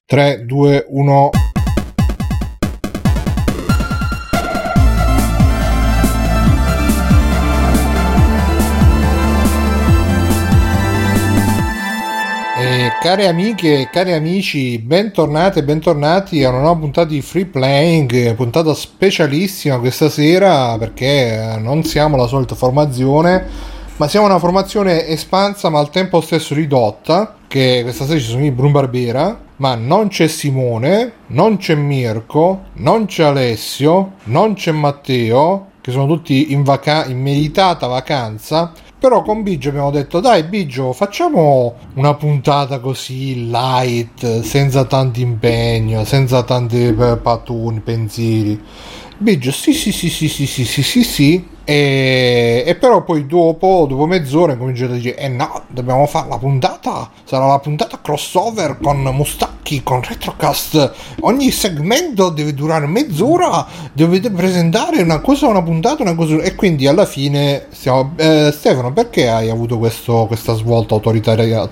3, 2, 1. Care amiche e cari amici, bentornate e bentornati a una nuova puntata di Free Playing, puntata specialissima questa sera perché non siamo la solita formazione, ma siamo una formazione espansa ma al tempo stesso ridotta, che questa sera ci sono i Bruno Barbera, ma non c'è Simone, non c'è Mirko, non c'è Alessio, non c'è Matteo, che sono tutti in meritata vacanza. Però con Biggio abbiamo detto: dai Biggio, facciamo una puntata così light, senza tanto impegno, senza tanti patuni, pensieri. Biggio sì. E però poi dopo mezz'ora cominciate a dire: no, dobbiamo fare la puntata, sarà la puntata crossover con Mustacchi, con Retrocast, ogni segmento deve durare mezz'ora, dovete presentare una puntata, e quindi alla fine Stefano, perché hai avuto questa svolta autoritaria?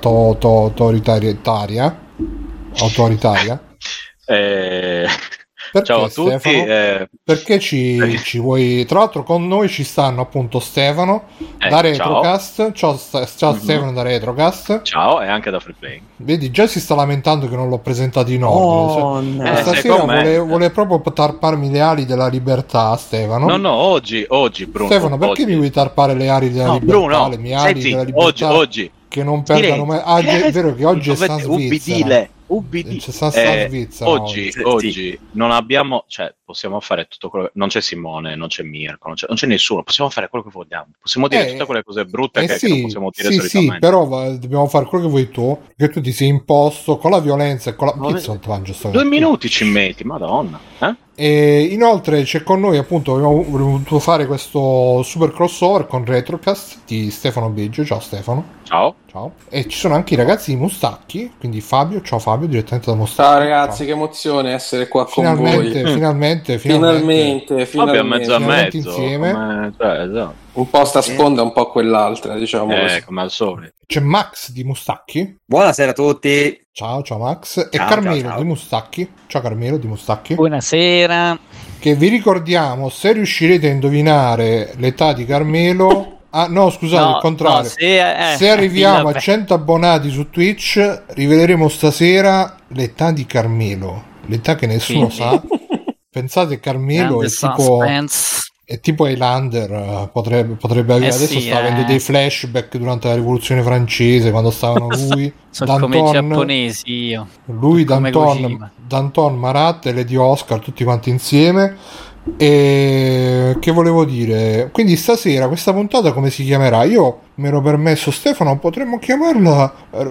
Perché, ciao a tutti, perché ci vuoi? Tra l'altro con noi ci stanno appunto Stefano da Retrocast. Ciao Stefano da Retrocast. Ciao, e anche da Free Playing. Vedi, già si sta lamentando che non l'ho presentato in ordine. Stasera vuole proprio tarparmi le ali della libertà, Stefano. No, oggi Bruno. Stefano, perché mi vuoi tarpare le ali della libertà? Bruno, le mie ali della libertà oggi che non perdano mai. È vero che oggi è San Svizzera. C'è Svizzera oggi non abbiamo, cioè possiamo fare tutto quello, non c'è Simone, non c'è Mirko, non c'è nessuno, possiamo fare quello che vogliamo, possiamo dire tutte quelle cose brutte che non possiamo dire solitamente. Sì, però dobbiamo fare quello che vuoi tu, perché tu ti sei imposto con la violenza e con la pizza. 2 minuti ci metti, madonna, E inoltre c'è con noi, appunto, abbiamo voluto fare questo super crossover con Retrocast di Stefano Biggio. Ciao Stefano. Ciao. E ci sono anche i ragazzi di Mustacchi, quindi Fabio, ciao Fabio, direttamente da Mustacchi. Ciao ragazzi, che emozione essere qua con voi. Finalmente Fabio mezzo a mezzo insieme. Esatto. Un po' sta sponda, un po' quell'altra, diciamo così. Come al solito. C'è Max di Mustacchi. Buonasera a tutti. Ciao Max. E Carmelo di Mustacchi. Ciao Carmelo di Mustacchi. Buonasera. Che vi ricordiamo, se riuscirete a indovinare l'età di Carmelo... no, scusate, il contrario. Se arriviamo a 100 abbonati su Twitch, riveleremo stasera l'età di Carmelo. L'età che nessuno sa. Pensate, Carmelo è tipo Highlander, potrebbe avere. Adesso sta avendo dei flashback durante la rivoluzione francese, quando stavano lui, sono come i giapponesi io. Lui, Danton, Marat e Lady Oscar, tutti quanti insieme. E che volevo dire, quindi stasera questa puntata come si chiamerà? Io mi ero permesso, Stefano, potremmo chiamarla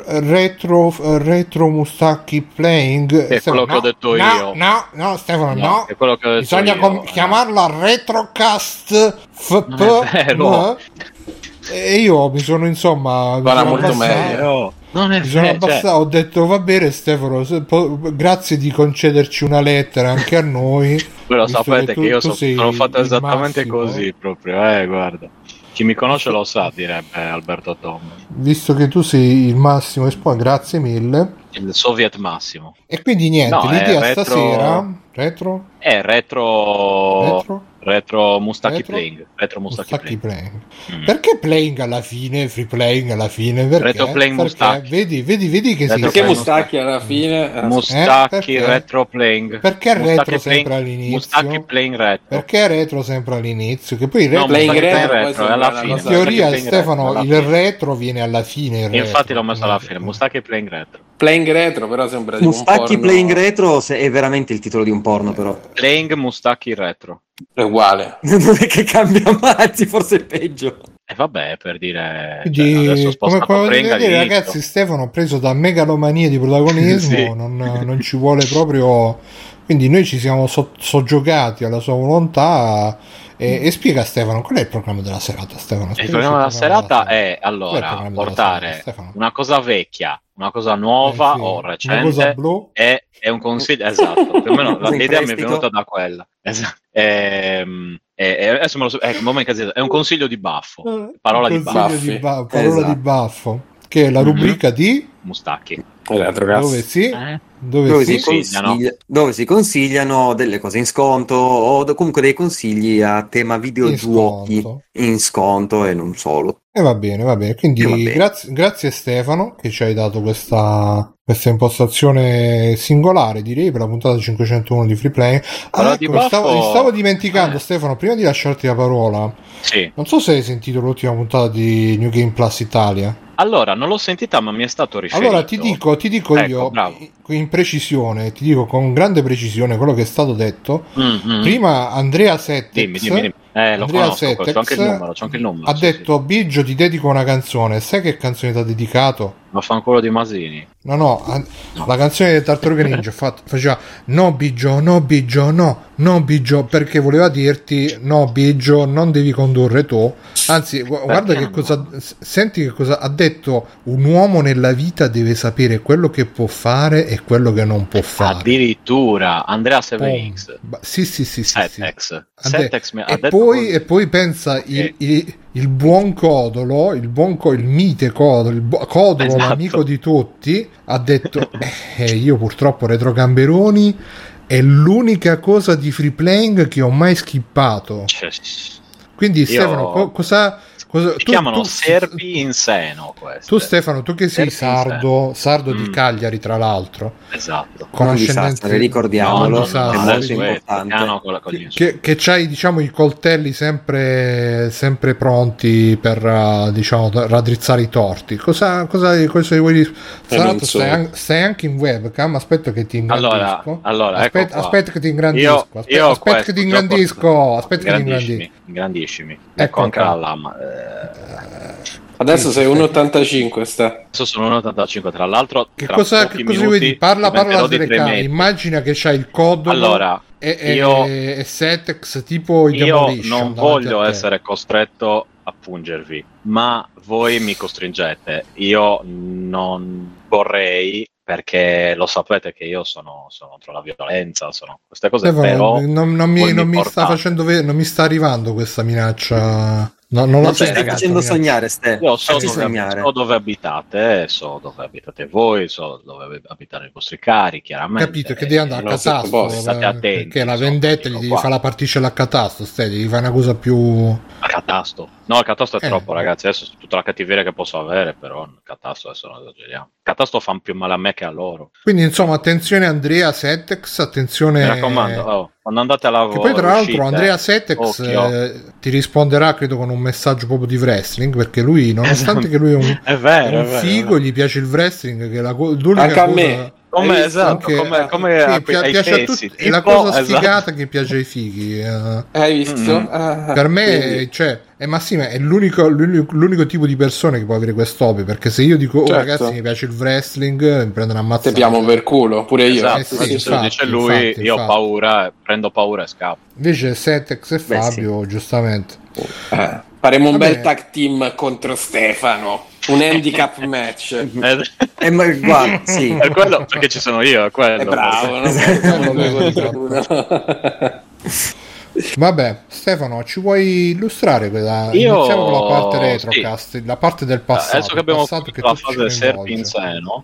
Retro Mustacchi Playing. È quello che ho detto io. No, Stefano, no. È quello che ho detto bisogna io. Chiamarla Retrocast e io mi sono molto meglio. Ho detto va bene Stefano, grazie di concederci una lettera anche a noi. Voi lo sapete che io sono fatto esattamente così proprio, guarda. Chi mi conosce lo sa, direbbe Alberto Tom. Visto che tu sei il massimo esponente, grazie mille. Il Soviet massimo. E quindi niente, l'idea stasera... Retro Mustacchi Playing. Retro Mustacchi Playing. Perché Playing alla fine? Free Playing alla fine? Perché? Retro Playing Mustacchi. Vedi che perché Mustacchi alla fine? Mustacchi Retro Playing. Perché Retro sempre all'inizio? Mustacchi Playing Retro. Perché Retro sempre all'inizio? Che poi Retro Playing Retro è alla fine. In teoria Stefano il retro viene alla fine. Infatti l'ho messo alla fine. Mustacchi Playing Retro. Playing Retro però sembra Mustacchi Playing Retro è veramente il titolo di un porno però. Playing Mustacchi Retro. È uguale. Non è che cambia mai, anzi forse è peggio. E vabbè, per dire, adesso come vedete ragazzi, Stefano preso da megalomania di protagonismo. Sì. non ci vuole proprio, quindi noi ci siamo soggiogati alla sua volontà. E spiega Stefano, qual è il programma della serata, Stefano? Il programma della serata è allora portare una cosa vecchia, una cosa nuova o recente, una cosa blu. È un consiglio, esatto, più o meno l'idea mi è venuta da quella. Esatto. Adesso è un consiglio di baffo, parola di baffo. Parola di baffo. che è la rubrica di Mustacchi. Dove si consigliano delle cose in sconto o comunque dei consigli a tema videogiochi in sconto e non solo. E va bene. Quindi grazie Stefano che ci hai dato questa impostazione singolare, direi, per la puntata 501 di Free Play. Stavo dimenticando, Stefano, prima di lasciarti la parola. Sì. Non so se hai sentito l'ultima puntata di New Game Plus Italia. Allora, non l'ho sentita, ma mi è stato riferito. Allora ti dico io, bravo. in precisione, ti dico con grande precisione quello che è stato detto. Prima Andrea Settex, dimmi. Andrea Settex, c'ho anche il numero. Ha detto: Biggio, ti dedico una canzone. Sai che canzone ti ha dedicato? Vaffanculo di Masini. No, la canzone del Tartaruga Ninja faceva no Biggio, perché voleva dirti no Biggio, non devi condurre tu. Anzi, guarda che cosa, senti che cosa ha detto: un uomo nella vita deve sapere quello che può fare e quello che non può fare. Addirittura Andrea 7X. Sì. Settex mi ha e detto così. E poi pensa il buon Codolo, il mite Codolo, Codolo, l'amico di tutti, ha detto io purtroppo Retro Gamberoni è l'unica cosa di Free Playing che ho mai skippato. Quindi Stefano, cosa si chiamano serpi in seno queste. Tu Stefano, tu che sei sardo di Cagliari tra l'altro, esatto, con ascendenza, ricordiamolo, è molto importante, che c'hai, diciamo, i coltelli sempre pronti per diciamo raddrizzare i torti. Cosa vuoi dire? Stai anche in webcam. Aspetta che ti ingrandisco. Allora aspetta che ti ingrandisco. Aspetta che ti ingrandisco. Ingrandiscimi. Ecco anche la lama. Adesso sei 1,85 Adesso sono 1,85, tra l'altro. Che cosa vuoi dire? Parla alla telecamera. Immagina che c'hai il Codolo e Settex tipo i Demolition. Io non voglio essere costretto a pungervi, ma voi mi costringete. Io non vorrei, perché lo sapete che io sono contro la violenza, sono queste cose, però non mi sta facendo non mi sta arrivando questa minaccia. Non lo stai facendo sognare, Ste. Io so dove abitate voi, so dove abitano i vostri cari, chiaramente. Capito che devi andare a catasto, state attenti, perché la vendetta gli devi fare la particella a catasto, Ste, devi fare una cosa più a catasto. No, il catasto è troppo, ragazzi. Adesso tutta la cattiveria che posso avere, però il catasto adesso non esageriamo. Il catasto fa più male a me che a loro. Quindi insomma, attenzione Andrea Settex, attenzione. Mi raccomando, quando andate a lavoro. Che poi tra l'altro Andrea Settex ti risponderà, credo, con un messaggio proprio di wrestling, perché lui, nonostante che lui è un figo, gli piace il wrestling, che è l'unica anche a cosa. me. Come piace a tutti, è la cosa sfigata che piace ai fighi. Hai visto? Per me, cioè, Massimo è l'unico tipo di persone che può avere quest'hobby, perché se io dico ragazzi mi piace il wrestling, mi prendono ammazzate. Te per culo, pure io. Esatto, se dice lui, io ho paura, prendo paura e scappo. Invece Settex e Fabio, giustamente. Faremo un bel tag team contro Stefano. Un handicap match. Guarda, sì. È quello, perché ci sono io, è quello. È bravo, Vabbè, Stefano, ci vuoi illustrare quella? Iniziamo con la parte retrocast, la parte del passato. Adesso che abbiamo fatto la fase del serpi in seno,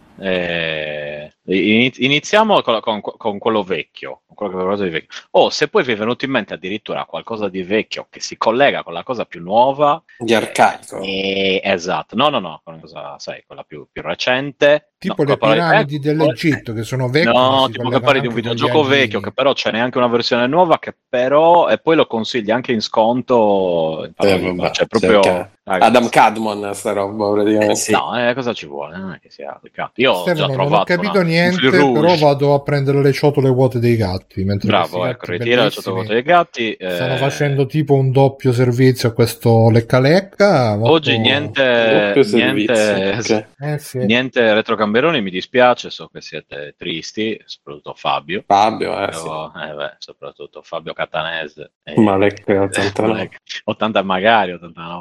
iniziamo con quello vecchio. Qualcosa di vecchio. Se poi vi è venuto in mente addirittura qualcosa di vecchio che si collega con la cosa più nuova, di arcaico, esatto, no, con cosa, sai, quella più recente, tipo le piramidi dell'Egitto che sono vecchie, tipo che parli di un videogioco vecchio che però c'è neanche una versione nuova, che però e poi lo consigli anche in sconto, cioè proprio Adam Cadmon sta roba praticamente. No, cosa ci vuole? Non è che sia applicato. Io ho già trovato, non ho capito niente, però vado a prendere le ciotole vuote dei gatti. Bravo, ritira le ciotole vuote dei gatti. Stanno facendo tipo un doppio servizio a questo lecca. Oggi niente Retro Gamberoni, mi dispiace, so che siete tristi, soprattutto Fabio, soprattutto Fabio Catanese. Ma lecca 89. 80 magari, 89.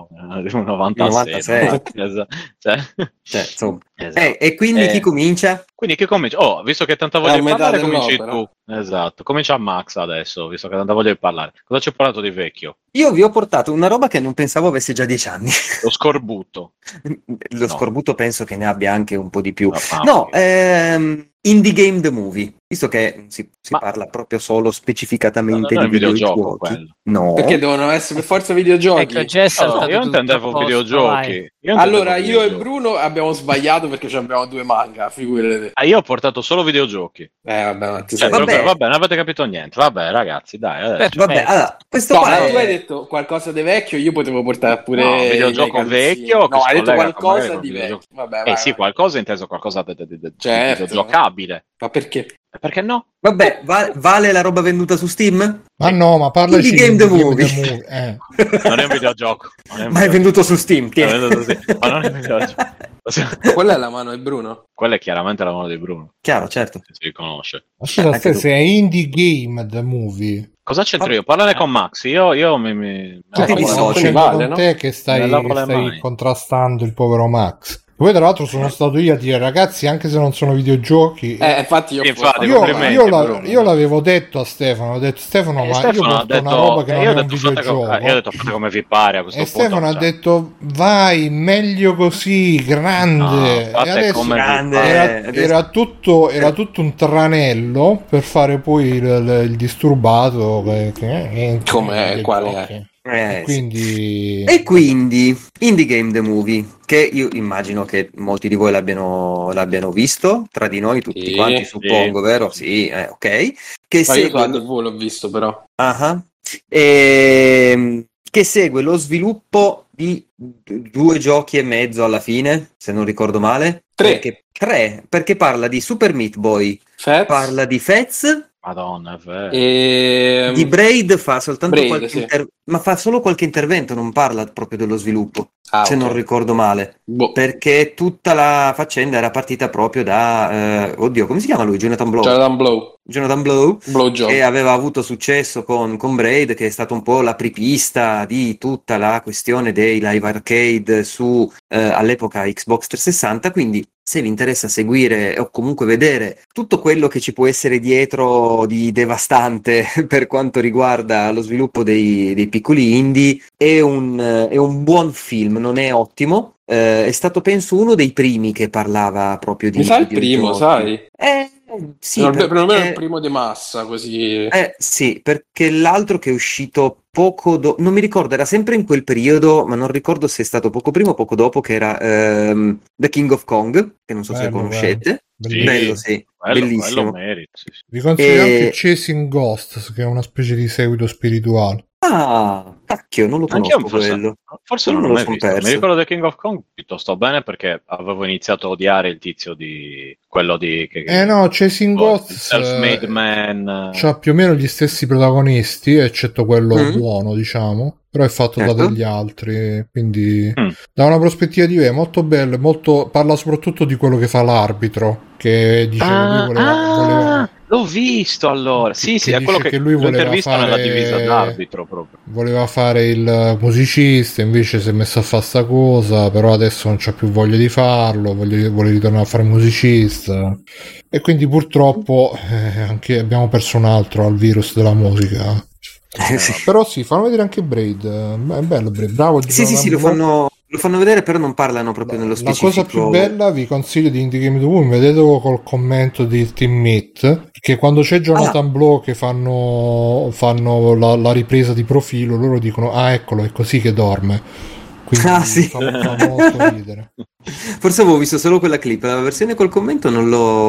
un 96. Insomma. Esatto. E quindi chi comincia? Quindi chi comincia? Visto che tanta voglia di parlare, cominci tu. Esatto, comincia Max adesso, visto che tanta voglia di parlare. Cosa ci ho parlato di vecchio? Io vi ho portato una roba che non pensavo avesse già 10 anni. Lo scorbuto. Scorbuto penso che ne abbia anche un po' di più. Indie Game the Movie, visto che si parla proprio solo specificatamente di videogiochi. No. Perché devono essere per forza videogiochi? Io intendevo videogiochi. Allora, io e Bruno abbiamo sbagliato perché abbiamo 2 manga, figurate. Io ho portato solo videogiochi. Vabbè, non avete capito niente. Vabbè, ragazzi, dai. Allora, questo tu hai detto qualcosa di vecchio, io potevo portare pure videogioco vecchio. No, hai detto qualcosa di vecchio. Vabbè, sì, qualcosa inteso qualcosa di videogiocabile. Ma perché? Perché no? Vabbè, vale la roba venduta su Steam? Ma no, ma parlaci di Game the Movie. Non è un videogioco. Ma è venduto su Steam. Ma non è un videogioco. Quella è la mano di Bruno? Quella è chiaramente la mano di Bruno. Chiaro, certo. Si riconosce. Ma se è Indie Game the Movie. Cosa c'entro io? Parlane con Max. Io mi con te che stai contrastando il povero Max. Poi tra l'altro sono stato io a dire ragazzi, anche se non sono videogiochi, infatti io l'avevo detto a Stefano, ho detto Stefano, ma io porto una roba che non è un videogioco. Io ho detto fate come vi pare a questo punto. E Stefano ha detto vai, meglio così, grande. No, e adesso grande. Era tutto un tranello per fare poi il disturbato quale è? E quindi Indie Game the Movie, che io immagino che molti di voi l'abbiano visto, tra di noi tutti quanti, suppongo, vero? Sì, ok. Che io sulla TV l'ho visto però. Che segue lo sviluppo di 2 giochi e mezzo alla fine, se non ricordo male. 3, perché parla di Super Meat Boy, parla di Fez. Madonna, è vero. Di Braid fa soltanto ma fa solo qualche intervento, non parla proprio dello sviluppo, se non ricordo male. Perché tutta la faccenda era partita proprio da come si chiama lui? Jonathan Blow, che aveva avuto successo con Braid, che è stato un po' l'apripista di tutta la questione dei live arcade su all'epoca Xbox 360, quindi se vi interessa seguire o comunque vedere tutto quello che ci può essere dietro di devastante per quanto riguarda lo sviluppo dei piccoli indie, è un buon film, non è ottimo. È stato penso uno dei primi che parlava proprio di... Mi sa il primo, sai? Sì, perlomeno il primo di massa, così. Sì, perché l'altro che è uscito poco dopo, non mi ricordo, era sempre in quel periodo, ma non ricordo se è stato poco prima o poco dopo, che era The King of Kong, che non so se conoscete. Bello, sì. Bellissimo. Vi consiglio anche Chasing Ghosts, che è una specie di seguito spirituale. Ah, cacchio, non lo conosco quello. Forse non l'ho mai visto. Mi ricordo The King of Kong piuttosto bene perché avevo iniziato a odiare il tizio di quello di no, Chasing Ghosts Self-Made Man. C'ha più o meno gli stessi protagonisti, eccetto quello buono, diciamo. Però è fatto da degli altri, quindi da una prospettiva diversa, molto bello, parla soprattutto di quello che fa l'arbitro, che dice che lui voleva l'ho visto allora. Sì, è quello che lui voleva fare nella divisa d'arbitro proprio. Voleva fare il musicista, invece si è messo a fare sta cosa, però adesso non c'ha più voglia di farlo, vuole ritornare a fare musicista. E quindi purtroppo anche abbiamo perso un altro al virus della musica. Però sì, fanno vedere anche Braid, è bello Braid, bravo. Sì, lo fanno vedere, però non parlano proprio nello specifico. La cosa più bella, vi consiglio di Indie Game The Movie, vedetelo col commento di Team Meat, che quando c'è Jonathan Blow che fanno la ripresa di profilo, loro dicono eccolo, è così che dorme. Quindi sì. fa molto ridere. Forse avevo visto solo quella clip, la versione col commento non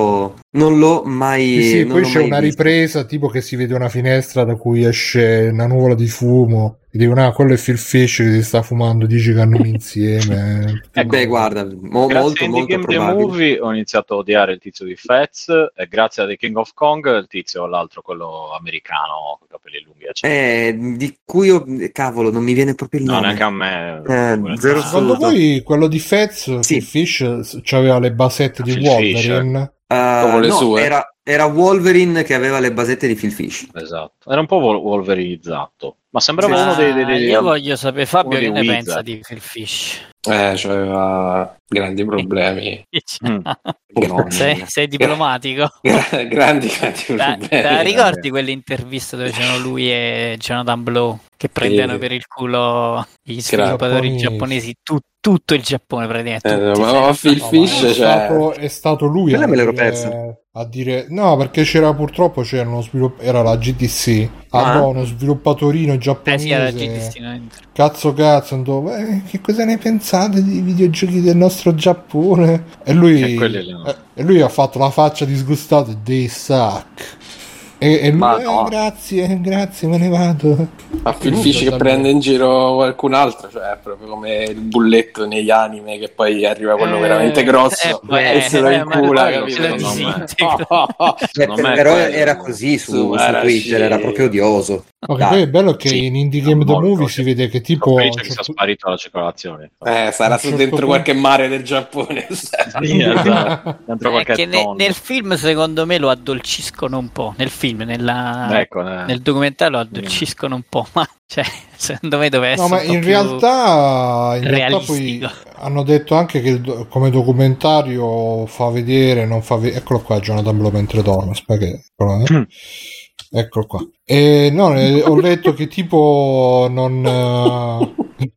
l'ho mai. Sì, non poi l'ho c'è mai una vista. Ripresa tipo che si vede una finestra da cui esce una nuvola di fumo e dicono quello è Phil Fish che si sta fumando 10 cannoni insieme. Beh, guarda, molto molto probabile. Movie ho iniziato a odiare il tizio di Fez e grazie a The King of Kong il tizio l'altro, quello americano con i capelli lunghi eccetera. Di cui cavolo non mi viene proprio il nome. No, neanche a me. Secondo voi quello di Fez, sì. Fish, c'aveva le basette di Wolverine? Le sue. Era Wolverine che aveva le basette di Phil Fish. Esatto, era un po' wolverinizzato, ma sembrava uno dei io voglio sapere, Fabio, che ne Wizard. pensa di Phil Fish? C'aveva grandi problemi. Sei diplomatico. grandi problemi. Ricordi quell'intervista dove c'erano lui e Jonathan Blow che prendevano per il culo gli sviluppatori giapponesi, tutto il Giappone praticamente. Ma Phil Fish è stato lui a dire no, perché purtroppo era la GTC, uno sviluppatorino giapponese. Sì, era GTC, no? Cazzo, che cosa ne pensate dei videogiochi del nostro Giappone? E lui ha fatto la faccia disgustata, they suck. E lui, grazie, me ne vado. Ma Phil Fish che prende in giro qualcun altro, cioè è proprio come il bulletto negli anime che poi arriva quello veramente grosso e se lo incula, però era così su Twitter, era proprio odioso. Okay, poi è bello che in Indie Game The Movie si vede che tipo che sia sparito alla circolazione. Sarà su dentro qualche mare del Giappone. Dentro qualche nel film secondo me lo addolciscono un po'. Nel film, nel documentario lo addolciscono un po', ma cioè, secondo me deve essere. No, ma in realtà poi hanno detto anche che come documentario fa vedere, non fa vedere. Eccolo qua, Jonathan Blow mentre dorme. Eccolo qua. Ho letto che tipo non.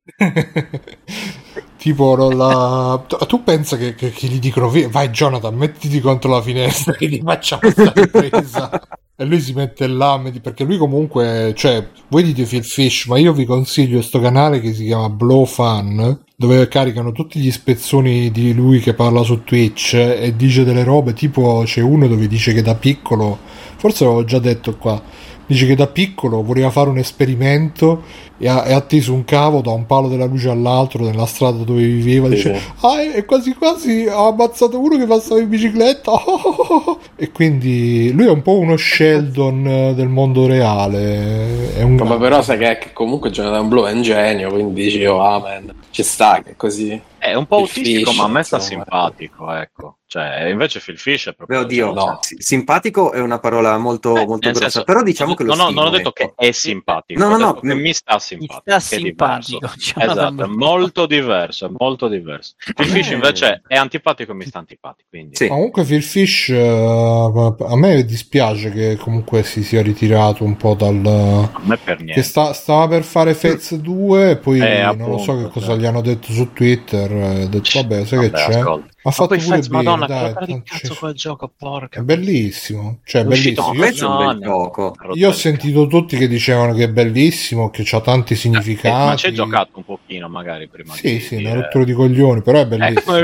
Tu pensa che gli dicono vai Jonathan, mettiti contro la finestra che ti facciamo questa ripresa. E lui si mette là perché lui comunque, cioè, voi dite Phil Fish, ma io vi consiglio sto canale che si chiama Blow Fan, dove caricano tutti gli spezzoni di lui che parla su Twitch e dice delle robe, tipo c'è uno dove dice che da piccolo, forse l'avevo già detto qua, dice che da piccolo voleva fare un esperimento e ha atteso un cavo da un palo della luce all'altro nella strada dove viveva, dice e quasi quasi ha ammazzato uno che passava in bicicletta. E quindi lui è un po' uno Sheldon del mondo reale, ma però sai che comunque Jonathan Blow è un genio, quindi dici amen, ci sta che così è un po' autistico, ma a me sta simpatico, ecco. Cioè, invece Phil Fish è proprio. Oddio, no. Simpatico è una parola molto grossa, senso, però diciamo che lo non ho detto che è simpatico, no, che mi sta simpatico. Esatto, è molto diverso. Phil Fish invece è antipatico e mi sta antipatico. Quindi. Sì. Comunque Phil Fish a me dispiace che comunque si sia ritirato un po' dal. A me per niente. Che stava per fare Fez 2 e poi non lo so che cosa gli hanno detto su Twitter. Ho detto vabbè, sai che c'è? Ha fatto pure bene, Madonna, che cazzo quel gioco, porca. È bellissimo, cioè è bellissimo. Questo è un bel gioco. Io ho sentito tutti che dicevano che è bellissimo, che c'ha tanti significati. Ma ci hai giocato un pochino magari prima sì, una rottura di coglioni, però è bellissimo.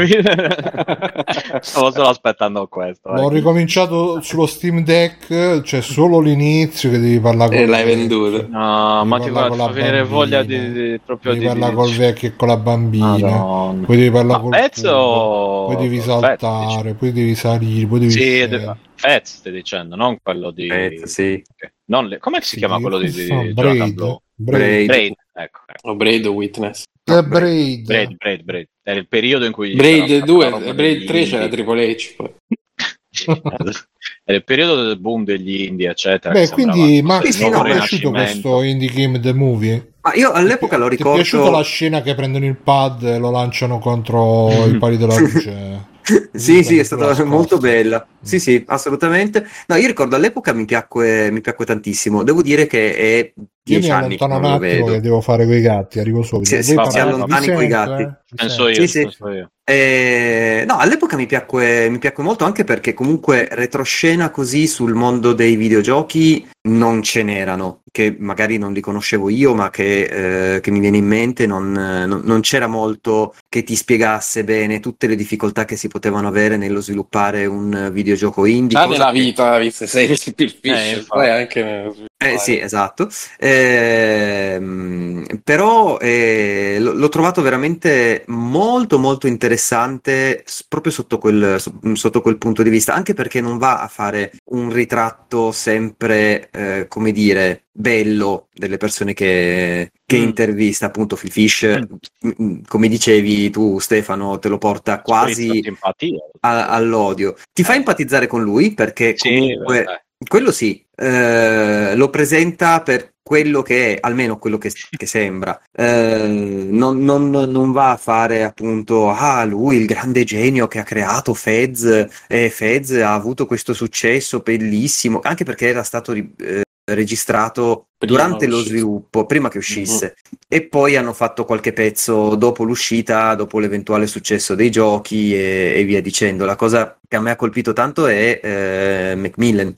Stavo solo aspettando questo. L'ho ricominciato sullo Steam Deck, c'è solo l'inizio che devi parlare con l'hai venduto. No, ma ti fa venire voglia di parlare col vecchio e con la bambina. Madonna. Poi devi parlare col pezzo. Poi devi saltare, poi devi salire, poi devi. Fez stai dicendo, non quello di. Fez, sì. Okay. Com'è che si chiama quello di Braid. Ecco. Braid o Witness. Braid. Era il periodo in cui. Braid 2, Braid 3 c'era Triple H poi. Era il periodo del boom degli indie, eccetera. Beh, quindi Max, ti è piaciuto questo Indie Game The Movie? Ma io all'epoca lo ricordo. Ti è piaciuta la scena che prendono il pad e lo lanciano contro i pali della luce? Sì, è stata molto bella. Sì, assolutamente. No, io ricordo all'epoca mi piacque tantissimo. Devo dire che è 10 anni che non lo vedo. Che devo fare coi gatti, arrivo subito. Si allontani coi gatti. Penso io. No, all'epoca mi piacque molto, anche perché comunque retroscena così sul mondo dei videogiochi non ce n'erano, che magari non li conoscevo io, ma che mi viene in mente, non c'era molto che ti spiegasse bene tutte le difficoltà che si potevano avere nello sviluppare un videogioco indie. Già nella vita, visto sei Phil Fish, poi anche Sì, esatto. Però l'ho trovato veramente molto molto interessante proprio sotto quel punto di vista, anche perché non va a fare un ritratto sempre, come dire, bello delle persone che intervista. Appunto Phil Fish, come dicevi tu Stefano, te lo porta quasi all'odio. Ti fa empatizzare con lui perché comunque quello sì, lo presenta per quello che è, almeno quello che sembra. Non va a fare appunto lui il grande genio che ha creato Fez, e Fez ha avuto questo successo bellissimo, anche perché era stato registrato durante lo sviluppo, prima che uscisse, e poi hanno fatto qualche pezzo dopo l'uscita, dopo l'eventuale successo dei giochi e via dicendo. La cosa che a me ha colpito tanto è Macmillan,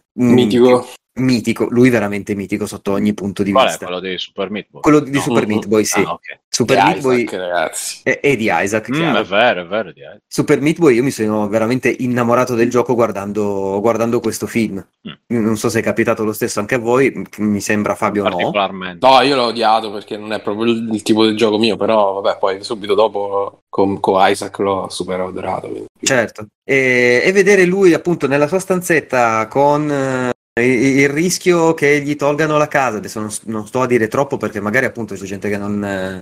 mitico, lui veramente mitico sotto ogni punto di vista. Quello di Super Meat Boy? Quello di Super Meat Boy, sì. Okay. Super Meat Boy, ragazzi. E di Isaac, chiaro. È vero di Isaac. Super Meat Boy, io mi sono veramente innamorato del gioco guardando questo film. Non so se è capitato lo stesso anche a voi, mi sembra Fabio particolarmente. No, io l'ho odiato perché non è proprio il tipo del gioco mio, però vabbè, poi subito dopo con Isaac l'ho super adorato. Quindi. Certo, e vedere lui appunto nella sua stanzetta con il rischio che gli tolgano la casa. Adesso non sto a dire troppo perché magari appunto c'è gente che non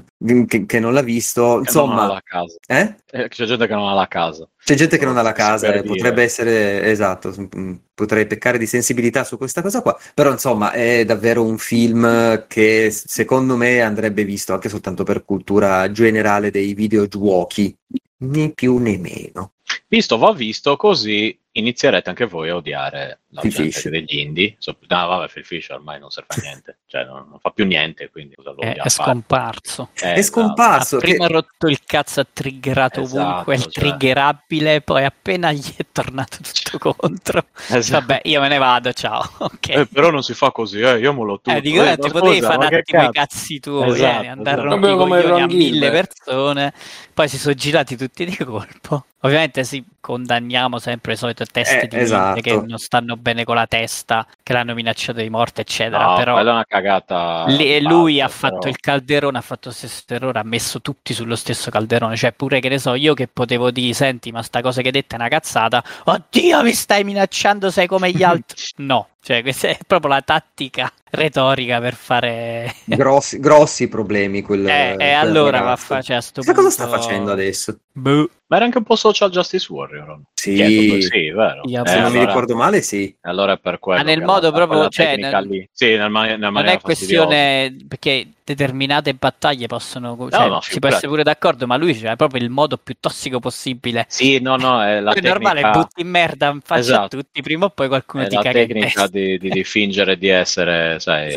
l'ha visto, insomma, non ha la casa. C'è gente che non ha la casa. C'è gente che non ha la casa, potrebbe essere, esatto, potrei peccare di sensibilità su questa cosa qua, però insomma è davvero un film che secondo me andrebbe visto anche soltanto per cultura generale dei videogiochi, né più né meno. Va visto, così inizierete anche voi a odiare la gente degli indie. Phil Fish ormai non serve a niente, cioè non fa più niente, quindi cosa lo è scomparso. È scomparso. Prima ha rotto il cazzo, ha triggerato ovunque, è triggerabile, poi appena gli è tornato tutto contro. Vabbè, io me ne vado, ciao. Okay. Però non si fa così, io me lo tutto. Dico, ti potevi fare un attimo i cazzi tuoi, andare a rompere i coglioni a 1000 persone, poi si sono girati tutti di colpo. Ovviamente condanniamo sempre le solite teste di gente che non stanno bene con la testa, che l'hanno minacciato di morte, eccetera. No, però quella è una cagata. Lui ha fatto il calderone, ha fatto lo stesso errore, ha messo tutti sullo stesso calderone. Cioè, pure che ne so, io che potevo dire, senti, ma sta cosa che hai detto è una cazzata. Oddio, mi stai minacciando, sei come gli altri. No, cioè, questa è proprio la tattica retorica per fare grossi problemi. Allora va a fare, cioè, a sto punto... cosa sta facendo adesso? Ma era anche un po' Social Justice Warrior. Sì, vero. Se non mi ricordo male, sì. Allora è per quello. Ma nel modo proprio, cioè, nella maniera non è questione perché determinate battaglie possono, si può essere pure d'accordo, ma lui c'è proprio il modo più tossico possibile. Sì, no, è la tecnica. È normale, butti in merda in faccia a tutti, prima o poi qualcuno ti caga in testa. La tecnica di fingere di essere, sai,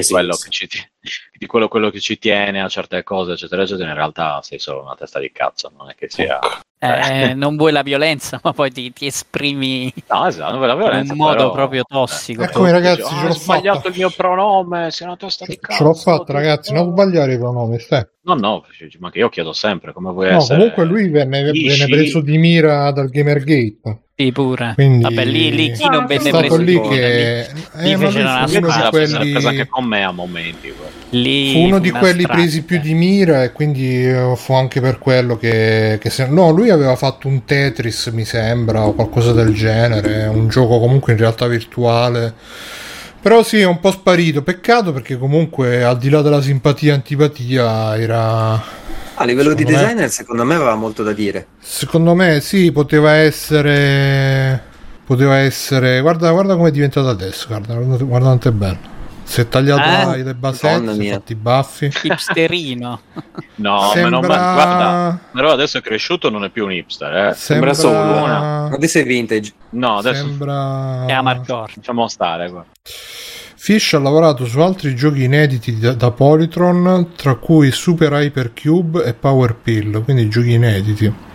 quello che ci tiene a certe cose, eccetera, eccetera. In realtà sei solo una testa di cazzo, non è che sia... non vuoi la violenza, ma poi ti esprimi non vuoi la violenza, in un modo proprio tossico. Ecco, ragazzi, ho sbagliato il mio pronome, sei una testa di cazzo. Ce l'ho fatta, ragazzi, non sbagliare i pronomi, stai. No, ma che io chiedo sempre come vuoi essere. Comunque lui venne preso di mira dal Gamergate. Sì, pure. Quindi vabbè, lì chi non venne preso lì che presa anche con me a momenti. Fu uno di quelli presi più di mira, e quindi fu anche per quello che lui aveva fatto un Tetris, mi sembra, o qualcosa del genere, un gioco comunque in realtà virtuale. Però sì, è un po' sparito, peccato, perché comunque al di là della simpatia antipatia era... A livello di designer secondo me aveva molto da dire. Secondo me sì, poteva essere guarda come è diventato adesso, guarda quanto è bello. Si è tagliato le basette, si è fatti i baffi. Hipsterino. No, guarda, però adesso è cresciuto, non è più un hipster, Sembra solo una. Adesso è vintage. No, adesso è amarcore. Facciamo stare, guarda. Fish ha lavorato su altri giochi inediti da Polytron, tra cui Super Hypercube e Power Pill, quindi giochi inediti.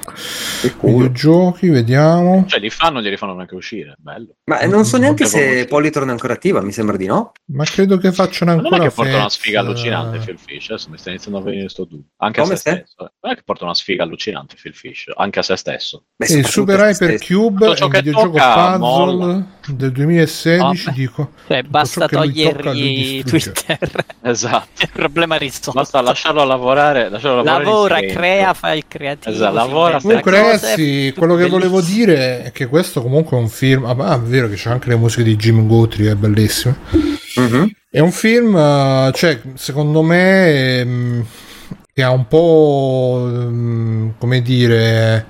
Videogiochi, vediamo. Cioè li fanno, glieli fanno neanche uscire, bello. Ma non so neanche se Polytron è ancora attiva, mi sembra di no. Ma credo che facciano ancora. Non è che porta una sfiga allucinante Phil Fish, adesso mi sta iniziando a venire sto dubbio. Anche come a se stesso. Non è che porta una sfiga allucinante Phil Fish, anche a se stesso. Il Super Hypercube è un videogioco puzzle del 2016, dico. Cioè, basta togliergli Twitter. Esatto. Il problema risolto. Basta lasciarlo lavorare. Lavora, crea, fa il creativo. Esatto, lavora. Comunque ragazzi, quello che volevo dire è che questo comunque è un film. È vero che c'è anche le musiche di Jim Guthrie, è bellissimo. È un film, cioè, secondo me, che ha un po', come dire,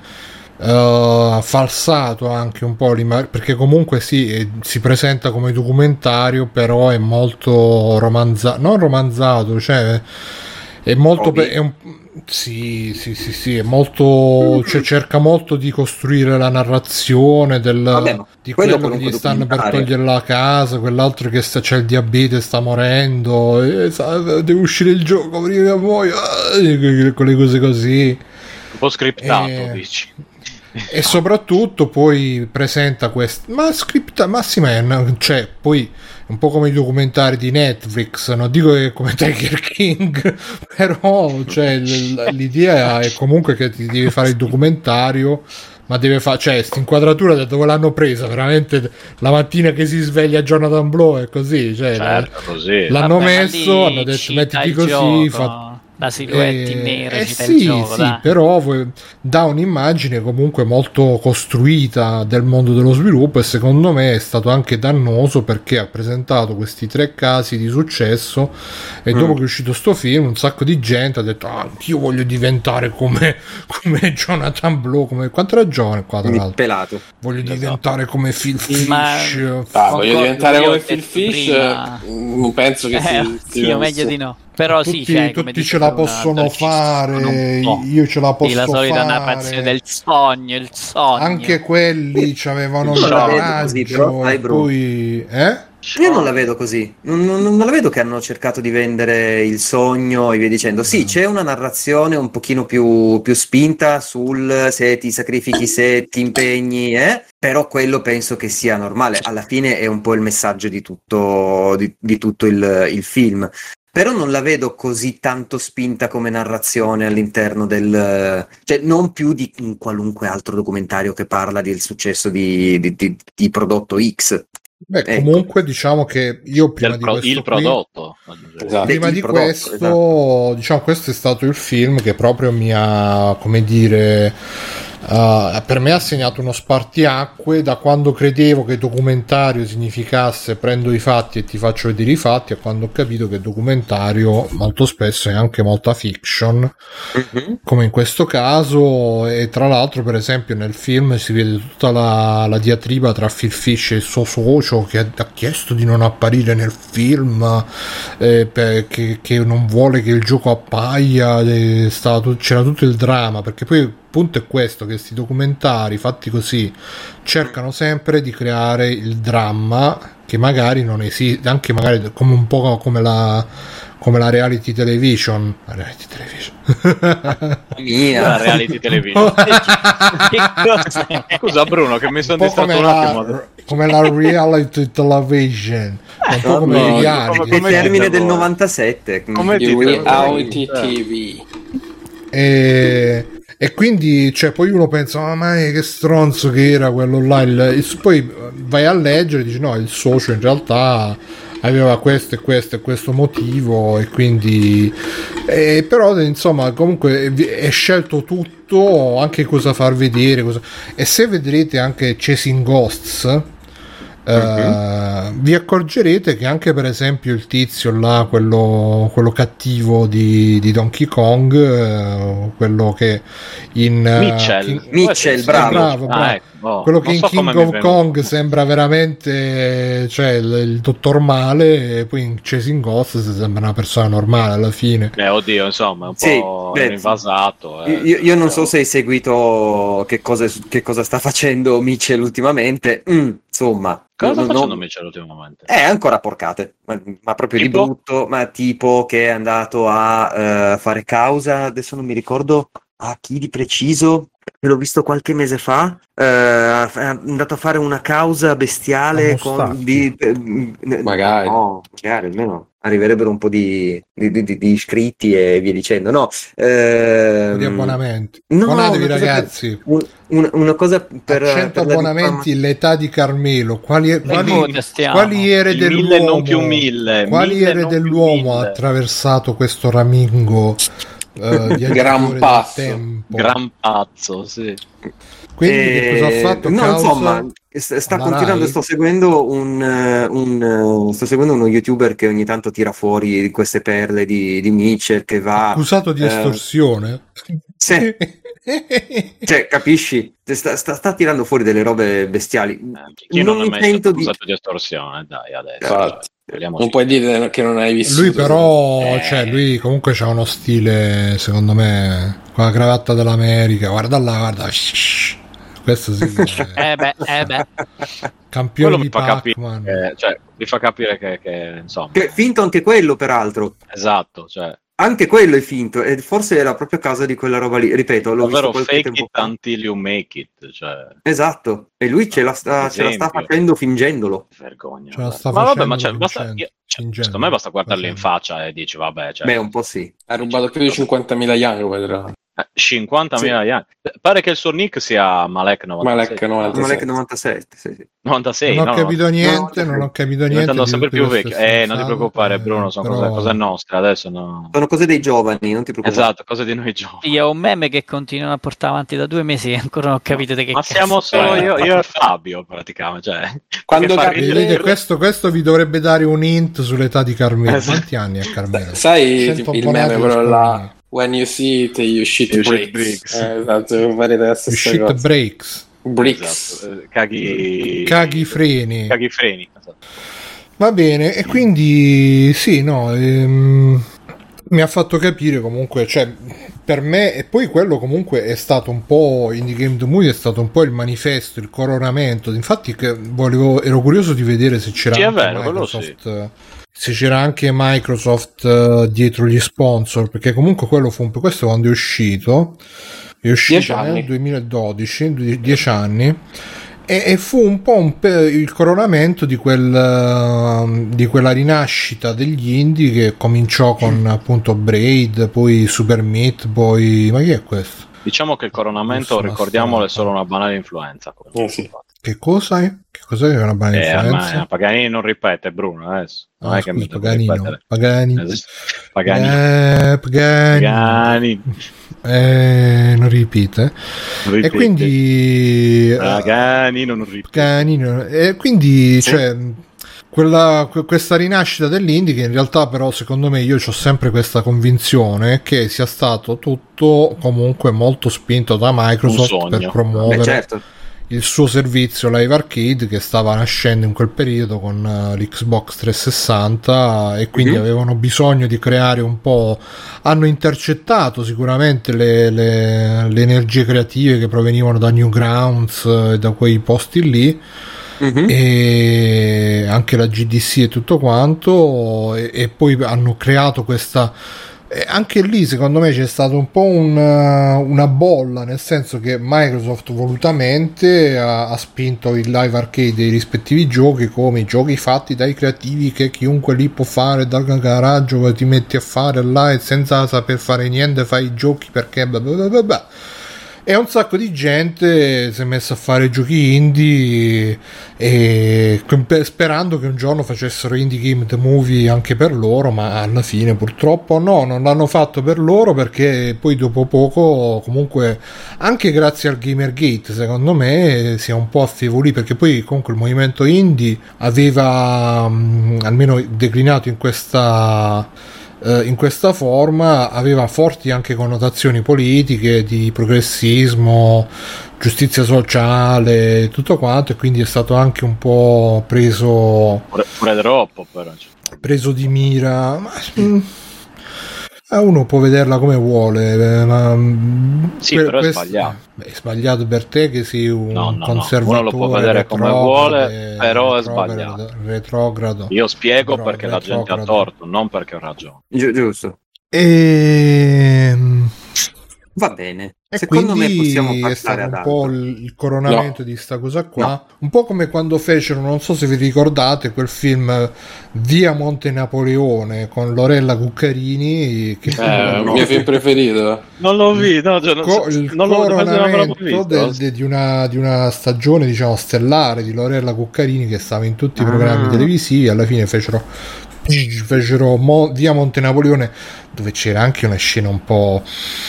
falsato anche un po', perché comunque sì, si presenta come documentario, però è molto non romanzato, cioè è molto sì, è molto, cioè cerca molto di costruire la narrazione di quello che gli stanno per togliere la casa, quell'altro che c'è il diabete, sta morendo, deve uscire il gioco prima che muoia, quelle cose così, un po' scriptato, dici. E soprattutto poi presenta cioè poi un po' come i documentari di Netflix, non dico che è come Tiger King, però cioè, l'idea è comunque che ti devi fare il documentario, ma deve fare, cioè questa inquadratura da dove l'hanno presa, veramente la mattina che si sveglia Jonathan Blow è così, cioè, certo, così. L'hanno messo, hanno detto mettiti così, la silhouette in nero sì, gioco, sì, però dà un'immagine comunque molto costruita del mondo dello sviluppo, e secondo me è stato anche dannoso perché ha presentato questi 3 casi di successo, e dopo che è uscito sto film un sacco di gente ha detto io voglio diventare come Jonathan Blow, quanto era giovane qua tra l'altro, pelato, voglio diventare come Phil Fish, voglio diventare come Phil Fish, penso che sia meglio di no. Però tutti, sì, c'è, tutti ce la possono fare, io ce la posso fare. La solita narrazione del sogno, il sogno. Anche quelli c'avevano il coraggio, e poi io non la vedo così, non la vedo che hanno cercato di vendere il sogno e via dicendo. Sì, c'è una narrazione un pochino più spinta sul se ti sacrifichi, se ti impegni, però quello penso che sia normale, alla fine è un po' il messaggio di tutto il film. Però non la vedo così tanto spinta come narrazione all'interno cioè non più di un qualunque altro documentario che parla del successo di prodotto X. Comunque diciamo che io prima di questo il prodotto, esatto. Prima di questo, esatto. Diciamo questo è stato il film che proprio mi ha, come dire, per me ha segnato uno spartiacque da quando credevo che documentario significasse prendo i fatti e ti faccio vedere i fatti, a quando ho capito che documentario molto spesso è anche molta fiction, come in questo caso. E tra l'altro, per esempio, nel film si vede tutta la diatriba tra Phil Fish e il suo socio che ha chiesto di non apparire nel film, che non vuole che il gioco appaia, c'era tutto il dramma, perché poi il punto è questo, che questi documentari fatti così cercano sempre di creare il dramma che magari non esiste, anche magari come un po' come la reality television. La reality television. Scusa Bruno, che mi sono distratto un attimo. Come la reality television, un po' come il reality. Il termine del 97. Come reality TV. E quindi, cioè, poi uno pensa, ma che stronzo che era quello là, poi vai a leggere e dici no, il socio in realtà aveva questo e questo e questo motivo, e quindi però insomma comunque è scelto tutto, anche cosa far vedere, e se vedrete anche Chasing Ghosts, vi accorgerete che anche per esempio il tizio là, quello cattivo di Donkey Kong, quello che in Mitchell, bravo. Quello che in King of Kong sembra veramente, cioè il dottor male, e poi in Chasing Ghosts sembra una persona normale alla fine. Oddio, insomma, un po' invasato. Io non so se hai seguito che cosa sta facendo Mitchell ultimamente. Insomma, cosa sta facendo Mitchell ultimamente? Ancora porcate, ma proprio di brutto, ma tipo che è andato a fare causa, adesso non mi ricordo a chi di preciso, l'ho visto qualche mese fa, è andato a fare una causa bestiale con magari almeno arriverebbero un po' di iscritti e via dicendo, no, di abbonamenti. Abbonatevi, ragazzi. Una cosa per 100 abbonamenti, l'età di Carmelo. Quali ere dell'uomo, non più 1000, quali ere dell'uomo ha attraversato questo ramingo di gran pazzo, sì. Quindi che cosa ha fatto? Insomma, sta continuando. Sto seguendo uno youtuber che ogni tanto tira fuori queste perle di Mitchell, che va accusato di estorsione. Sì. Cioè, capisci? Sta tirando fuori delle robe bestiali. Chi non è mai stato accusato di estorsione? Dai, adesso. Non puoi dire che non hai visto. Lui però, lui comunque c'ha uno stile, secondo me, con la cravatta dell'America. Guarda là. Questo sì. Campione di Pac-Man. Vi fa capire che insomma. Che è finto anche quello, peraltro. Esatto, cioè. Anche quello è finto, e forse è la propria causa di quella roba lì. Ripeto, l'ho ovvero visto fake it until you make it, cioè. Esatto, e lui ce la sta facendo fingendolo. Vergogna. Ma vabbè, ma secondo me basta guardarlo in faccia e dici vabbè, cioè. Beh, un po' sì. Ha rubato più di 50.000 yen, vedrà. 50.000 yen. Pare che il suo nick sia Malek 97. Malek 97, sì. 96. Non ho capito niente. Diventando sempre più vecchio. Non ti preoccupare, Bruno, sono cose nostre adesso. No. Sono cose dei giovani, non ti preoccupare. Esatto, cose di noi giovani. Io ho un meme che continuano a portare avanti da 2 mesi e ancora non ho capito di che ma siamo solo io e Fabio, praticamente. Cioè, quando vedete, questo vi dovrebbe dare un hint sull'età di Carmelo. Quanti anni è Carmelo? Sai il meme quello là? When you see it, you shit breaks. Esatto, fare la stessa shit cosa. Breaks. Esatto. Caghi freni. Esatto. Va bene, e quindi sì, no, mi ha fatto capire comunque, cioè per me, e poi quello comunque è stato un po', Indie Game The Movie è stato un po' il manifesto, il coronamento. Infatti ero curioso di vedere se c'era Microsoft, se c'era anche Microsoft dietro gli sponsor, perché comunque quello fu questo quando è uscito nel 2012, 10 anni, e fu un po' il coronamento di quella rinascita degli indie che cominciò con appunto Braid, poi Super Meat Boy. Ma chi è questo? Diciamo che il coronamento, ricordiamolo, è solo una banale influenza. Sì. Che cosa è? Che cos'è una banale influenza? Ma Paganini non ripete, Bruno, adesso. Non è che mi Paganini. Non ripete. E quindi non ripete. E quindi sì. Cioè questa rinascita dell'indie, che in realtà però secondo me, io ho sempre questa convinzione che sia stato tutto comunque molto spinto da Microsoft per promuovere il suo servizio Live Arcade, che stava nascendo in quel periodo con l'Xbox 360, e quindi avevano bisogno di creare un po', hanno intercettato sicuramente le energie creative che provenivano da Newgrounds e da quei posti lì, e anche la GDC e tutto quanto, e poi hanno creato questa. E anche lì secondo me c'è stato un po' una bolla, nel senso che Microsoft volutamente ha spinto il Live Arcade dei rispettivi giochi come i giochi fatti dai creativi che chiunque lì può fare dal garage, ti metti a fare là e senza saper fare niente fai i giochi perché e un sacco di gente si è messa a fare giochi indie, e sperando che un giorno facessero Indie Game The Movie anche per loro, ma alla fine purtroppo no, non l'hanno fatto per loro, perché poi dopo poco, comunque anche grazie al Gamergate, secondo me si è un po' affievolì, perché poi comunque il movimento indie aveva almeno declinato in questa forma, aveva forti anche connotazioni politiche, di progressismo, giustizia sociale, tutto quanto, e quindi è stato anche un po' preso troppo, però preso di mira. Uno può vederla come vuole, ma sì, però è sbagliato. È sbagliato per te che sei un conservatore. Uno lo può vedere come vuole, però è sbagliato. Retrogrado. Io spiego perché la gente ha torto, non perché ho ragione. Giusto. Va bene. E secondo me possiamo è passare stato ad un altro. po' il coronamento di sta cosa qua, un po' come quando fecero, non so se vi ricordate, quel film Via Monte Napoleone con Lorella Cuccarini, che il mio film preferito. Non l'ho visto, il coronamento di una stagione, diciamo, stellare di Lorella Cuccarini, che stava in tutti i programmi televisivi. Alla fine fecero Via Monte Napoleone, dove c'era anche una scena un po'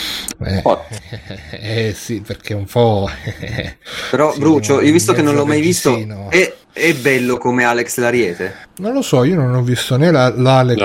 sì, perché un po' però sì, Brucio, io visto che non l'ho mai visto, reggiseno. è bello come Alex Lariete? Non lo so, io non ho visto né l'Alex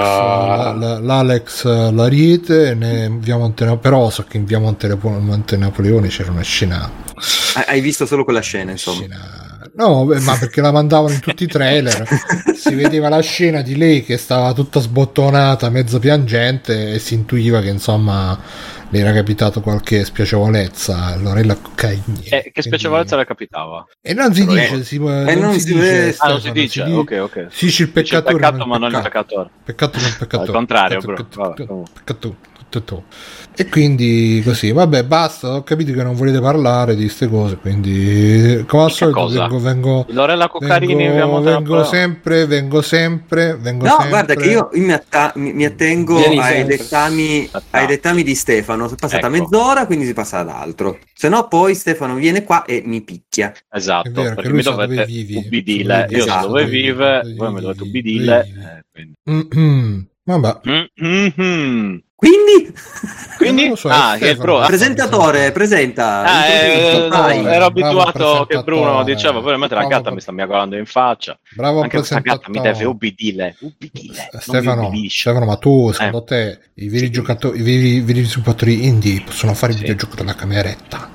Lariete né Via Monte Napoleone, però so che in Via Monte Napoleone c'era una scena. Hai visto solo quella scena, insomma? No, ma perché la mandavano in tutti i trailer. Si vedeva la scena di lei che stava tutta sbottonata, mezzo piangente, e si intuiva che insomma le era capitato qualche spiacevolezza. Lorella Cuccarini. Che spiacevolezza le capitava? E non si dice, non si dice. Non si dice. Ok. Si dice il peccatore, peccato, ma non il peccatore. Peccato non peccatore. Al contrario, peccato. E quindi così, vabbè, basta, ho capito che non volete parlare di queste cose, quindi come al solito vengo Lorella Cuccarini, vengo sempre. No, guarda che io mi attengo ai dettami di Stefano. È passata mezz'ora, quindi si passa ad altro. Se no poi Stefano viene qua e mi picchia. Esatto, perché mi dovete ubbidire. Io so dove vive, voi mi dovete ubbidire. Vabbè. Quindi? So, presentatore, presenta. Ero abituato che Bruno diceva, poi mentre la gatta mi sta miagolando in faccia. Bravo, anche questa gatta mi deve ubbidire. Stefano, ma tu, secondo te, i veri giocatori, i veri sviluppatori indie possono fare il videogioco dalla cameretta?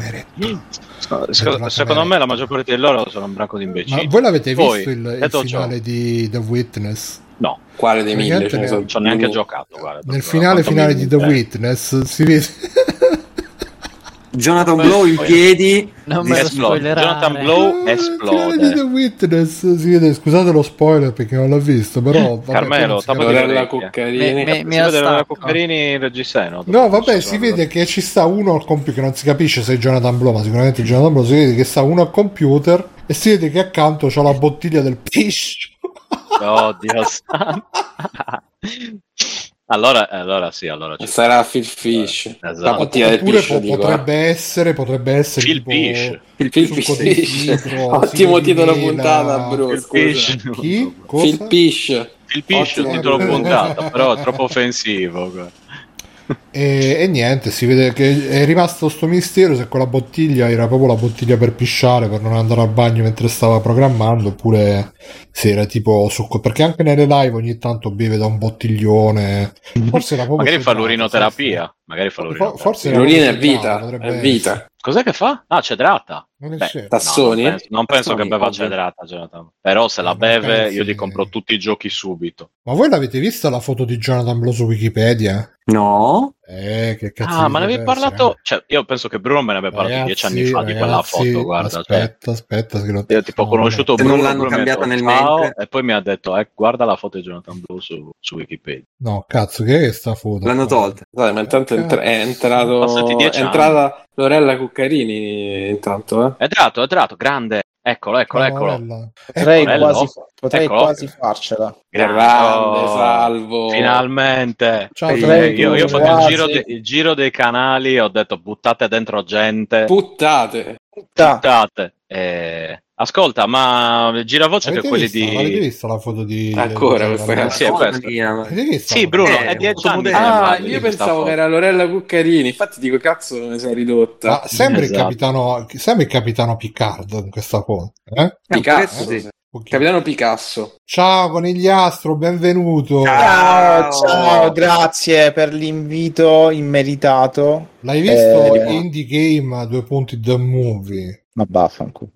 Secondo me la maggior parte di loro sono un branco di imbecilli. Ma voi l'avete visto il finale di The Witness? No. Quale dei 1000? Non ci ho neanche giocato. Guarda, nel finale di The Witness si vede Jonathan Blow in piedi. Non me lo spoilerare. Jonathan Blow esplode. Di The Witness si vede, scusate lo spoiler perché non l'ho visto, però vabbè, Carmelo, Lorella Cuccarini. Si vede Lorella Cuccarini in reggiseno. No, vabbè, si vede che ci sta uno al computer, che non si capisce se è Jonathan Blow, ma sicuramente Jonathan Blow, si vede che sta uno al computer e si vede che accanto c'ha la bottiglia del pesce. Oddio santo. Allora sì, ci sarà Phil Fish. Esatto. Oppure potrebbe essere Phil Fish. Ottimo titolo puntata, bro. Chi? Phil Fish. Phil Fish, titolo puntata, però è troppo offensivo. E niente, si vede che è rimasto sto mistero se quella bottiglia era proprio la bottiglia per pisciare, per non andare al bagno mentre stava programmando, oppure se era tipo succo, perché anche nelle live ogni tanto beve da un bottiglione. Forse era proprio magari fa l'urinoterapia. Forse l'urina è vita. Cos'è che fa? Cedrata. Tassoni? Non penso che beva cedrata, Jonathan. Però se la beve io gli compro tutti i giochi subito. Ma voi l'avete vista la foto di Jonathan Blow su Wikipedia? No. Che cazzo ma ne avevi parlato? Cioè, io penso che Bruno me ne aveva parlato 10 anni fa di quella foto, guarda. Aspetta che io tipo ho conosciuto Bruno, non l'hanno cambiata nel mentre. E poi mi ha detto, guarda la foto di Jonathan Blow su Wikipedia. No, cazzo, che è sta foto? L'hanno tolta. Dai, ma intanto è entrata Lorella Cuccarini intanto, È entrato, grande. Eccolo. Potrei quasi farcela. Grande, Salvo. Finalmente. Ciao, io ho fatto il giro dei canali, ho detto buttate dentro gente. Buttate. Ascolta, ma il giravoce che quelli di... Avete visto la foto di... Ancora questa sì, Bruno, è 10 anni. Io pensavo che era Lorella Cuccarini, infatti dico cazzo me ne sei ridotta. Ma sembra il capitano Piccardo in questa foto. Picasso, sì. Capitano Picasso. Ciao Conigliastro, benvenuto. Ciao, grazie per l'invito immeritato. L'hai visto Indie Game The Movie? Ma vaffanculo.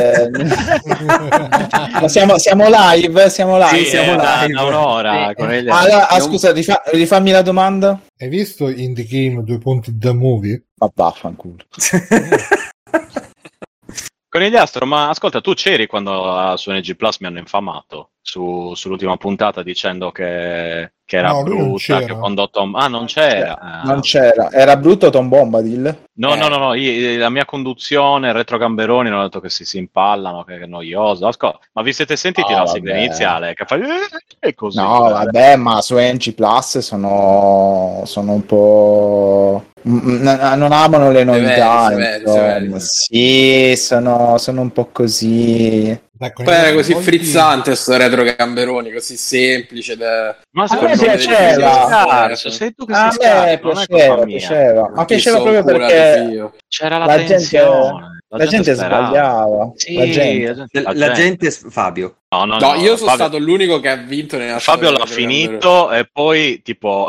Siamo live. Sì, siamo live. Da un'ora. Allora, scusa, rifammi la domanda. Hai visto Indie Game The Movie? Ma vaffanculo. Conigliastro, ma ascolta, tu c'eri quando su NG Plus mi hanno infamato sull'ultima puntata dicendo che era brutta, che quando Tom... Ah, non c'era. Non c'era. Era brutto Tom Bombadil? No, la mia conduzione, il Retro Gamberoni, hanno detto che si impallano, che è noioso. Ascolta, ma vi siete sentiti la sigla iniziale? Che fa... e così. No, vabbè, ma su NG Plus sono un po'... non amano le novità. Sì, sono un po' così. Poi era così frizzante sto Retro Gamberoni, così semplice ma a me piaceva, sei tu che a me piaceva, ma piaceva proprio perché c'era la tensione, la gente sbagliava. Sì, la gente Fabio. No, io sono stato l'unico che ha vinto nella Fabio l'ha finito e poi tipo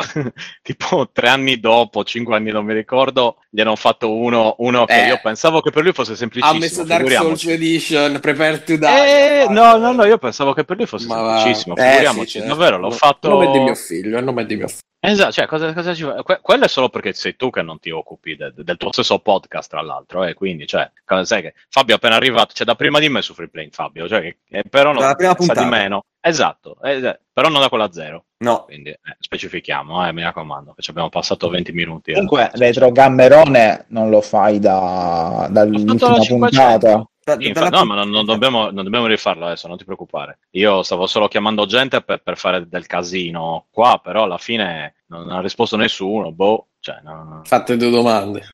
3 anni dopo, 5 anni non mi ricordo, gli hanno fatto uno che io pensavo che per lui fosse semplicissimo. Ha messo Dark Souls Edition, Prepare to Die. No, io pensavo che per lui fosse semplicissimo. Figuriamoci, sì, davvero, l'ho fatto. Il nome di mio figlio. Esatto, cioè cosa ci fa? Quello è solo perché sei tu che non ti occupi del tuo stesso podcast, tra l'altro, quindi, cioè, sai che Fabio è appena arrivato, cioè da prima di me su Freeplane, Fabio, cioè, però non la prima puntata di meno. Esatto, però non da quella 0. No. Quindi specifichiamo, mi raccomando, che ci abbiamo passato 20 minuti. Comunque, Retro Gamberone non lo fai dall'ultima puntata. No, ma non dobbiamo rifarlo adesso, non ti preoccupare. Io stavo solo chiamando gente per fare del casino qua, però alla fine non ha risposto nessuno. Cioè, no. Fate 2 domande.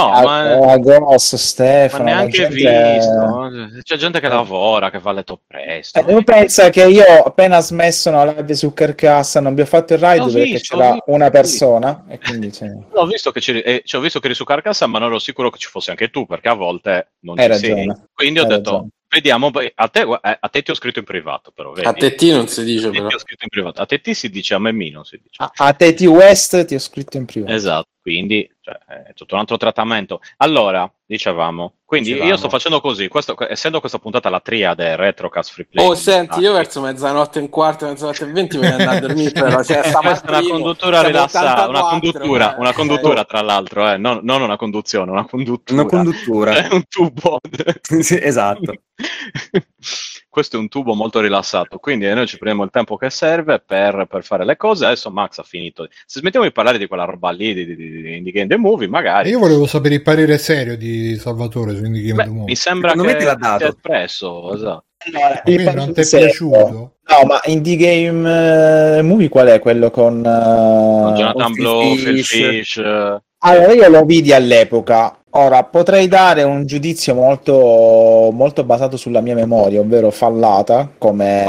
Ma grosso Stefano, ma neanche visto. C'è gente che lavora, che va a letto presto. Tu pensa che io appena smesso una live su Carcassa non vi ho fatto il raid perché c'era una persona e quindi ho visto che ho visto che eri su Carcassa, ma non ero sicuro che ci fossi anche tu, perché a volte non ci sei. Quindi ho detto vediamo, a te ti ho scritto in privato, però vedi? A te ti non si dice, però. Ti ho scritto in privato. A te ti si dice, a me non si dice. A te ti West ti ho scritto in privato. Esatto, quindi è tutto un altro trattamento. Allora, dicevamo, quindi io sto facendo così, essendo questa puntata la triade Retrocast Freeplay. Oh, senti, io verso mezzanotte e un quarto, mezzanotte e 20 mi devo andare a dormire, però cioè, una conduttura rilassata, una conduttura tra l'altro, non una conduzione, una conduttura. È un tubo. Sì, esatto. Questo è un tubo molto rilassato, quindi noi ci prendiamo il tempo che serve per fare le cose. Adesso Max ha finito. Se smettiamo di parlare di quella roba lì di Indie Game The Movie, magari. Io volevo sapere il parere serio di Salvatore su Indie Game The Movie. Mi sembra che ti ha espresso, esatto. Allora, non ti è piaciuto? No, ma Indie Game Movie qual è? Quello con Jonathan Blow, Phil Fish. Allora, io lo vidi all'epoca. Ora, potrei dare un giudizio molto, molto basato sulla mia memoria, ovvero fallata, come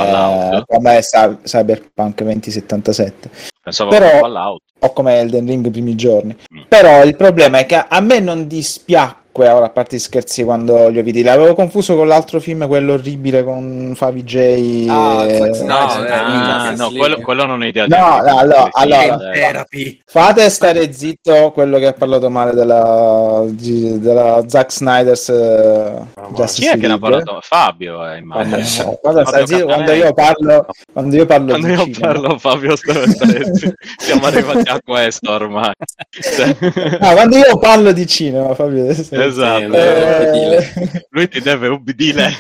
Cyberpunk 2077. Pensavo però, Fallout. O come Elden Ring i primi giorni. Però il problema è che a me non dispiacque, ora a parte gli scherzi, quando li ho vidi. L'avevo confuso con l'altro film, quello orribile con Favi J. No, quello non è idea. No, allora fate stare zitto quello che ha parlato male della Zack Snyder's Chi è che ne ha parlato? Fabio, quando io parlo Fabio siamo arrivati a questo ormai. Quando io parlo di cinema, Fabio, esatto. Lui ti deve ubbidire.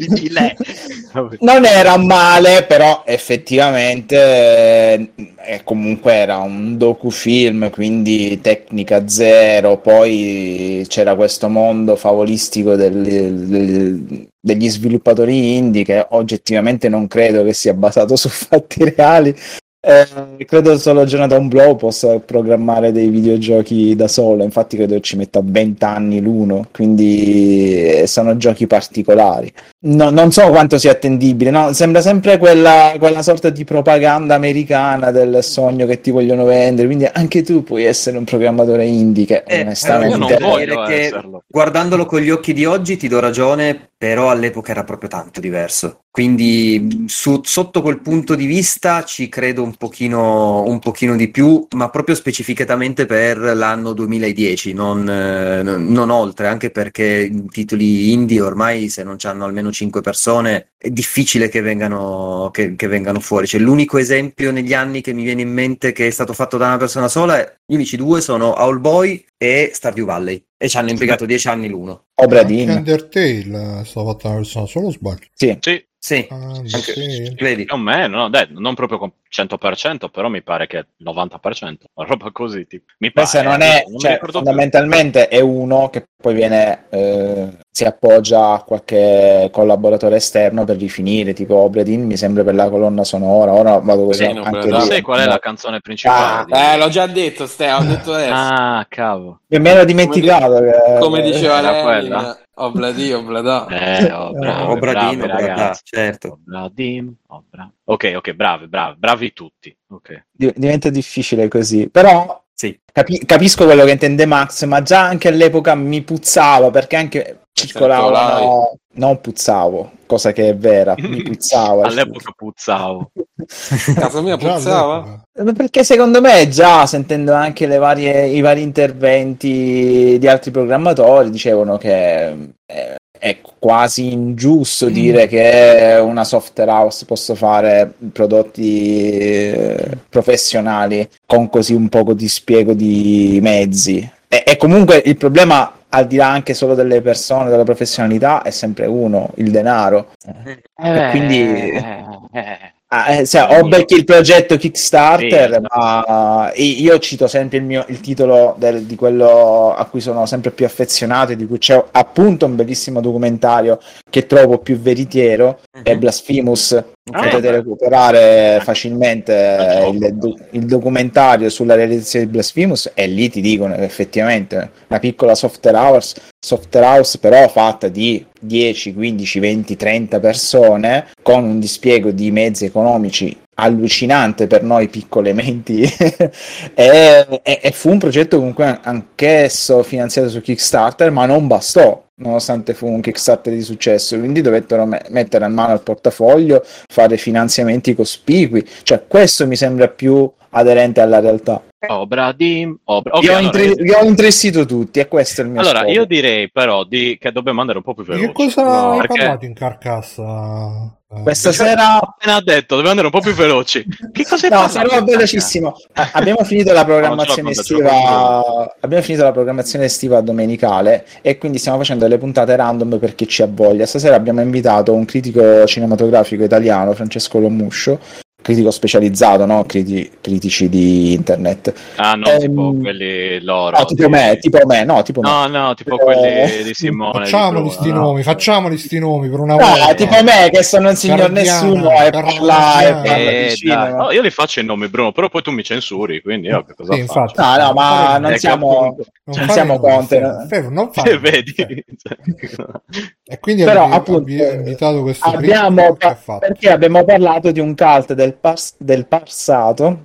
Non era male, però effettivamente comunque era un docufilm, quindi tecnica zero. Poi c'era questo mondo favolistico degli sviluppatori indie, che oggettivamente non credo che sia basato su fatti reali. Credo solo Jonathan Blow possa programmare dei videogiochi da solo, infatti credo ci metta 20 anni l'uno, quindi sono giochi particolari. Non so quanto sia attendibile, no? Sembra sempre quella sorta di propaganda americana del sogno che ti vogliono vendere, quindi anche tu puoi essere un programmatore indie, che onestamente non voglio esserlo. Guardandolo con gli occhi di oggi ti do ragione, però all'epoca era proprio tanto diverso, quindi sotto quel punto di vista ci credo un pochino di più, ma proprio specificatamente per l'anno 2010, non oltre, anche perché i titoli indie ormai, se non c'hanno almeno 5 persone, è difficile che vengano fuori. Cioè, l'unico esempio negli anni che mi viene in mente che è stato fatto da una persona sola, gli unici 2 sono Owlboy e Stardew Valley. E ci hanno impiegato 10 anni l'uno. Obra di Undertale stava fatta una versione solo, sbaglio? Sì, vedi. Più o meno, non proprio con 100%, però mi pare che 90%, una roba così. Tipo. Mi pare, non è, fondamentalmente è uno che poi viene si appoggia a qualche collaboratore esterno per rifinire, tipo Obredin, mi sembra, per la colonna sonora. Ora vado così. Non sai qual è la canzone principale? L'ho già detto, ho detto adesso. Ah, cavolo. Mi ero dimenticato. Come diceva lei, quella. Obladino, Obladà. Obradino, ragazzi, certo. Ok, bravi tutti. Okay. Diventa difficile così, però sì. Capisco quello che intende Max, ma già anche all'epoca mi puzzava, perché anche circolavano, non puzzavo, cosa che è vera, mi puzzava. All'epoca puzzavo. Casa mia puzzava? Perché secondo me già sentendo anche i vari interventi di altri programmatori dicevano che è quasi ingiusto dire che una software house possa fare prodotti professionali con così un poco di spiego di mezzi. E comunque il problema, al di là anche solo delle persone, della professionalità, è sempre uno, il denaro. E quindi o becchi il progetto Kickstarter, ma io cito sempre il titolo di quello a cui sono sempre più affezionato e di cui c'è appunto un bellissimo documentario che trovo più veritiero, è Blasphemous. Potete recuperare facilmente il documentario sulla realizzazione di Blasphemous, e lì ti dicono che effettivamente una piccola software house però fatta di 10, 15, 20, 30 persone con un dispiego di mezzi economici allucinante per noi piccole menti e fu un progetto comunque anch'esso finanziato su Kickstarter, ma non bastò, nonostante fu un Kickstarter di successo, quindi dovettero mettere a mano al portafoglio, fare finanziamenti cospicui, cioè questo mi sembra più aderente alla realtà. Okay, vi ho intristito tutti, e questo è il mio scopo. Io direi però che dobbiamo andare un po' più veloci. Che cosa hai parlato in Carcassa? Questa sera appena detto dobbiamo andare un po' più veloci. Che cosa hai parlato? Sarò velocissimo. Abbiamo finito la programmazione estiva. Abbiamo finito la programmazione estiva domenicale e quindi stiamo facendo delle puntate random per chi ci ha voglia. Stasera abbiamo invitato un critico cinematografico italiano, Francesco Lomuscio, critico specializzato, no? Critici di internet. Tipo quelli loro. No, tipo me. No, tipo quelli di Simone. Facciamoli sti nomi per una volta. No, tipo me, che sono un signor nessuno e parla di cinema. Io li faccio i nomi, Bruno, però poi tu mi censuri, quindi io che cosa faccio? Infatti. No, ma non siamo content. Non fai. Vedi? E quindi però appunto invitato questo perché abbiamo parlato di un cult del passato,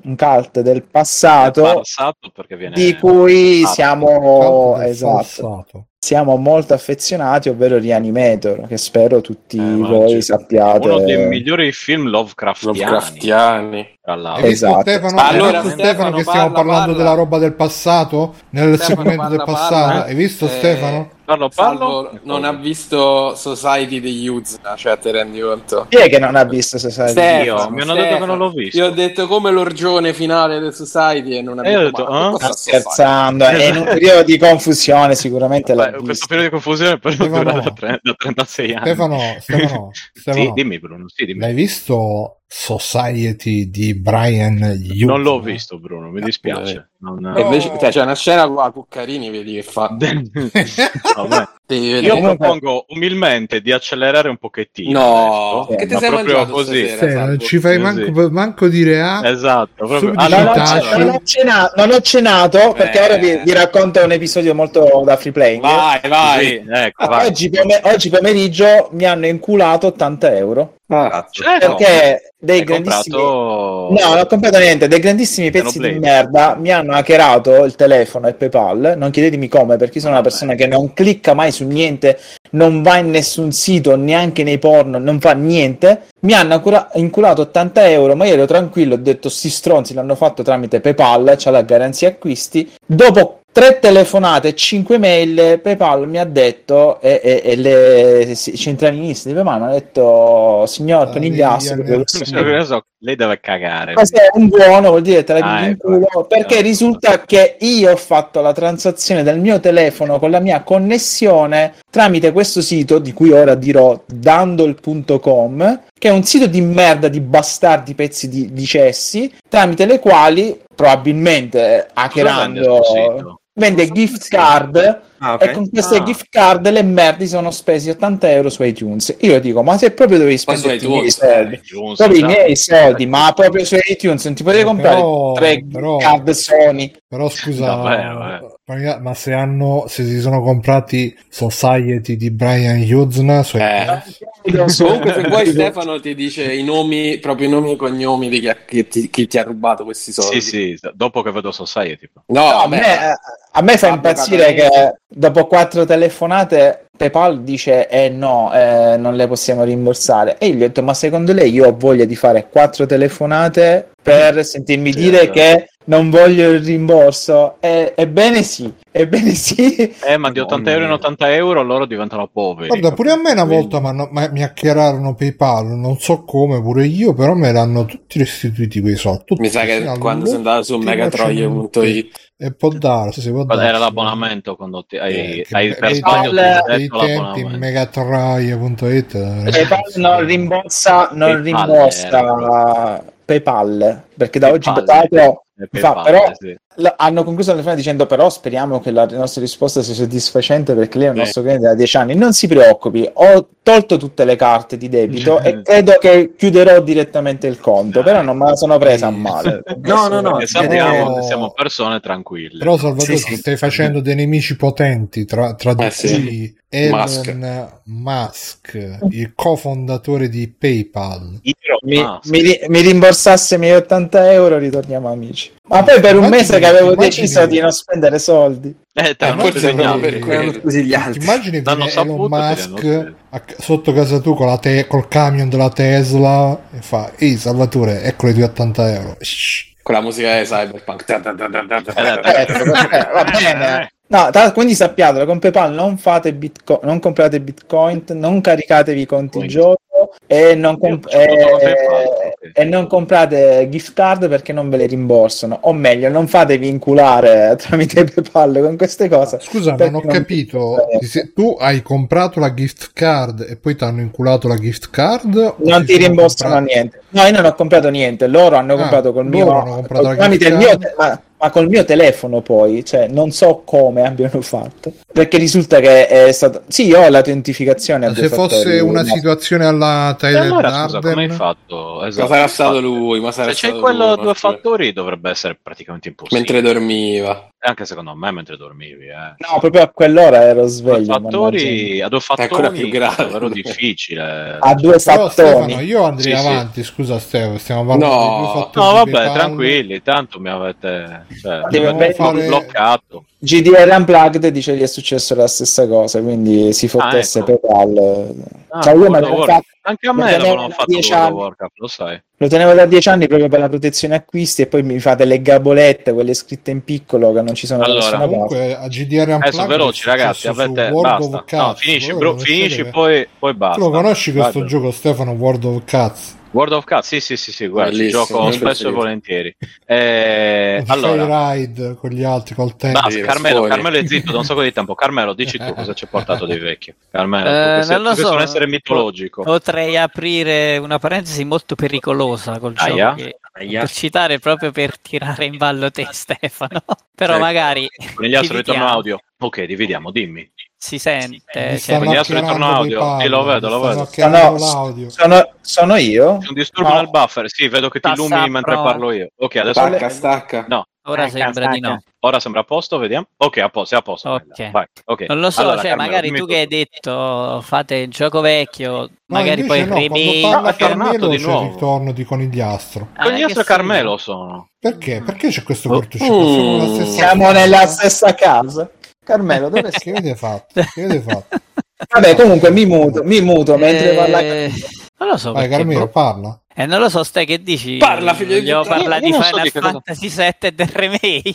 perché viene di cui siamo molto affezionati, ovvero Reanimator, che spero tutti voi sappiate. Uno dei migliori film Lovecraftiani. Esatto. Stefano che stiamo parlando della roba del passato nel segmento del passato. Hai visto Stefano? Salvo non ha visto Society degli Uzna, cioè te rendi conto? Chi è che non ha visto Society? Mi hanno detto che non l'ho visto. Io ho detto come l'orgione finale del Society e non ha detto sta scherzando, è in un periodo di confusione sicuramente. Questo periodo di confusione però dura da 36 anni. Stefano, sì, dimmi Bruno, dimmi. L'hai visto Society di Brian Hughes? Non l'ho visto, Bruno, mi dispiace. Invece c'è una scena qua a Cuccarini, vedi che fa. Io propongo umilmente di accelerare un pochettino. Che ti sei proprio mangiato così. Stasera, non ci fai manco dire esatto, proprio. Non ho cenato perché ora vi racconto un episodio molto da free playing. Vai. Sì, oggi pomeriggio mi hanno inculato 80 euro. Perché dei grandissimi no, non ho comprato niente, dei grandissimi pezzi di merda mi hanno hackerato il telefono e PayPal. Non chiedetemi come, perché sono una persona che non clicca mai su niente, non va in nessun sito, neanche nei porno, non fa niente. Mi hanno inculato 80 euro, ma io ero tranquillo, ho detto sti stronzi l'hanno fatto tramite PayPal, c'ha la garanzia acquisti. Dopo 3 telefonate e 5 mail. PayPal mi ha detto e le centralinisti di PayPal mi hanno detto: signor Conigliastro, lei deve cagare. Ma se è un buono vuol dire te la in culo, perché risulta che io ho fatto la transazione del mio telefono con la mia connessione tramite questo sito di cui ora dirò, dandol.com, che è un sito di merda, di bastardi, pezzi di cessi, tramite le quali probabilmente hackerando vende gift card. E con queste gift card le merdi sono spesi 80 euro su iTunes. Io dico, ma se proprio dovevi spendere i miei soldi, proprio i miei soldi, ma proprio su iTunes non ti potevi comprare 3 card Sony. Però scusa, ma se si sono comprati Society di Brian Hughes su comunque se vuoi Stefano ti dice i nomi, proprio i nomi e cognomi di chi ti ha rubato questi soldi. Sì, dopo che vedo Society. No, a me fa impazzire che dopo 4 telefonate PayPal dice non le possiamo rimborsare, e io gli ho detto: ma secondo lei io ho voglia di fare 4 telefonate per sentirmi dire che non voglio il rimborso? Ebbene sì. Ma di 80 euro in 80 euro loro diventano poveri. Guarda, pure a me una volta mi hackerarono PayPal, non so come, pure io, però me l'hanno tutti restituiti quei soldi. Mi sa che quando sei andato su megatroie.it e può darsi, era l'abbonamento quando hai per sbaglio dei tempi megatroie.it. PayPal non rimborsa PayPal, perché da oggi però hanno concluso la telefonata dicendo: però speriamo che la nostra risposta sia soddisfacente, perché lei è un nostro cliente da 10 anni. Non si preoccupi, ho tolto tutte le carte di debito e credo che chiuderò direttamente il conto, però non me la sono presa a male. No, sappiamo che siamo persone tranquille. Però Salvatore, stai facendo dei nemici potenti tra cui Elon Musk, il cofondatore di PayPal. Mi rimborsasse i miei 80 euro, ritorniamo amici. Ma poi per un mese che avevo deciso di non spendere soldi. Così gli altri. Immagini Elon Musk sotto casa tu con col camion della Tesla e fa: ehi Salvatore, ecco i tuoi 80 euro. Con la musica di Cyberpunk. Va bene. No, quindi sappiatelo, con PayPal non fate Bitcoin, non comprate Bitcoin, non caricatevi i conti gioco e non comprate gift card, perché non ve le rimborsano, o meglio non fatevi vinculare tramite PayPal con queste cose. Scusa, non ho capito, tu hai comprato la gift card e poi ti hanno inculato la gift card? Non ti rimborsano niente. No, io non ho comprato niente, loro hanno comprato tramite il mio ma col mio telefono, poi, cioè, non so come abbiano fatto, perché risulta che è stato... Sì, io ho l'autentificazione. Se fosse una situazione alla Tyler Durden, come hai fatto? Esatto. Ma sarà stato lui, se c'è quello due fattori dovrebbe essere praticamente impossibile. Mentre dormiva. Anche secondo me mentre dormivi. No, proprio a quell'ora ero sveglio. A due fattori è ancora più grave, davvero difficile. A due fattori. Stefano, io andrei avanti, scusa Stefano, stiamo parlando di due fattori. No, vabbè, tranquilli, tanto mi avete bloccato. GDR Unplugged dice che è successo la stessa cosa, quindi si fottesse PayPal. Anche a me l'avevano fatto World of Warcraft, lo sai. Lo tenevo da 10 anni proprio per la protezione acquisti, e poi mi fate le gabolette, quelle scritte in piccolo che non ci sono da nessuna parte. A GDR Unplugged adesso veloci ragazzi, avete basta. Finisci poi basta. Tu lo conosci questo gioco, Stefano, World of Cats? World of Cats, sì, guarda, ci gioco spesso e volentieri. Allora, ride con gli altri, col tempo. Carmelo è zitto da un sacco di tempo. Carmelo, dici tu cosa ci ha portato dei vecchi. Carmelo, non lo so, un essere mitologico. Potrei aprire una parentesi molto pericolosa col gioco per citare, proprio per tirare in ballo te, Stefano. Però magari Conigliastro ritorno audio. Ok, dividiamo, dimmi. Si sente, Conigliastro ritorno audio. Sì, lo vedo. Sono io? C'è un disturbo nel buffer. Sì, vedo che ti illumini mentre parlo io. Ok, adesso stacca. No. Ora sembra di no. Ora sembra a posto, vediamo. Ok, a posto. Okay. Vai. Okay. Non lo so, allora, Carmelo, magari tu che hai detto fate il gioco vecchio, magari poi remake. Carmelo di nuovo. Il ritorno di Conigliastro. Conigliastro e Carmelo sono. Perché? Perché c'è questo cortocircuito? Siamo nella stessa casa. Carmelo, dove sei? Che avete fatto? Vabbè, comunque mi muto mentre parla. Non lo so. Vai, Carmelo, parla. non lo so, stai che dici? Parla, figlio di puttana. Parla di Final so Fantasy VII e del remake.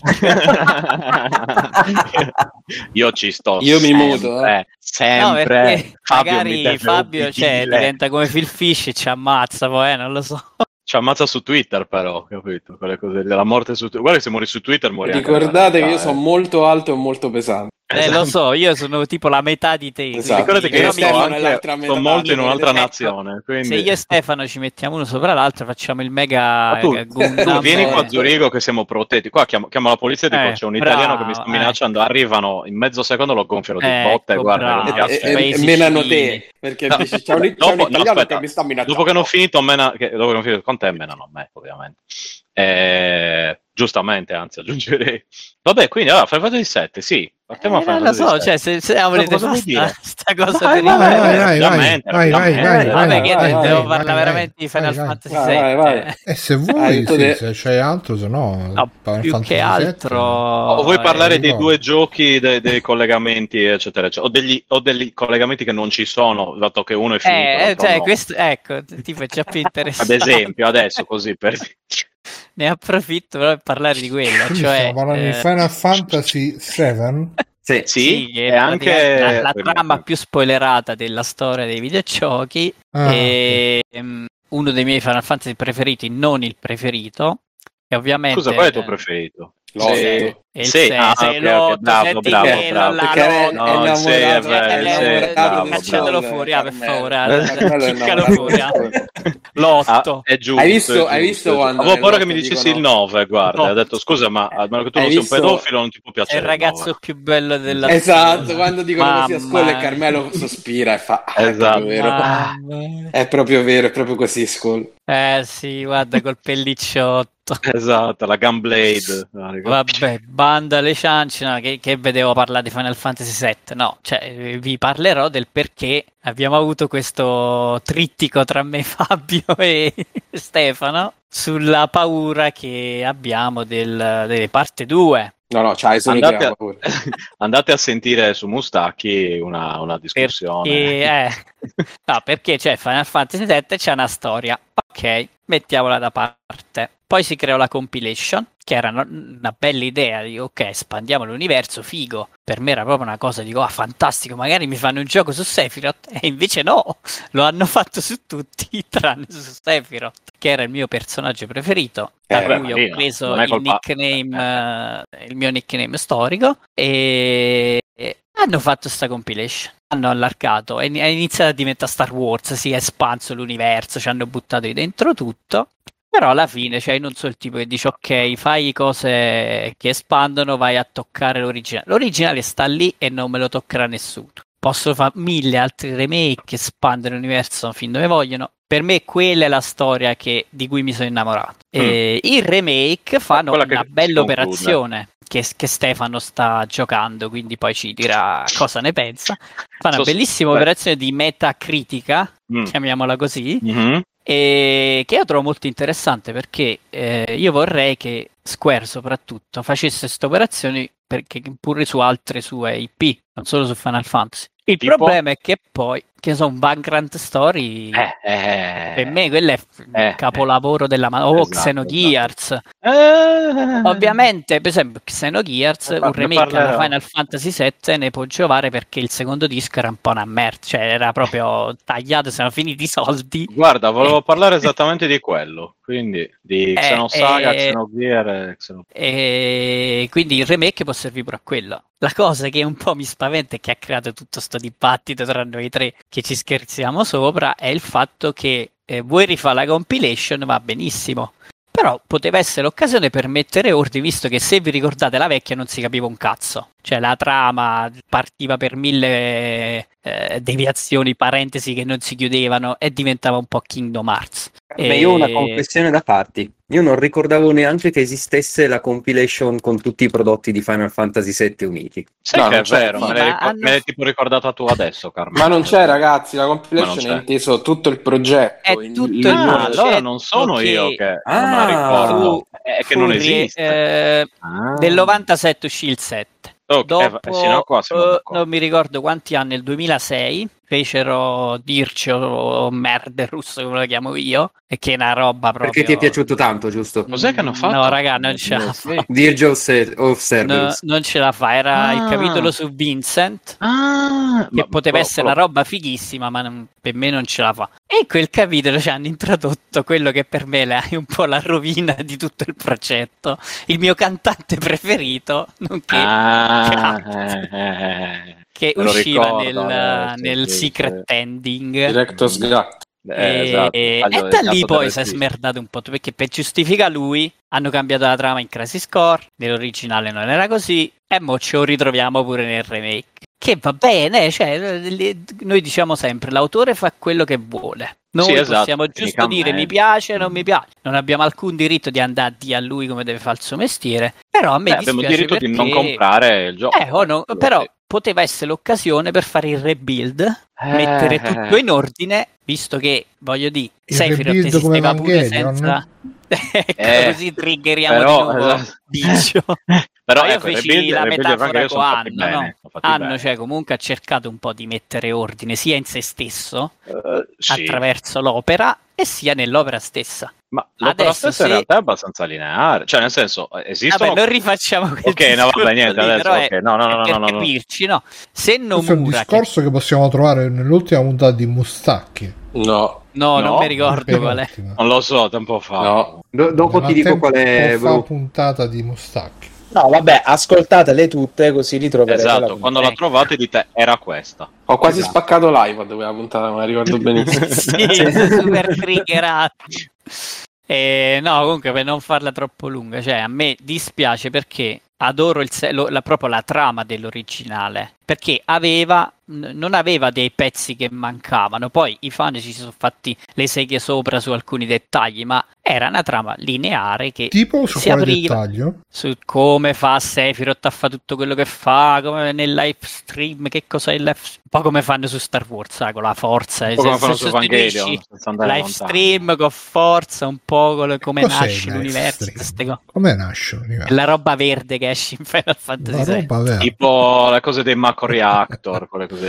Io ci sto. Io mi muto. Sempre. No, magari Fabio diventa come Phil Fish e ci ammazza, poi non lo so. Ci ammazza su Twitter, però, capito? Quelle cose, la morte su Twitter. Guarda, se muori su Twitter muori. Ricordate che io sono molto alto e molto pesante. Lo so, io sono tipo la metà di te. Esatto. Ricordate che io sono molto in un'altra nazione. Quindi... Se io e Stefano ci mettiamo uno sopra l'altro, facciamo il mega. Tu vieni qua a Zurigo che siamo protetti. Qua chiamo la polizia e dico c'è un italiano che mi sta minacciando. Arrivano in mezzo secondo, lo gonfiano di botte. Guarda, e menano te perché dici c'è un italiano che mi sta minacciando. Dopo che hanno finito con te, menano me, ovviamente. Giustamente, anzi, aggiungerei. Vabbè, quindi allora, Final Fantasy 7, sì. Partiamo a Final Fantasy 7. Cioè, se volete fare sta cosa per vai. Vabbè, che devo parlare veramente di Final Fantasy 7. Vai. E se vuoi, se c'hai altro, se no più che altro. O vuoi parlare dei due giochi, dei collegamenti, eccetera, eccetera, o degli collegamenti che non ci sono, dato che uno è finito. Cioè, questo, ecco, tipo è già più interessante. Ad esempio, adesso così per ne approfitto per parlare di quello, cioè di Final Fantasy 7. Sì, che è anche la trama più spoilerata della storia dei videogiochi. Uno dei miei Final Fantasy preferiti, non il preferito, e ovviamente scusa, qual è il tuo preferito? L'8 bravo. Cacciatelo fuori, per favore. Ciccalo fuori. L'8 è giusto. Hai visto quando avevo paura che mi dicessi il 9, guarda, ho detto scusa, ma almeno che tu non sia un pedofilo non ti può piacere. È il ragazzo più bello della esatto, quando dicono così a scuola e Carmelo sospira e fa esatto. È proprio vero, è proprio così Skull. Sì, guarda col pellicciotto. Esatto, la Gunblade. Vabbè, banda alle ciance, no, che vedevo parlare di Final Fantasy VII. No, cioè vi parlerò del perché abbiamo avuto questo trittico tra me, Fabio e Stefano sulla paura che abbiamo delle parte 2. No, c'hai andate a sentire su Mustacchi una discussione. Perché c'è Final Fantasy VII, c'è una storia. Ok, mettiamola da parte. Poi si creò la compilation, che era una bella idea, dico ok, espandiamo l'universo, figo. Per me era proprio una cosa, dico fantastico, magari mi fanno un gioco su Sephiroth, e invece no, lo hanno fatto su tutti, tranne su Sephiroth, che era il mio personaggio preferito, da cui ho preso il mio nickname storico, e hanno fatto sta compilation. Hanno allargato, è iniziato a diventare Star Wars, si è espanso l'universo, ci hanno buttato dentro tutto. Però alla fine c'hai non so il tipo che dice ok, fai cose che espandono, vai a toccare l'originale. L'originale sta lì e non me lo toccherà nessuno. Posso fare 1000 altri remake che espandono l'universo fin dove vogliono. Per me quella è la storia di cui mi sono innamorato. Il remake fanno una bella operazione che Stefano sta giocando, quindi poi ci dirà cosa ne pensa. Fa una bellissima operazione di metacritica, chiamiamola così, e che io trovo molto interessante perché io vorrei che Square soprattutto facesse queste operazioni perché pure su altre sue IP, non solo su Final Fantasy. Il problema è che poi, che so, un Vagrant Story per me quello è capolavoro della Xenogears. Ovviamente, per esempio, Xenogears, un remake alla Final Fantasy VII ne può giovare perché il secondo disco era un po' una merda, cioè era proprio tagliato, si erano finiti i soldi. Guarda, volevo parlare esattamente di quello, quindi di Xenosaga, Xenogears e quindi il remake può servire pure a quello. La cosa che un po' mi spaventa e che ha creato tutto sto dibattito tra noi tre che ci scherziamo sopra è il fatto che vuoi rifare la compilation, va benissimo, però poteva essere l'occasione per mettere ordine, visto che se vi ricordate la vecchia non si capiva un cazzo, cioè la trama partiva per 1000 deviazioni, parentesi che non si chiudevano e diventava un po' Kingdom Hearts. Io ho una confessione da farti. Io non ricordavo neanche che esistesse la compilation con tutti i prodotti di Final Fantasy VII uniti. Sai che è vero, me l'hai tipo ricordato tu adesso, Carmelo. Ma non c'è, ragazzi, la compilation è inteso tutto il progetto. È tutto il progetto. Allora non sono io che non me la ricordo, è che non esiste. Del 97 uscì il 7. Okay, Dopo, non mi ricordo quanti anni, nel 2006 fecero Dirce o Merderus, come lo chiamo io, e che è una roba proprio... Perché ti è piaciuto tanto, giusto? Cos'è che hanno fatto? No, raga, non ce la fa. Dirge of Cerberus. Non ce la fa, era il capitolo su Vincent, che poteva essere una roba fighissima, ma per me non ce la fa. E in quel capitolo ci hanno introdotto quello che per me è un po' la rovina di tutto il progetto, il mio cantante preferito, nonché che usciva nel Secret Ending. Director's Cut. E da lì poi si è smerdato un po', perché per giustificare lui hanno cambiato la trama in Crisis Core, nell'originale non era così, e mo ce lo ritroviamo pure nel remake, che va bene, cioè noi diciamo sempre l'autore fa quello che vuole, noi possiamo giusto dire mi piace o non mi piace, non abbiamo alcun diritto di andare a dire a lui come deve fare il suo mestiere, però a me dispiace abbiamo diritto perché... di non comprare il gioco, però poteva essere l'occasione per fare il rebuild, mettere tutto in ordine, visto che, voglio dire, Sephiroth esisteva pure senza... così triggeriamo di nuovo Biggio. Però io feci la metafora con Anno, cioè comunque ha cercato un po' di mettere ordine sia in se stesso, attraverso l'opera, e sia nell'opera stessa. Ma l'opera stessa in realtà è abbastanza lineare, cioè nel senso esistono... Vabbè, non rifacciamo quel ok, no, vabbè, niente, lì, adesso okay. No. Capirci, no. Se Nomura... Questo è un discorso che possiamo trovare nell'ultima puntata di Mustacchi. No, non mi ricordo qual è. Non lo so, tempo fa. No. Dopo ti dico qual è la puntata di Mustacchi. No, vabbè, ascoltatele tutte così li troverete. Esatto, quando la trovate dite era questa. Ho quasi spaccato l'iPod quella puntata, me la ricordo benissimo. Sì, super triggerato. No, comunque per non farla troppo lunga, cioè a me dispiace perché adoro proprio la trama dell'originale, perché non aveva dei pezzi che mancavano, poi i fan ci sono fatti le seghe sopra su alcuni dettagli, ma era una trama lineare che tipo su si quale apriva dettaglio? Su come fa Sephiroth a fare tutto quello che fa, come nel live stream, che cos'è il live stream, un po' come fanno su Star Wars, con la forza, come fanno su Evangelion, live stream con forza, un po' come nasce l'universo, come nasce l'universo, la roba verde che esce in Final Fantasy VII, tipo le cose dei Mako Reactor, quelle cose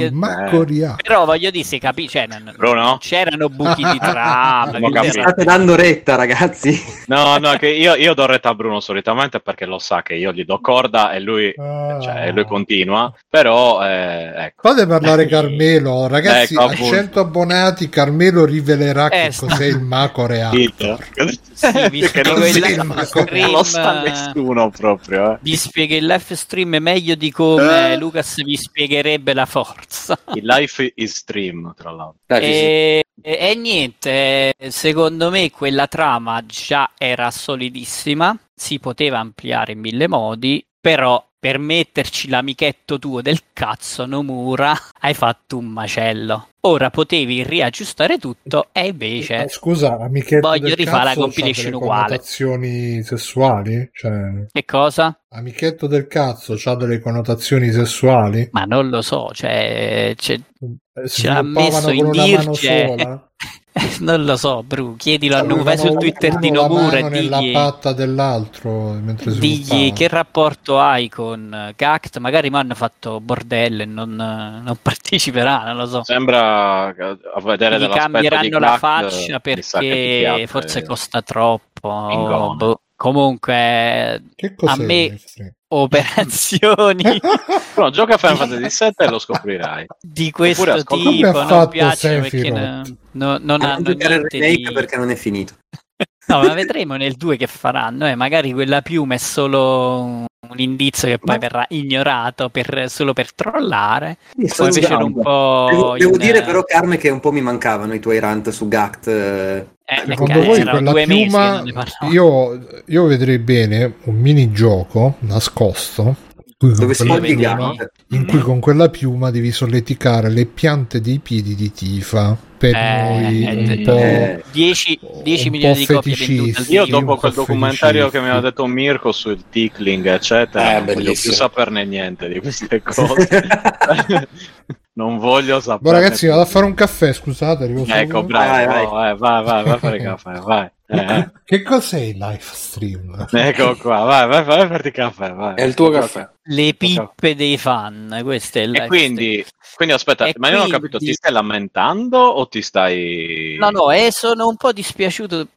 però voglio dire, si capisce, Bruno? C'erano buchi di trama. State dando retta, ragazzi. No, che io do retta a Bruno solitamente perché lo sa che io gli do corda e lui, lui continua, però ecco. Fate parlare Carmelo, ragazzi, a 100 abbonati Carmelo rivelerà che cos'è il Mako Reactor. Sì, vi spiego non lo sa nessuno proprio. Vi spiego il live stream meglio di come Lucas vi spiegherebbe la forza. Il live is stream, tra l'altro. E niente, secondo me quella trama già era solidissima, si poteva ampliare in 1000 modi, però per metterci l'amichetto tuo del cazzo Nomura hai fatto un macello. Ora potevi riaggiustare tutto e invece scusa, amichetto voglio del rifare la cazzo compilation uguale. Connotazioni sessuali? Cioè... Che cosa? Amichetto del cazzo c'ha delle connotazioni sessuali? Ma non lo so, cioè ce l'ha messo in dirce. Non lo so, Bru, chiedilo a Nuva, vai sul Twitter di Nomura e digli nella patta dell'altro mentre digli che rapporto hai con Gact, magari mi hanno fatto bordello e non parteciperà, non lo so. Sembra a vedere gli cambieranno la faccia perché forse costa troppo. Comunque a me operazioni no, gioca a Final Fantasy VII e lo scoprirai di questo tipo non piacciono perché non hanno niente di... perché non è finito. No, ma vedremo nel 2 che faranno, magari quella piuma è solo un indizio che poi verrà ignorato solo per trollare. Poi fecero un po' devo dire però, Carme, che un po' mi mancavano i tuoi rant su Gact. Secondo voi quella piuma io vedrei bene un minigioco nascosto dove si in cui con quella piuma devi solleticare le piante dei piedi di Tifa per noi un po' 10 milioni di copie vendute. Io dopo quel documentario che mi aveva detto Mirko sul tickling eccetera non voglio più saperne niente di queste cose. Non voglio sapere. Ragazzi, vado a fare un caffè, scusate. Ecco, bravo, vai a fare caffè, vai. Che cos'è il live stream? Ecco qua, vai a farti caffè, vai. È il tuo caffè. Le pippe dei fan, questo è il e quindi aspetta, ma io non ho capito, ti stai lamentando o ti stai... No, sono un po' dispiaciuto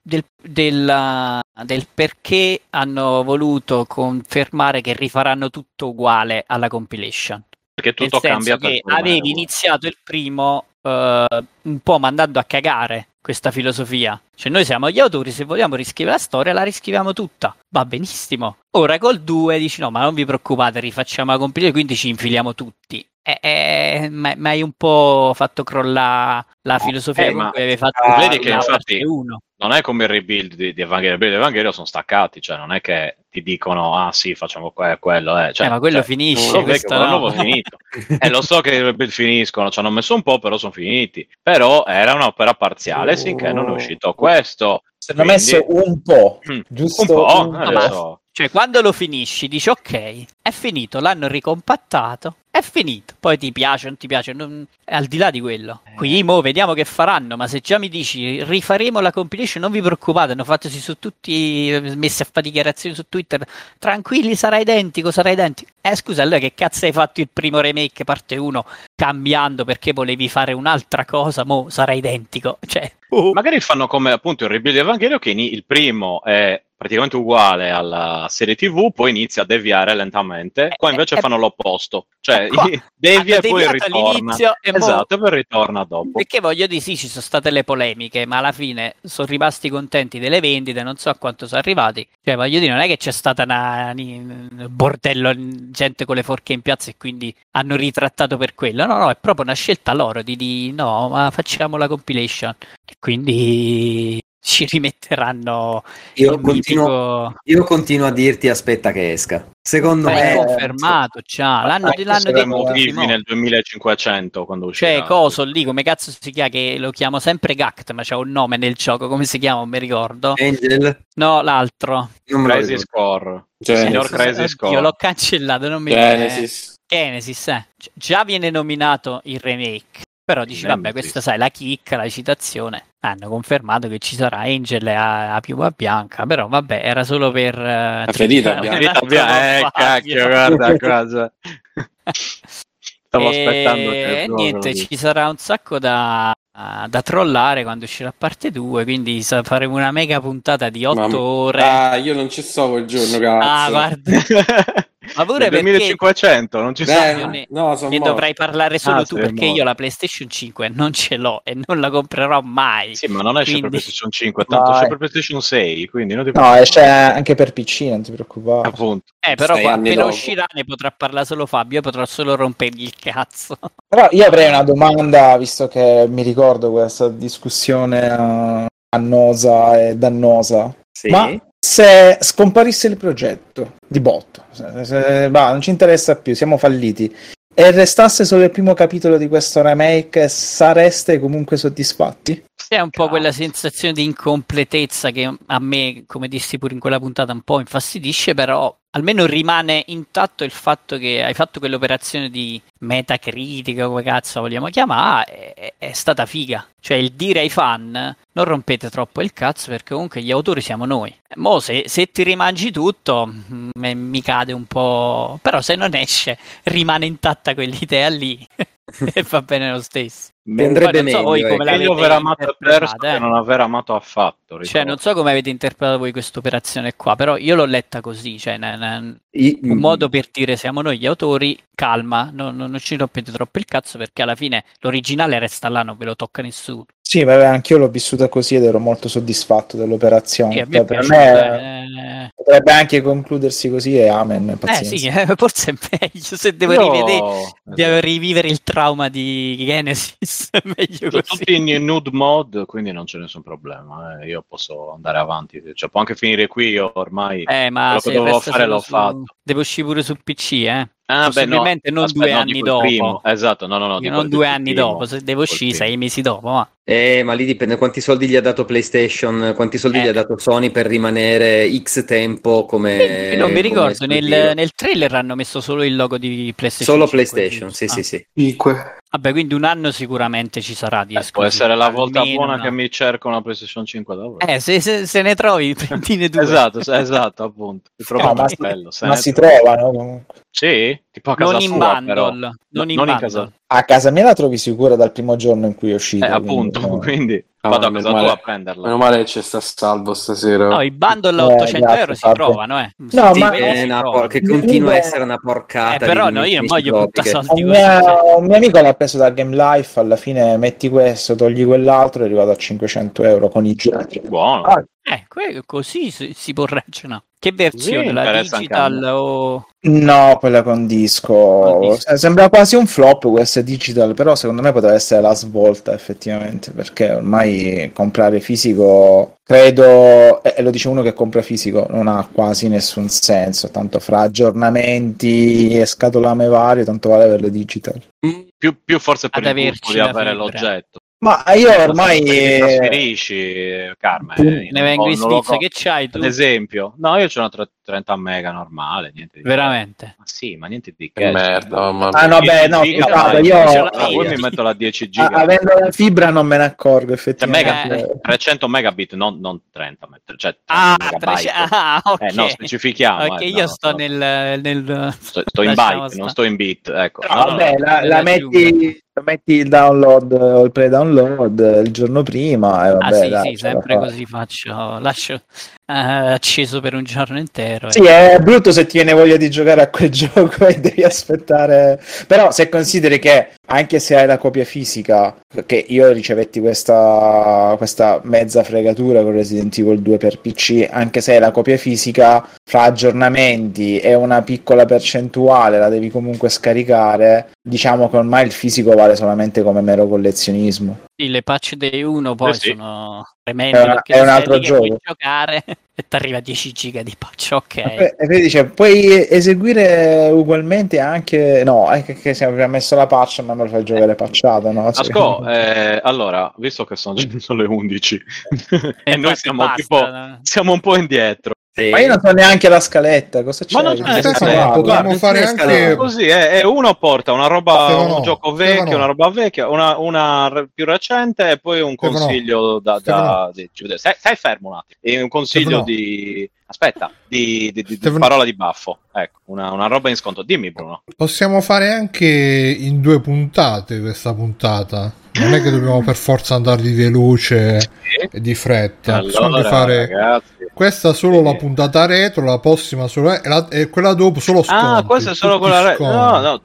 del perché hanno voluto confermare che rifaranno tutto uguale alla compilation. Perché tutto cambia che avevi iniziato il primo un po' mandando a cagare questa filosofia, cioè noi siamo gli autori, se vogliamo riscrivere la storia la riscriviamo tutta, va benissimo. Ora col 2 dici no, ma non vi preoccupate, rifacciamo la compilation, quindi ci infiliamo tutti. Ma hai un po' fatto crollare la filosofia con cui avevi fatto vedi che infatti non è come il rebuild di Evangelio. Il Evangelio sono staccati, cioè non è che ti dicono sì, facciamo quello cioè, ma quello finisce, questo no. Nuovo finito. Lo so che i rebuild finiscono, ci hanno messo un po', però sono finiti. Però era un'opera parziale finché non è uscito questo. Se hanno messo un po', giusto un po', cioè quando lo finisci dici ok, è finito, l'hanno ricompattato, è finito, poi ti piace o non ti piace, al di là di quello. Qui mo vediamo che faranno, ma se già mi dici rifaremo la compilation, non vi preoccupate, hanno fatto su tutti, messi a fare dichiarazioni su Twitter, tranquilli, sarà identico. Scusa, allora che cazzo hai fatto il primo remake parte 1 cambiando perché volevi fare un'altra cosa, mo sarà identico, cioè magari fanno come appunto il rebuild di Evangelio, che il primo è praticamente uguale alla serie TV, poi inizia a deviare lentamente. Qua invece fanno l'opposto, cioè devia e poi ritorna. Esatto, e poi ritorna dopo. Perché voglio dire, sì, ci sono state le polemiche, ma alla fine sono rimasti contenti delle vendite, non so a quanto sono arrivati. Cioè, voglio dire, non è che c'è stata un bordello, gente con le forche in piazza e quindi hanno ritrattato per quello. No, è proprio una scelta loro di no, ma facciamo la compilation. E quindi ci rimetteranno. Io continuo a dirti aspetta che esca. Secondo me è confermato, l'anno nel 2500 quando uscirà. Cioè coso lì, come cazzo si chiama, che lo chiamo sempre Gact, ma c'ha un nome nel gioco, come si chiama, non mi ricordo. Angel? No, l'altro. Crazy Score. Signor Crazy Score. Io l'ho cancellato, non mi Genesis. Già viene nominato il remake. Però dici, vabbè, questa sai, la chicca, la citazione. Hanno confermato che ci sarà Angel a piuma bianca, però vabbè, era solo per... la ferita bianca. Cacchio, guarda cosa. Stavo aspettando che niente, ci sarà un sacco da trollare quando uscirà parte 2, quindi faremo una mega puntata di 8 ore. Io non ci sto quel giorno, cazzo. Guarda. Ma pure 2500 non ci sono. Ne dovrai parlare solo tu, perché io la PlayStation 5 non ce l'ho e non la comprerò mai. Sì, ma non esce per PlayStation 5, tanto esce per PlayStation 6, quindi non ti esce anche per PC, non ti preoccupare. Appunto. Però appena uscirà ne potrà parlare solo Fabio, io potrò solo rompergli il cazzo. Però io avrei una domanda, visto che mi ricordo questa discussione annosa e dannosa. Sì. Ma se scomparisse il progetto di botto, non ci interessa più, siamo falliti, e restasse solo il primo capitolo di questo remake, sareste comunque soddisfatti? È un po' quella sensazione di incompletezza che a me, come dissi pure in quella puntata, un po' infastidisce, però almeno rimane intatto il fatto che hai fatto quell'operazione di metacritica, come cazzo vogliamo chiamare, è stata figa. Cioè il dire ai fan non rompete troppo il cazzo, perché comunque gli autori siamo noi. Mo se ti rimangi tutto mi cade un po', però se non esce rimane intatta quell'idea lì e va bene lo stesso. Andrebbe meglio, voi come meglio aver amato perso che non aver amato affatto, ricordo. Cioè non so come avete interpretato voi questa operazione qua, però io l'ho letta così, cioè un modo per dire siamo noi gli autori, calma, non ci rompete troppo il cazzo, perché alla fine l'originale resta là, non ve lo tocca nessuno. Sì, vabbè, anch'io l'ho vissuta così ed ero molto soddisfatto dell'operazione. Sì, per me potrebbe anche concludersi così e amen, pazienza. Sì, forse è meglio, se devo rivivere il trauma di Genesis, è meglio così. Tutti in nude mode, quindi non c'è nessun problema, io posso andare avanti, cioè può anche finire qui, io ormai ma quello che dovevo fare l'ho fatto. Devo uscire pure su PC, possibilmente non 2 anni dopo. Primo. Esatto, no, non 2 anni dopo, se devo uscire 6 mesi dopo. Ma lì dipende quanti soldi gli ha dato PlayStation, quanti soldi gli ha dato Sony per rimanere X tempo tempo come... non mi ricordo, nel trailer hanno messo solo il logo di PlayStation. Solo 5, PlayStation, sì. 5. Vabbè, quindi un anno sicuramente ci sarà di può essere la volta buona che mi cerco una PlayStation 5 dopo. Se ne trovi, prendine 2. Esatto, appunto. Ma si trovano comunque. Sì, tipo a casa non sua, in bundle, però. non in bundle. casa. A casa mia la trovi sicura dal primo giorno in cui è uscita. Appunto, quindi vado a casa tua a prenderla. Meno male che c'è sta salvo stasera. No, i bundle a 800 euro si trovano, No, sì, ma che continua a essere una porcata. Però no, io non voglio buttare soldi così. Un mio amico l'ha preso da Game Life, alla fine metti questo, togli quell'altro e è arrivato a 500 euro con i giochi. Buono. Così si può reggere. Che versione? Sì, la digital o... No, quella con disco. Sembra quasi un flop questo digital, però secondo me poteva essere la svolta effettivamente, perché ormai comprare fisico, credo, e lo dice uno che compra fisico, non ha quasi nessun senso, tanto fra aggiornamenti e scatolame varie, tanto vale averlo digital. Più forse per il gusto di avere l'oggetto. Ma io ormai trasferisci, Carmen, ne vengo in Svizzera, che c'hai tu? Ad esempio, no, io c'ho una 30 mega normale, niente di veramente? Ma sì, ma niente di che. Merda, mamma mia. No, beh, no, poi mi metto la 10 giga. Avendo la fibra non me ne accorgo effettivamente. 300 megabit, non 30, cioè ok. no, specifichiamo. Perché io sto nel sto in byte, non sto in bit, ecco. No, vabbè, la metti il download o il pre-download il giorno prima e vabbè, sì, sempre così lascio acceso per un giorno intero. Sì, è brutto se ti viene voglia di giocare a quel gioco e devi aspettare. Però se consideri che anche se hai la copia fisica, che io ricevetti questa mezza fregatura con Resident Evil 2 per PC, anche se hai la copia fisica, fra aggiornamenti e una piccola percentuale la devi comunque scaricare, diciamo che ormai il fisico vale solamente come mero collezionismo. Sì, le patch day 1 poi sono tremende, è un altro gioco. Puoi giocare e ti arriva 10 giga di patch, ok. E dice, puoi eseguire ugualmente anche... No, è che si è messo la patch, ma me lo fai giocare patchato, no? Asco, allora, visto che sono le 11 e noi siamo un po' indietro. Sì. Ma io non so neanche la scaletta, cosa c'è? Ma non potremmo fare anche così, uno porta una roba, un gioco vecchio, una roba vecchia, una più recente e poi un consiglio stai fermo un attimo. E un consiglio di parola di baffo. Ecco, una roba in sconto. Dimmi, Bruno. Possiamo fare anche in 2 puntate questa puntata. Non è che dobbiamo per forza andare di veloce e di fretta. Allora, possiamo fare questa solo la puntata retro, la prossima solo e quella dopo solo sconti. Questa è solo quella retro.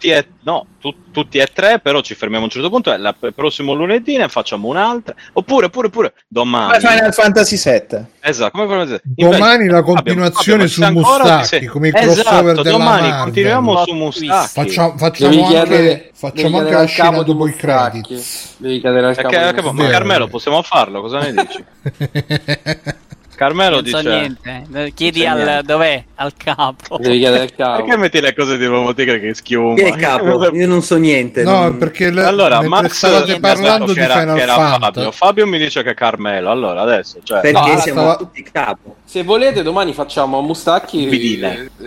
Tutti e 3, però ci fermiamo a un certo punto. Il prossimo lunedì ne facciamo un'altra. Oppure domani. Come Final Fantasy 7. Esatto, come domani la continuazione su Mustacchi, come il crossover della domani Marvel. Continuiamo su Mustacchi. Facciamo anche la scena dopo i credits. Devi chiedere al capo. Ma Carmelo, possiamo farlo? Cosa ne dici? Carmelo dice niente. Chiedi dov'è al capo. Devi chiedere al capo. Perché metti le cose di Momotica che schiuma? Che capo? Io non so niente. No, perché stavate parlando di Final Fantasy. Fabio mi dice che è Carmelo. Allora adesso perché siamo tutti capo. Se volete domani facciamo a Mustacchi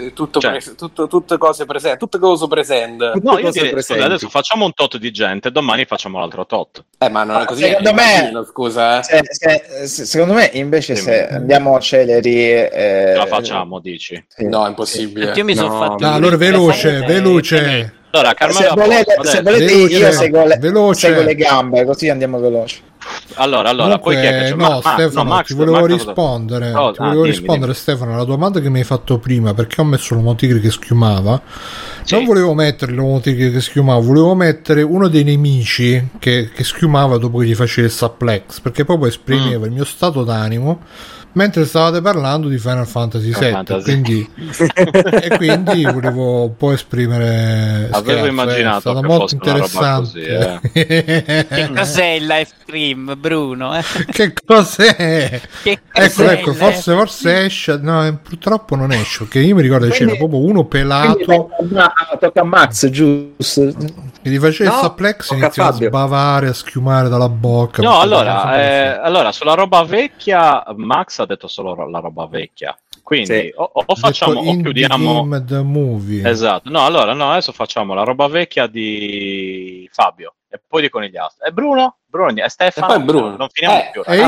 tutte cose presenti, tutte cose presenti. No, io direi, adesso facciamo un tot di gente, domani facciamo l'altro tot. Ma non è così. Secondo me, scusa. Secondo me invece se andiamo celeri la facciamo, dici? Sì. No, è impossibile. Io mi sono fatto allora veloce. Allora, Carmelo, se volete io seguo le gambe, così andiamo veloci. Allora, comunque, poi chi è che no, Stefano, Max, ti volevo rispondere. Dimmi. Stefano, alla domanda che mi hai fatto prima, perché ho messo l'uomo tigre che schiumava. Sì. Non volevo mettere l'uomo tigre che schiumava, volevo mettere uno dei nemici che schiumava dopo che gli facevi il suplex, perché proprio esprimeva il mio stato d'animo mentre stavate parlando di Final Fantasy VII, quindi volevo un po' esprimere. Avevo immaginato è stata che molto fosse interessante. Una roba così, Che cos'è il live stream, Bruno? Che cos'è? Ecco, forse esce. No, purtroppo non esce, perché io mi ricordo che c'era proprio uno pelato. Tocca a Max, giusto? Che gli faceva il suplex e iniziava a sbavare, a schiumare dalla bocca. No, allora sulla roba vecchia Max ha detto solo la roba vecchia. Quindi o facciamo o chiudiamo the movie. Esatto. No, adesso facciamo la roba vecchia di Fabio e poi di Conigliastro. E Bruno e Stefano. E poi Bruno. Non finiamo più. E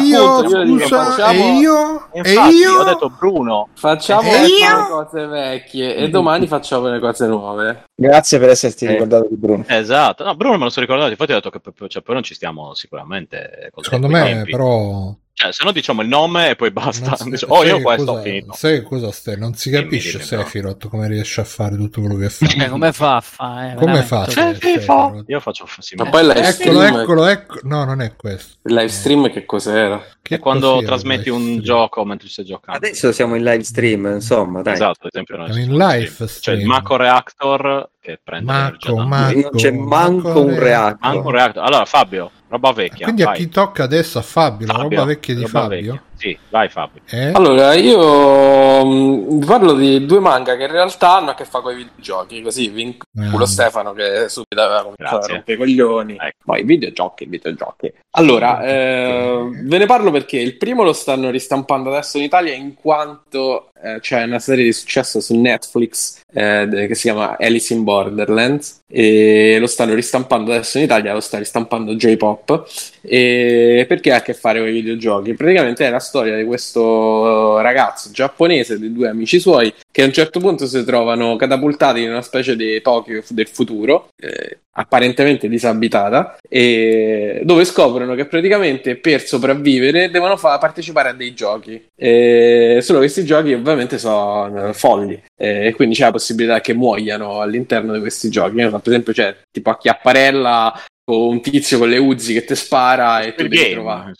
io ho detto Bruno. Facciamo le cose vecchie e domani facciamo le cose nuove. Grazie per esserti ricordato di Bruno. Esatto. No, Bruno me lo sono ricordato, infatti ho detto che poi non ci stiamo sicuramente. Secondo me però se no diciamo il nome e poi basta. Io questo ho finito. Sai cosa stai? Non si capisce Sephiroth come riesce a fare tutto quello che fa. Come fa a fare? Come fa? Io faccio ma poi eccolo. No, non è questo. Il live stream che cos'era? Che quando trasmetti un gioco mentre stai giocando. Adesso siamo in live stream, insomma, dai. Esatto, ad esempio siamo in live stream. C'è il Mako Reactor che prende non c'è manco un reactor. Allora Fabio, roba vecchia. Quindi a chi tocca adesso? A Fabio, la roba vecchia di Fabio? Vecchia. Sì, vai Fabio. Allora, io vi parlo di 2 manga che in realtà hanno a che fare con i videogiochi, così vinculo Stefano che subito aveva cominciato a rompere i coglioni. Poi videogiochi. Allora, ve ne parlo perché il primo lo stanno ristampando adesso in Italia in quanto c'è una serie di successo su Netflix che si chiama Alice in Borderlands e lo stanno ristampando adesso in Italia, lo sta ristampando J-Pop perché ha a che fare con i videogiochi. Praticamente è la storia di questo ragazzo giapponese, di 2 amici suoi che a un certo punto si trovano catapultati in una specie di Tokyo del futuro apparentemente disabitata e dove scoprono che praticamente per sopravvivere devono partecipare a dei giochi solo che questi giochi ovviamente sono folli e quindi c'è la possibilità che muoiano all'interno di questi giochi. Per esempio c'è tipo Acchiapparella con un tizio con le Uzi che ti spara e tu devi trovare.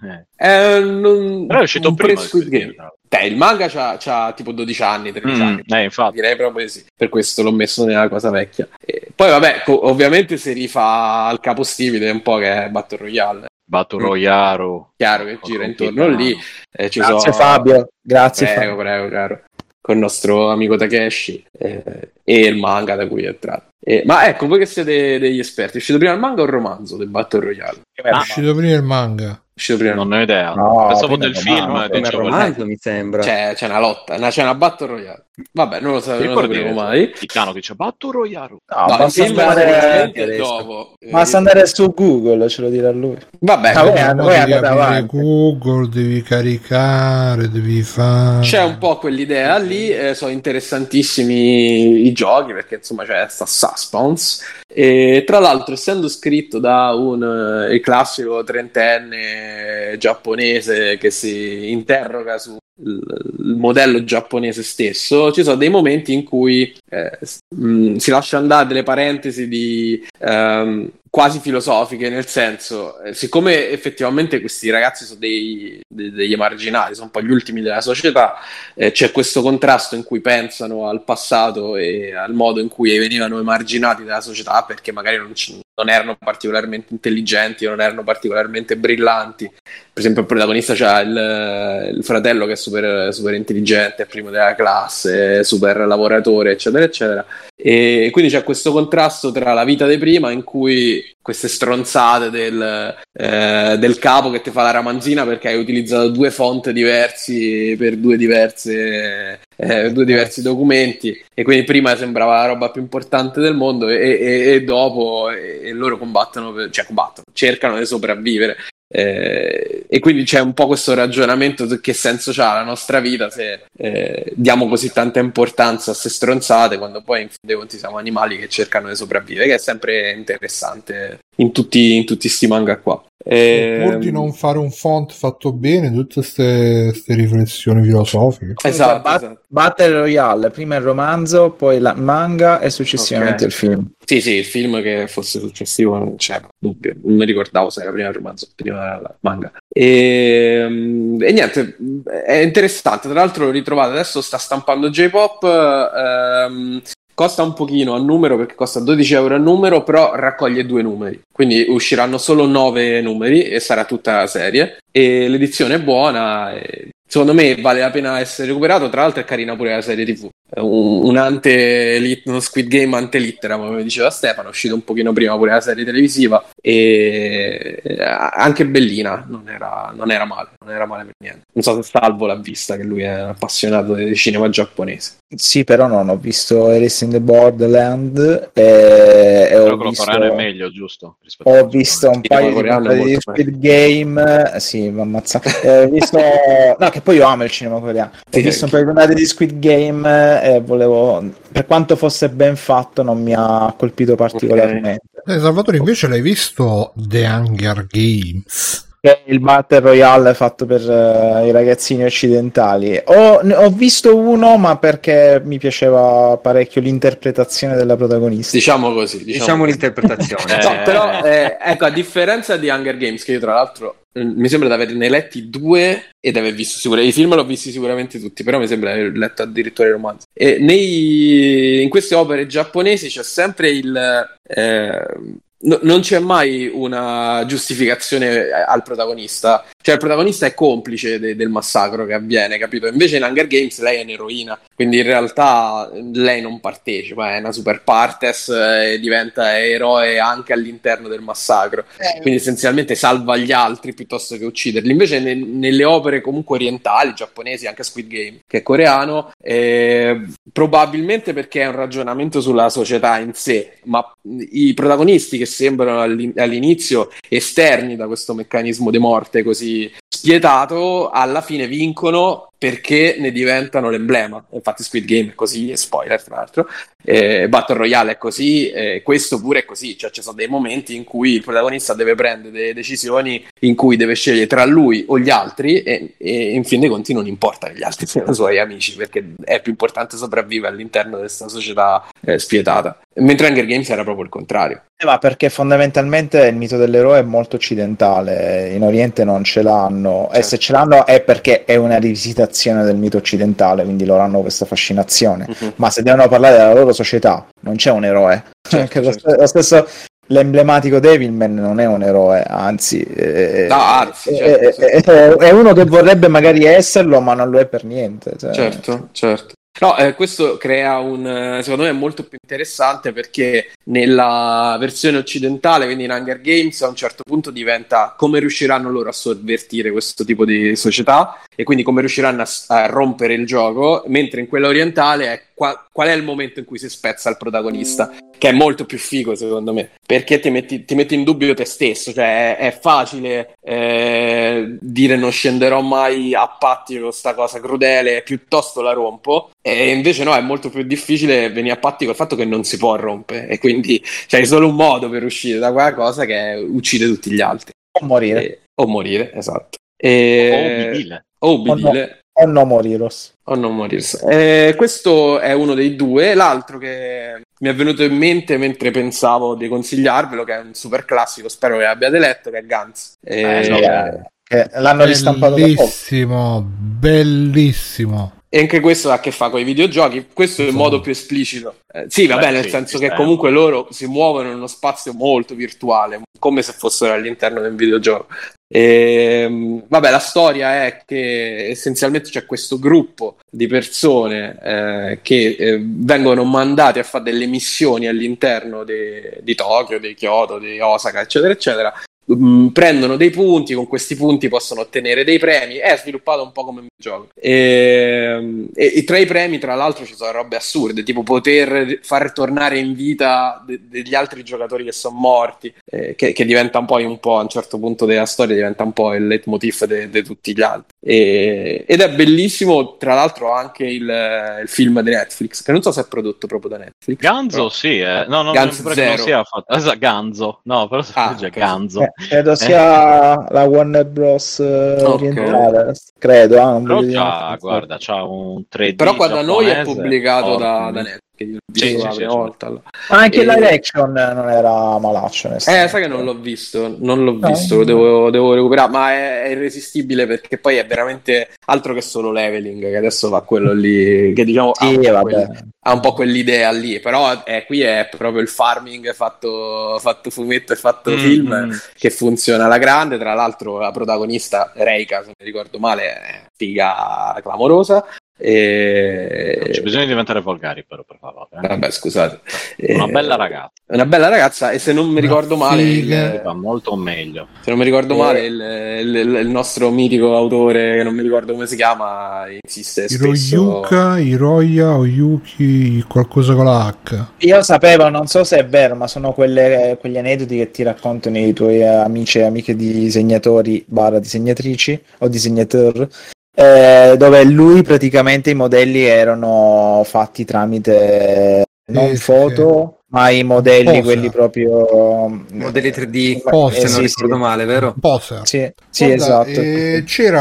Però è uscito prima Squid Game. Il manga c'ha tipo 12 anni, 13 anni. Infatti. Direi proprio sì. Per questo l'ho messo nella cosa vecchia. Poi vabbè, ovviamente si rifà al capostipite un po' che è Battle Royale. Battle Royale. Chiaro che gira intorno lì. Grazie Fabio. Grazie Prego, caro. Con il nostro amico Takeshi e il manga da cui è tratto. Ma ecco, voi che siete degli esperti, è uscito prima il manga o il romanzo del Battle Royale? È uscito prima il manga. Non ne ho idea. No, pensavo del film. Come romanzo mi sembra. C'è una lotta, c'è una Battle Royale. Vabbè, non lo sapevo mai. Titano che c'è Battle Royale. Il film è dopo. Basta andare su Google, ce lo dirà lui. Vabbè, devi aprire Google, devi caricare, devi fare. C'è un po' quell'idea lì, sono interessantissimi i giochi perché insomma c'è sta suspense e tra l'altro essendo scritto da il classico trentenne giapponese che si interroga su il modello giapponese stesso, ci sono dei momenti in cui si lascia andare delle parentesi di quasi filosofiche, nel senso, siccome effettivamente questi ragazzi sono degli emarginati, sono un po' gli ultimi della società, c'è questo contrasto in cui pensano al passato e al modo in cui venivano emarginati dalla società perché magari non erano particolarmente intelligenti, non erano particolarmente brillanti. Per esempio il protagonista c'ha il fratello che è super intelligente, è primo della classe, super lavoratore, eccetera eccetera, e quindi c'è questo contrasto tra la vita di prima in cui queste stronzate del capo che ti fa la ramanzina perché hai utilizzato 2 fonti diversi per 2 diversi documenti e quindi prima sembrava la roba più importante del mondo e dopo loro cercano di sopravvivere. E quindi c'è un po' questo ragionamento su che senso c'ha la nostra vita se diamo così tanta importanza a queste stronzate quando poi in fin dei conti siamo animali che cercano di sopravvivere, che è sempre interessante in tutti sti manga qua. Pur di non fare un font fatto bene, tutte queste riflessioni filosofiche. Esatto. Battle Royale, prima il romanzo, poi la manga e successivamente il film. Sì, il film che fosse successivo non c'era dubbio, non mi ricordavo se era prima il romanzo, prima la manga. E niente, è interessante, tra l'altro l'ho ritrovato, adesso sta stampando J-Pop, costa un pochino a numero perché costa 12 euro a numero, però raccoglie 2 numeri, quindi usciranno solo 9 numeri e sarà tutta la serie e l'edizione è buona e secondo me vale la pena essere recuperato. Tra l'altro è carina pure la serie TV, un uno Squid Game ante litteram, come diceva Stefano, è uscito un pochino prima pure la serie televisiva, e anche bellina, non era male per niente. Non so se Salvo l'ha vista, che lui è appassionato di cinema giapponese. Sì, però non ho visto Alice in the Borderland e però quello coreano è meglio, giusto? Ho visto un paio di Squid Game, sì, mi ammazza. Ho visto no, che poi io amo il cinema coreano. Ho visto un paio di Squid Game e volevo, per quanto fosse ben fatto, non mi ha colpito particolarmente. Salvatore, invece l'hai visto The Hunger Games? Che è il Battle Royale fatto per i ragazzini occidentali. Ho visto uno, ma perché mi piaceva parecchio l'interpretazione della protagonista. Diciamo così. Diciamo l'interpretazione. No, però, ecco, a differenza di Hunger Games, che io tra l'altro mi sembra di averne letti 2 e di aver visto sicuramente i film, l'ho visti sicuramente tutti, però mi sembra di aver letto addirittura i romanzi. E in queste opere giapponesi c'è sempre non c'è mai una giustificazione al protagonista, cioè il protagonista è complice del massacro che avviene, capito? Invece in Hunger Games lei è un'eroina, quindi in realtà lei non partecipa, è una super partes e diventa eroe anche all'interno del massacro, quindi essenzialmente salva gli altri piuttosto che ucciderli. Invece nelle opere comunque orientali, giapponesi, anche Squid Game, che è coreano, probabilmente perché è un ragionamento sulla società in sé, ma i protagonisti che sembrano all'inizio esterni da questo meccanismo di morte così spietato, alla fine vincono perché ne diventano l'emblema. Infatti Squid Game è così, e spoiler tra l'altro, Battle Royale è così, questo pure è così, cioè ci sono dei momenti in cui il protagonista deve prendere delle decisioni in cui deve scegliere tra lui o gli altri, e in fin dei conti non importa che gli altri siano suoi amici, perché è più importante sopravvivere all'interno di questa società spietata. Mentre Hunger Games era proprio il contrario. Ma perché fondamentalmente il mito dell'eroe è molto occidentale, in Oriente non ce l'hanno, e se ce l'hanno è perché è una rivisitazione del mito occidentale, quindi loro hanno questa fascinazione. Ma se devono parlare della loro società, non c'è un eroe. Certo. Lo stesso, l'emblematico Devilman non è un eroe, anzi, è uno che vorrebbe magari esserlo, ma non lo è per niente. Cioè. Certo. No, questo crea secondo me è molto più interessante, perché nella versione occidentale, quindi in Hunger Games, a un certo punto diventa come riusciranno loro a sovvertire questo tipo di società e quindi come riusciranno a rompere il gioco, mentre in quella orientale è qual è il momento in cui si spezza il protagonista, che è molto più figo secondo me, perché ti metti in dubbio te stesso, cioè è facile dire non scenderò mai a patti con sta cosa crudele, piuttosto la rompo, e invece no, è molto più difficile venire a patti col fatto che non si può rompere, e quindi c'è solo un modo per uscire da quella cosa, che è uccidere tutti gli altri o morire, esatto, o ubbidire o no moriros. Questo è uno dei due. L'altro che mi è venuto in mente mentre pensavo di consigliarvelo, che è un super classico, spero che abbiate letto, che è Gantz. L'hanno ristampato da poco. Bellissimo. E anche questo ha a che fare con i videogiochi, questo in modo più esplicito. Sì, vabbè, nel senso che comunque loro si muovono in uno spazio molto virtuale, come se fossero all'interno del videogioco. Vabbè, la storia è che essenzialmente c'è questo gruppo di persone che vengono mandati a fare delle missioni all'interno di Tokyo, di Kyoto, di Osaka, eccetera, eccetera. Prendono dei punti, con questi punti possono ottenere dei premi, è sviluppato un po' come un gioco, e tra i premi tra l'altro ci sono robe assurde, tipo poter far tornare in vita degli altri giocatori che sono morti, che diventa un po' a un certo punto della storia diventa un po' il leitmotiv di tutti gli altri, ed è bellissimo. Tra l'altro anche il film di Netflix, che non so se è prodotto proprio da Netflix. Ganzo, però... sì, no, Ganzo non sia fatto. Ganzo, no, però si legge Ganzo. Credo sia la Warner Bros. Orientale, credo. Però guarda, c'ha un 3D. Però qua da noi è pubblicato da Netflix. Che io la prima volta. Ma anche live action non era malaccio. Sai che non l'ho visto, lo devo recuperare, ma è irresistibile, perché poi è veramente altro che solo leveling, che adesso fa quello lì, che diciamo ha un po' quell'idea lì, però qui è proprio il farming fatto fumetto e fatto film, che funziona alla grande. Tra l'altro la protagonista, Reika, se mi ricordo male, è figa clamorosa. Non c'è bisogno di diventare volgari, però, per favore. Vabbè, scusate. Una bella ragazza. Una bella ragazza, e se non mi ricordo male, va molto meglio. Se non mi ricordo male, il nostro mitico autore, che non mi ricordo come si chiama, insiste spesso. Hiroya o Yuki, qualcosa con la H. Io sapevo, non so se è vero, ma sono quegli aneddoti che ti raccontano i tuoi amici e amiche disegnatori, disegnatrici o disegnatori. Dove lui praticamente i modelli erano fatti tramite non foto, ma i modelli quelli proprio modelli 3D, Poser, se non ricordo male, vero? Poser. Sì, esatto. C'era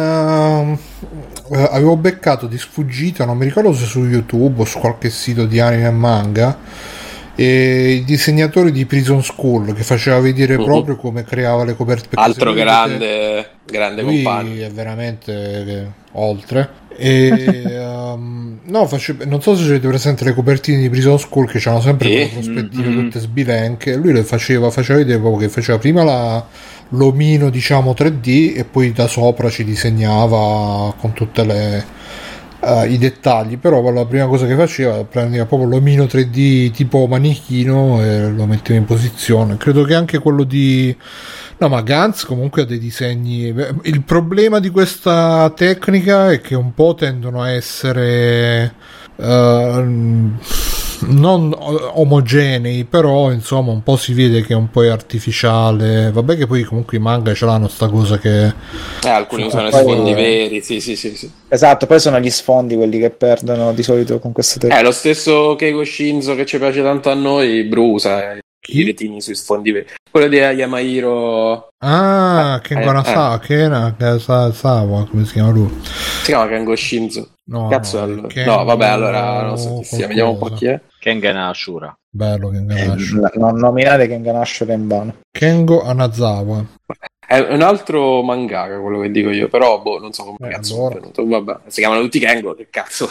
avevo beccato di sfuggita, non mi ricordo se su YouTube o su qualche sito di anime e manga, i disegnatori di Prison School, che faceva vedere proprio come creava le coperte. Altro grande lui compagno, è veramente oltre. No, non so se avete presente le copertine di Prison School, che c'hanno sempre quelle prospettive tutte sbilenche. Lui le faceva vedere proprio che faceva prima l'omino, diciamo, 3D, e poi da sopra ci disegnava con tutte i dettagli. Però la prima cosa che faceva, prendeva proprio l'omino 3D tipo manichino e lo metteva in posizione. Credo che anche quello di ma Gantz comunque ha dei disegni. Il problema di questa tecnica è che un po' tendono a essere non omogenei, però insomma un po' si vede che un po' è artificiale. Vabbè, che poi comunque i manga ce l'hanno sta cosa che alcuni usano sfondi veri. Sì. Esatto, poi sono gli sfondi quelli che perdono di solito con queste tecniche. Lo stesso Keigo Shinzo che ci piace tanto a noi, brusa i retini sui sfondi veri. Quello di Yamahiro. Kengo Nasawa, come si chiama lui? Si chiama Kengo Shinzo. Vabbè, allora non so chi sia, vediamo un po' chi è. Kengan Ashura. Bello Kengan Ashura. Non nominare Kengan Ashura in vano. Kengo Anazawa. È un altro mangaka quello che dico io, però non so come cazzo è venuto. Vabbè, si chiamano tutti Kengo, che cazzo.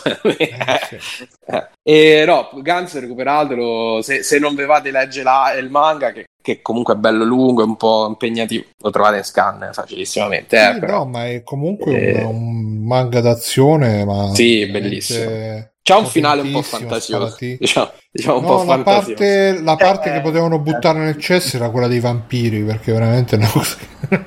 E no, Gantz, recuperatelo se non vevate legge il manga, che comunque è bello lungo, è un po' impegnativo, lo trovate in scan facilissimamente. Però. No, ma è comunque un manga d'azione, ma sì, bellissimo. C'ha un finale un po' fantasioso, diciamo un po' fantasioso. La parte che potevano buttare nel cesso era quella dei vampiri, perché veramente una cosa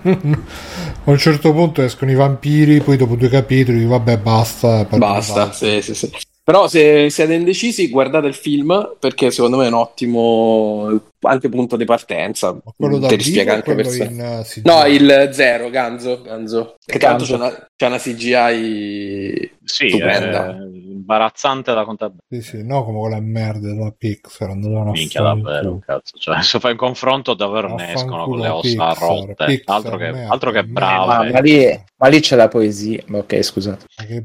a un certo punto escono i vampiri, poi dopo 2 capitoli vabbè basta, sì. Però se siete indecisi, guardate il film, perché secondo me è un ottimo anche punto di partenza. Te li spiega anche per sé. No, il Zero, Ganzo. Che tanto c'è una CGI stupenda. Imbarazzante da contare. Sì, no, come quella merda della Pixar. Minchia, davvero, cazzo. Cioè, se fai un confronto davvero ne escono con le ossa rotte. Pixar, altro che brave. Ma lì c'è la poesia. Ok, scusate.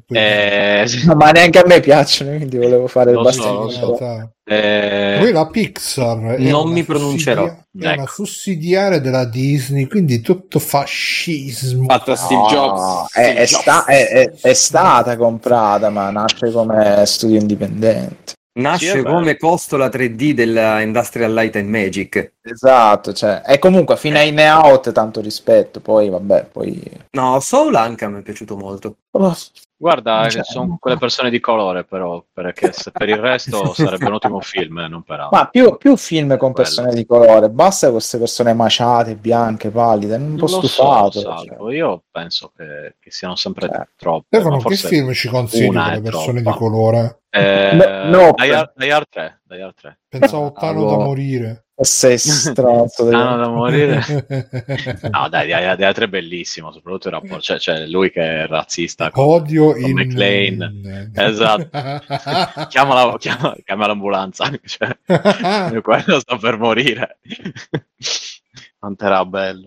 No, ma neanche a me piacciono, quindi volevo fare il bastino. Poi la Pixar non mi pronuncerò. È una sussidiaria della Disney, quindi tutto fascismo. Fatta Steve Jobs. È stata comprata, ma nasce come studio indipendente. Nasce come costola 3D della Industrial Light and Magic. Esatto, cioè è comunque fino a In e Out tanto rispetto, poi vabbè, no, Soul anche a me è piaciuto molto. Guarda, sono quelle persone di colore, però, perché per il resto sarebbe un ottimo film, non per altro. Ma più film con persone di colore, basta queste persone maciate, bianche, pallide, un po' stufato. Salvo. Io penso che siano sempre troppo. Stefano, che film ci consigli per le persone di colore? Dai Hard 3. Pensavo Tano da morire. Sei stronzo. Tano da morire. No, dai Hard 3 è bellissimo, soprattutto il rapporto, cioè lui che è razzista odio con McLean. Esatto. chiama l'ambulanza, cioè, quello sta per morire. Quanto era bello.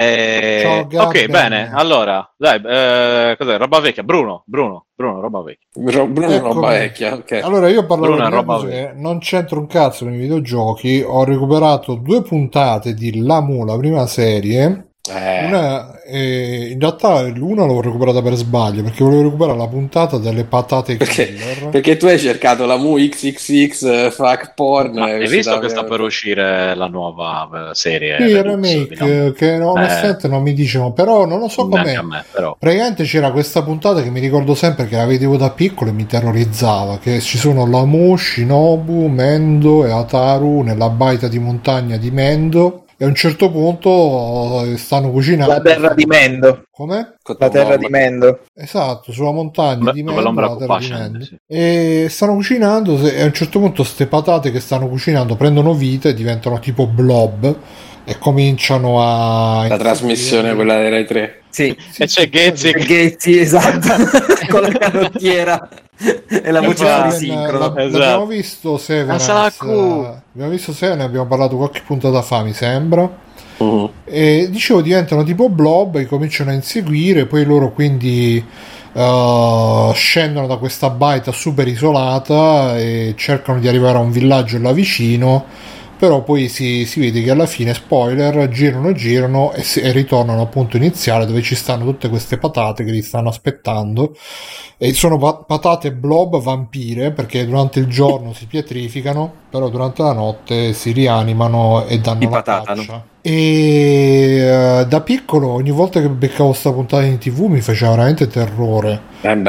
Ok, bene, allora dai, cos'è? Roba vecchia, Bruno, roba vecchia. Roba vecchia, ok. Allora io parlo di cose, non c'entro un cazzo con i videogiochi. Ho recuperato 2 puntate di Lamu, la prima serie. Una in realtà l'una l'ho recuperata per sbaglio perché volevo recuperare la puntata delle patate killer. Perché tu hai cercato la Mu XXX fuck porn. Ma hai visto che sta per uscire la nuova serie? Sì, il remake, che onestamente non mi dicevano, però non lo so com'è. Praticamente c'era questa puntata che mi ricordo sempre che la vedevo da piccolo e mi terrorizzava, che ci sono la Mu, Shinobu, Mendo e Ataru nella baita di montagna di Mendo. E a un certo punto stanno cucinando la terra di Mendo. Com'è? La terra di Mendo. Esatto, sulla montagna di Mendo, l'ombra la terra di scende, Mendo. sì. E stanno cucinando e a un certo punto ste patate che stanno cucinando prendono vita e diventano tipo blob e cominciano a... La trasmissione quella dei Rai 3. Sì. E c'è Ghezzi, esatto, con la canottiera e la voce di sincro. Abbiamo visto Severance, abbiamo parlato qualche puntata fa, mi sembra. E dicevo, diventano tipo blob e cominciano a inseguire, poi loro quindi scendono da questa baita super isolata e cercano di arrivare a un villaggio là vicino. Però poi si vede che alla fine, spoiler, girano e ritornano al punto iniziale dove ci stanno tutte queste patate che li stanno aspettando, e sono patate blob vampire perché durante il giorno si pietrificano, però durante la notte si rianimano e danno la caccia. E da piccolo ogni volta che beccavo sta puntata in TV mi faceva veramente terrore.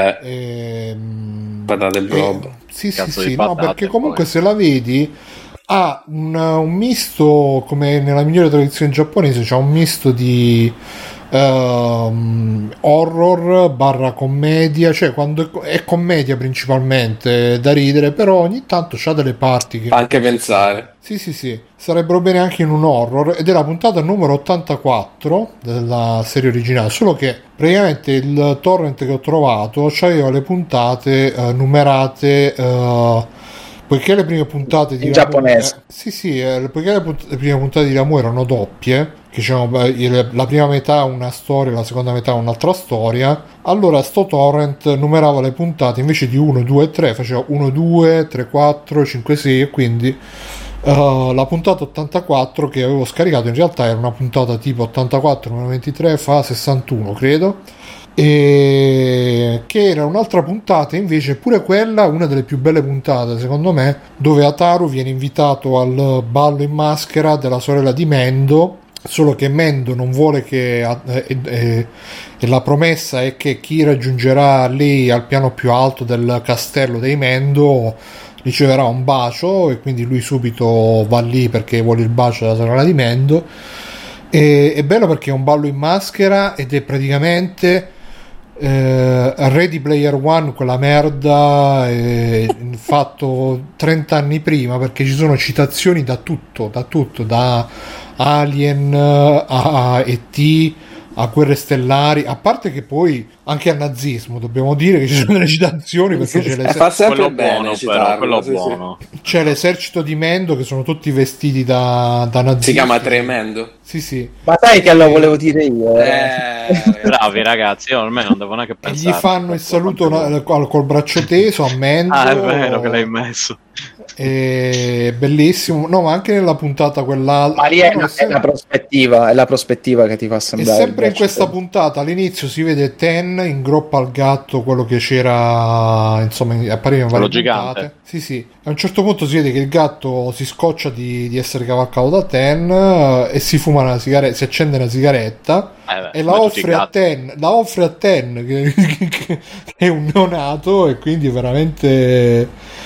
Patate blob. Sì, no, perché comunque se la vedi ha un misto, come nella migliore tradizione giapponese, c'è un misto di horror / commedia, cioè quando è commedia principalmente da ridere, però ogni tanto c'ha delle parti che anche pensare. Sì, sarebbero bene anche in un horror, ed è la puntata numero 84 della serie originale, solo che praticamente il torrent che ho trovato c'aveva le puntate numerate poiché le prime puntate di in giapponese. Poiché le prime puntate di Ramu erano doppie, che la prima metà una storia, la seconda metà un'altra storia, allora sto torrent numerava le puntate invece di 1, 2, 3, faceva 1, 2, 3, 4, 5, 6, e quindi la puntata 84 che avevo scaricato in realtà era una puntata tipo 84 23 fa 61 credo, e che era un'altra puntata invece, pure quella una delle più belle puntate secondo me, dove Ataru viene invitato al ballo in maschera della sorella di Mendo, solo che Mendo non vuole che e la promessa è che chi raggiungerà lì al piano più alto del castello dei Mendo riceverà un bacio, e quindi lui subito va lì perché vuole il bacio della sorella di Mendo. E è bello perché è un ballo in maschera ed è praticamente Ready Player One, quella merda fatto 30 anni prima, perché ci sono citazioni da tutto, da Alien a E.T. a Guerre Stellari, a parte che poi anche al nazismo dobbiamo dire che ci sono delle citazioni, perché c'è fa sempre bene quello buono. C'è l'esercito di Mendo che sono tutti vestiti da nazisti. Si chiama Tremendo. Sì. Ma sai che lo volevo dire io? Bravi ragazzi, io ormai non devo neanche pensare. E gli fanno il saluto col braccio teso a Mendo. È vero che l'hai messo. È bellissimo. No, ma anche nella puntata quell'altra è la prospettiva che ti fa sembrare. E sempre in questa puntata all'inizio si vede Ten in groppa al gatto, quello che c'era, insomma, appariva in varie puntate. Sì. A un certo punto si vede che il gatto si scoccia di essere cavalcato da Ten e si fuma una sigaretta, si accende una sigaretta e la offre a Ten, che è un neonato, e quindi veramente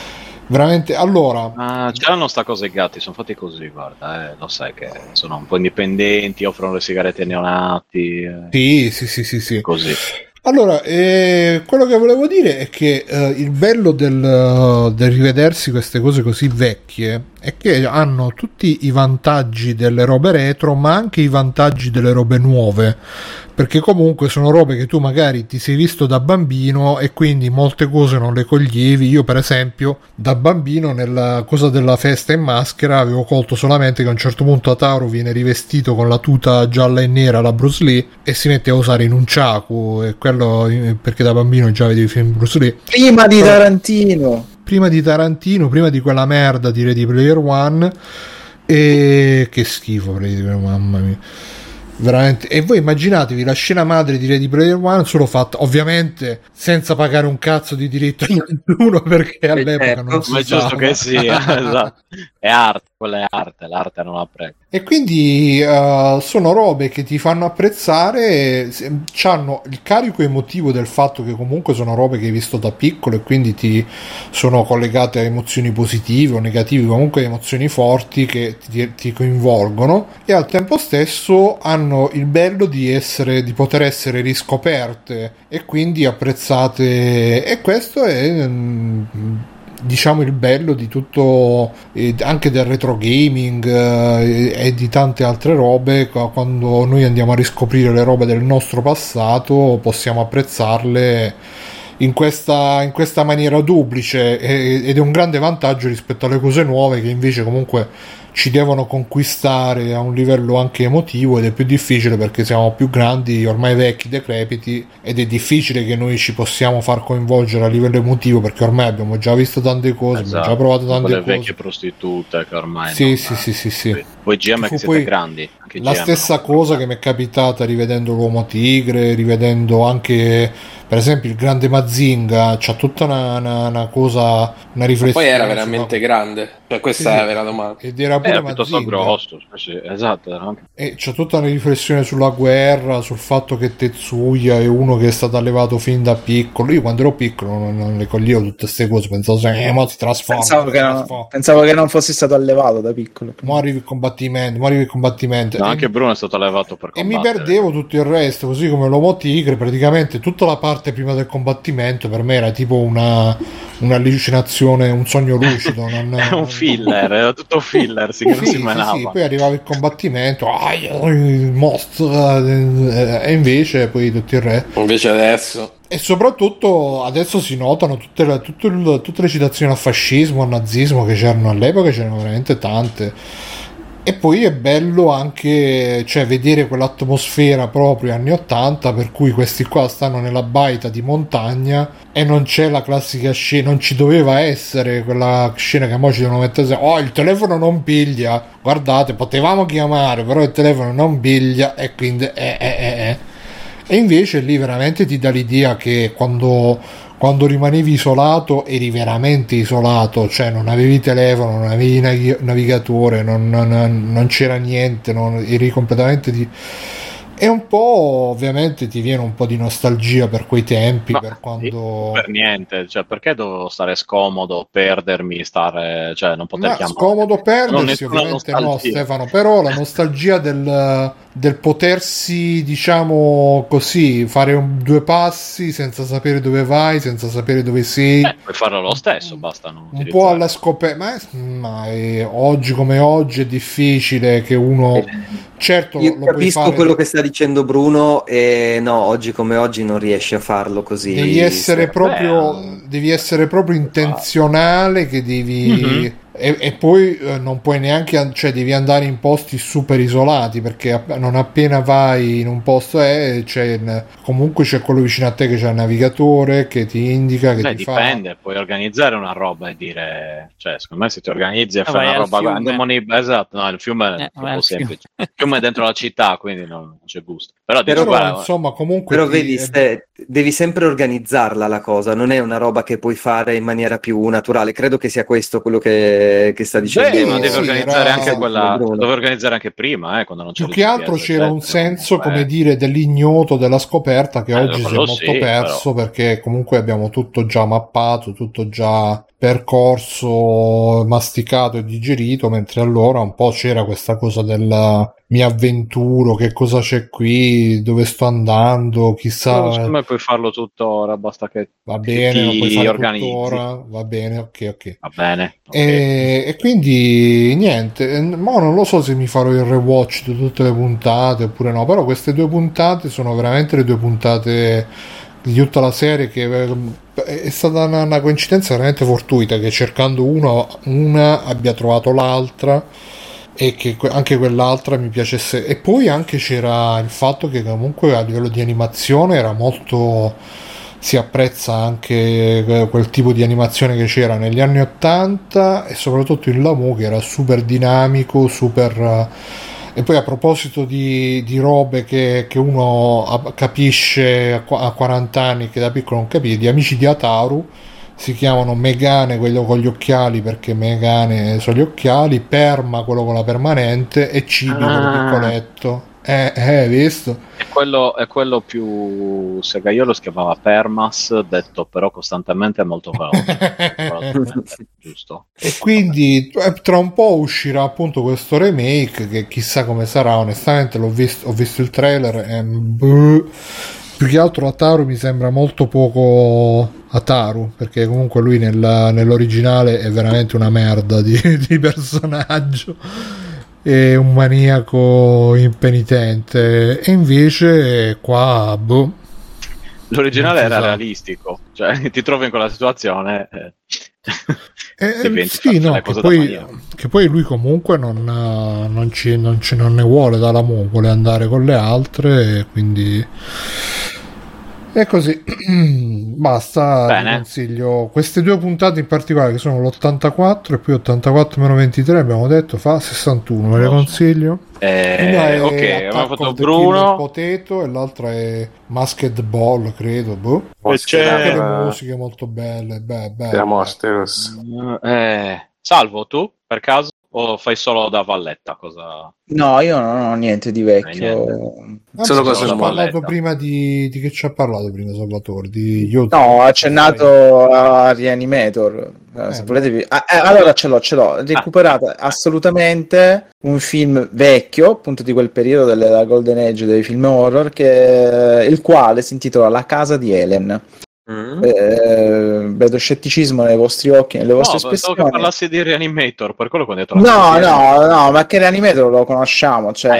allora c'erano sta cosa, i gatti sono fatti così, guarda, lo sai che sono un po' indipendenti, offrono le sigarette ai neonati, sì così. Allora, quello che volevo dire è che il bello del rivedersi queste cose così vecchie è che hanno tutti i vantaggi delle robe retro, ma anche i vantaggi delle robe nuove, perché comunque sono robe che tu magari ti sei visto da bambino e quindi molte cose non le coglievi. Io per esempio da bambino nella cosa della festa in maschera avevo colto solamente che a un certo punto Ataru viene rivestito con la tuta gialla e nera alla Bruce Lee e si mette a usare in un nunchaku, e quello perché da bambino già vedevo i film Bruce Lee prima di Tarantino, prima di quella merda di Ready Player One, e che schifo, mamma mia. veramente. E voi immaginatevi la scena madre di Ready Player One solo fatta ovviamente senza pagare un cazzo di diritto a nessuno, perché all'epoca non si usava. È giusto che sia, esatto. È arte, quella è arte, l'arte non la prego. E quindi sono robe che ti fanno apprezzare, hanno il carico emotivo del fatto che comunque sono robe che hai visto da piccolo e quindi ti sono collegate a emozioni positive o negative, comunque emozioni forti che ti coinvolgono, e al tempo stesso hanno il bello di poter essere riscoperte e quindi apprezzate, e questo è diciamo il bello di tutto, anche del retro gaming e di tante altre robe. Quando noi andiamo a riscoprire le robe del nostro passato possiamo apprezzarle in questa maniera duplice, ed è un grande vantaggio rispetto alle cose nuove che invece comunque ci devono conquistare a un livello anche emotivo, ed è più difficile perché siamo più grandi, ormai vecchi, decrepiti, ed è difficile che noi ci possiamo far coinvolgere a livello emotivo perché ormai abbiamo già visto tante cose, abbiamo già provato tante cose. Le vecchie prostitute che ormai sì. Voi GM che siete grandi, anche la stessa cosa che mi è capitata rivedendo l'Uomo Tigre, rivedendo anche per esempio il grande Mazinga, c'ha tutta una cosa, una riflessione. Poi era veramente grande, cioè questa è la vera domanda. Ed era pure piuttosto grosso, esatto. E c'è tutta una riflessione sulla guerra, sul fatto che Tetsuya è uno che è stato allevato fin da piccolo. Io quando ero piccolo non le coglivo tutte queste cose, pensavo ma si trasforma. Pensavo che non fosse stato allevato da piccolo. Morivi il combattimento. No, anche Bruno è stato allevato per combattere. E mi perdevo tutto il resto, così come l'Uomo Tigre, praticamente tutta la parte prima del combattimento per me era tipo un'allucinazione, un sogno lucido. È un filler, era tutto filler, si menava. Sì, poi arrivava il combattimento, il mostro, e invece poi tutto il resto. Invece adesso. E soprattutto adesso si notano tutte le citazioni al fascismo, al nazismo che c'erano all'epoca, c'erano veramente tante. E poi è bello anche, cioè, vedere quell'atmosfera proprio anni 80, per cui questi qua stanno nella baita di montagna e non c'è la classica scena, non ci doveva essere quella scena che mo ci devono mettere, il telefono non piglia, guardate, potevamo chiamare, però il telefono non piglia, e quindi E invece lì veramente ti dà l'idea che quando rimanevi isolato eri veramente isolato, cioè non avevi telefono, non avevi navigatore, non c'era niente, eri completamente e un po' ovviamente ti viene un po' di nostalgia per quei tempi, per quando per niente, cioè perché dovevo stare scomodo, perdermi, cioè non poter chiamare. Scomodo perdersi ovviamente no, Stefano, però la nostalgia del potersi, diciamo così, fare due passi senza sapere dove vai, senza sapere dove sei. Puoi farlo lo stesso, basta non un po' alla scoperta, ma oggi come oggi è difficile che uno certo io lo capisco puoi fare. Quello che sta dicendo Bruno, e no, oggi come oggi non riesci a farlo così. Devi essere proprio intenzionale, che devi e poi non puoi neanche, cioè devi andare in posti super isolati, perché non appena vai in un posto comunque c'è quello vicino a te che c'è il navigatore che ti indica, che ti dipende, puoi organizzare una roba e dire, cioè secondo me se ti organizzi e fai una roba esatto, no, il fiume è troppo semplice, il fiume è dentro la città, quindi non c'è gusto, però insomma comunque vedi, devi sempre organizzarla la cosa, non è una roba che puoi fare in maniera più naturale. Credo che sia questo quello che sta dicendo. Ma devi organizzare anche quella, dove organizzare anche prima, quando non c'era più che altro c'era un senso, come dire, dell'ignoto, della scoperta, che oggi si è molto perso, perché comunque abbiamo tutto già mappato, tutto già percorso, masticato e digerito, mentre allora un po' c'era questa cosa del mi avventuro, che cosa c'è qui, dove sto andando, chissà. Secondo me puoi farlo tutto ora, basta che va bene, lo puoi fare organizzi. Tuttora, va bene, ok. Va bene. Okay. E quindi niente, ma non lo so se mi farò il rewatch di tutte le puntate oppure no, però queste 2 puntate sono veramente le 2 puntate di tutta la serie, che è stata una coincidenza veramente fortuita, che cercando una abbia trovato l'altra, e che anche quell'altra mi piacesse. E poi anche c'era il fatto che comunque a livello di animazione era molto, si apprezza anche quel tipo di animazione che c'era negli anni 80, e soprattutto il Lamu, che era super dinamico, super E poi a proposito di robe che uno capisce a 40 anni, che da piccolo non capisce, gli amici di Ataru si chiamano Megane, quello con gli occhiali, perché Megane sono gli occhiali, Perma, quello con la permanente, e Cibi, quello piccoletto. Visto? È quello più segaiolo, si chiamava Permas, detto però costantemente molto veloce. Giusto. E quindi tra un po' uscirà appunto questo remake, che chissà come sarà. Onestamente ho visto il trailer e più che altro Ataru mi sembra molto poco Ataru, perché comunque lui nell'originale è veramente una merda di personaggio, è un maniaco impenitente, e invece qua l'originale era realistico, cioè ti trovi in quella situazione sì, no, che poi lui comunque non ne vuole dalla vuole andare con le altre, quindi è così. Basta. Bene. Ti consiglio queste due puntate in particolare, che sono l'84 e poi 84-23 abbiamo detto, fa 61, me le consiglio. Ok, abbiamo fatto Bruno Potato e l'altra è Masked Ball, credo. E c'è anche le musiche molto belle. Salvo, tu per caso o fai solo da valletta? Cosa? No, io non ho niente di vecchio. Solo cosa ho parlato prima di che ci ha parlato prima Salvatore di YouTube. No, ha accennato a Reanimator. Se volete allora ce l'ho recuperata assolutamente, un film vecchio, appunto di quel periodo della Golden Age dei film horror, il quale si intitola La casa di Helen. Vedo scetticismo nei vostri occhi, nelle vostre espressioni. Pensavo che parlassi di Reanimator, per quello che ho detto. No, ma che Reanimator lo conosciamo, cioè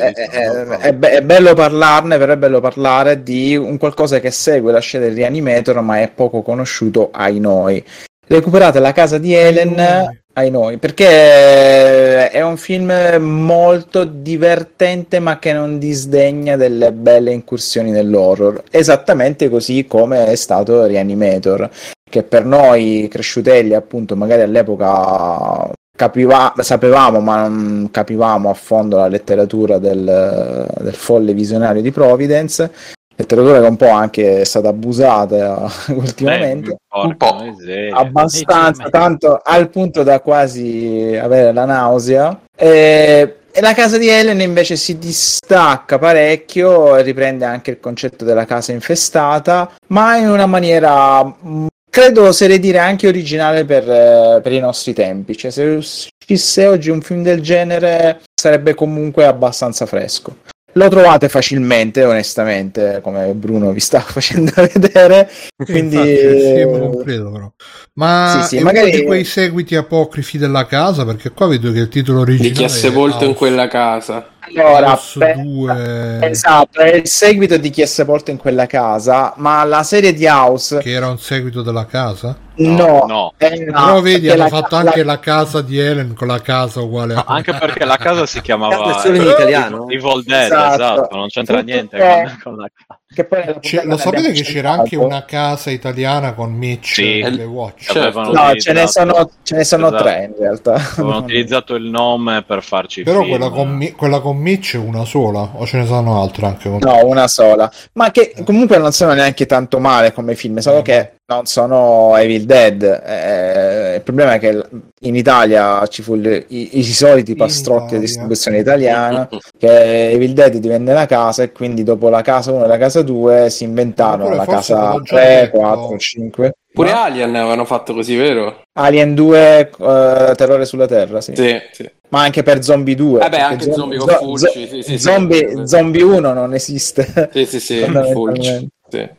è bello parlarne, però è bello parlare di un qualcosa che segue la scia del Reanimator, ma è poco conosciuto ai noi. Recuperate La casa di Helen ai noi, perché è un film molto divertente, ma che non disdegna delle belle incursioni nell'horror, esattamente così come è stato Reanimator, che per noi cresciutelli, appunto, magari all'epoca sapevamo, ma non capivamo a fondo la letteratura del folle visionario di Providence. Letteratura che un po' anche è stata abusata ultimamente, un po', abbastanza, tanto al punto da quasi avere la nausea. E La casa di Helen invece si distacca parecchio, riprende anche il concetto della casa infestata, ma in una maniera, credo oserei dire, anche originale per i nostri tempi. Cioè, se uscisse oggi un film del genere sarebbe comunque abbastanza fresco. Lo trovate facilmente, onestamente, come Bruno vi sta facendo vedere. Quindi non credo, però. Ma sì, magari di quei seguiti apocrifi della casa, perché qua vedo che il titolo originale di Chi è sepolto in quella casa. Allora, esatto, è il seguito di Chi è sepolto in quella casa, ma la serie di House, che era un seguito della casa? No. Però vedi, hanno fatto anche la casa di Helen con la casa uguale a... anche perché la casa si chiamava in italiano Evil Dead, esatto, non c'entra niente con la casa. Che poi lo sapete che c'era anche una casa italiana con Mitch e le Watch? No, ce ne sono esatto. 3 in realtà. Avevano utilizzato il nome per farci però film. quella con Mitch è una sola o ce ne sono altre anche con... No, una sola, ma che comunque non sono neanche tanto male come film, solo che non sono Evil Dead. Il problema è che in Italia ci fu i soliti pastrotti di distribuzione italiana, che Evil Dead divenne la casa, e quindi dopo la casa 1 e la casa 2 si inventarono la casa 3, 4, 5. Pure Alien avevano fatto così, vero? Alien 2, Terrore sulla Terra, sì. Ma anche per Zombie 2. Vabbè, anche Zombie con Fulci. Zombie 1 non esiste. Sì, Fulci.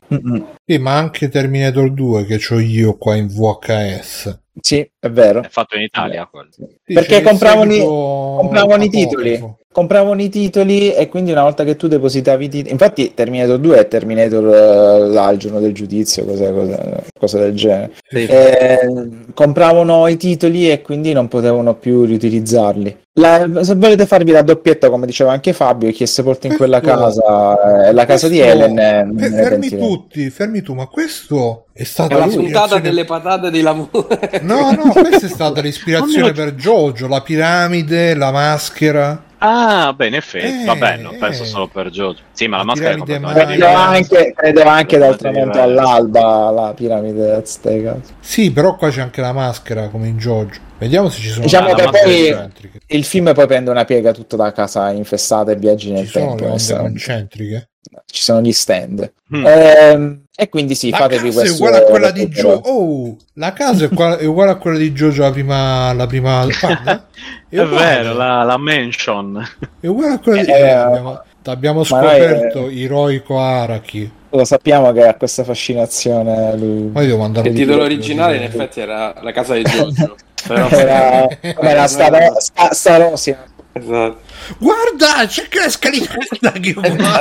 Sì, ma anche Terminator 2 che c'ho io qua in VHS. Sì, è vero. È fatto in Italia quello. Sì, perché compravano i titoli. Compravano i titoli, e quindi una volta che tu depositavi i titoli, infatti Terminator 2 è Terminator il giorno del giudizio, cosa del genere. Sì. Compravano i titoli e quindi non potevano più riutilizzarli. Se volete farvi la doppietta, come diceva anche Fabio, Chi è sepolto in quella casa è la casa di Helen. Fermi tu, ma questo è stata la puntata delle patate di l'amore. No, questa è stata l'ispirazione per JoJo, la piramide, la maschera. Ah, beh, in effetti, vabbè, non penso solo per Jojo. Sì, ma la maschera è credo anche dal tramonto all'alba la piramide azteca. Sì, però qua c'è anche la maschera come in Jojo. Vediamo se ci sono. Diciamo che poi il film poi prende una piega tutta da casa infestata e viaggi nel tempo. Ci sono le concentriche? Ci sono gli stand. E quindi sì, fatevi questo. È uguale a quella di Jojo. Oh, la casa è uguale a quella di Jojo, la prima è vero, la mansion. È uguale a quella di abbiamo scoperto Hirohiko Araki. Lo sappiamo che ha questa fascinazione lui. Il titolo originale in effetti era La casa di Jojo. Però era Starosia. Esatto. Guarda, c'è che la scalinata che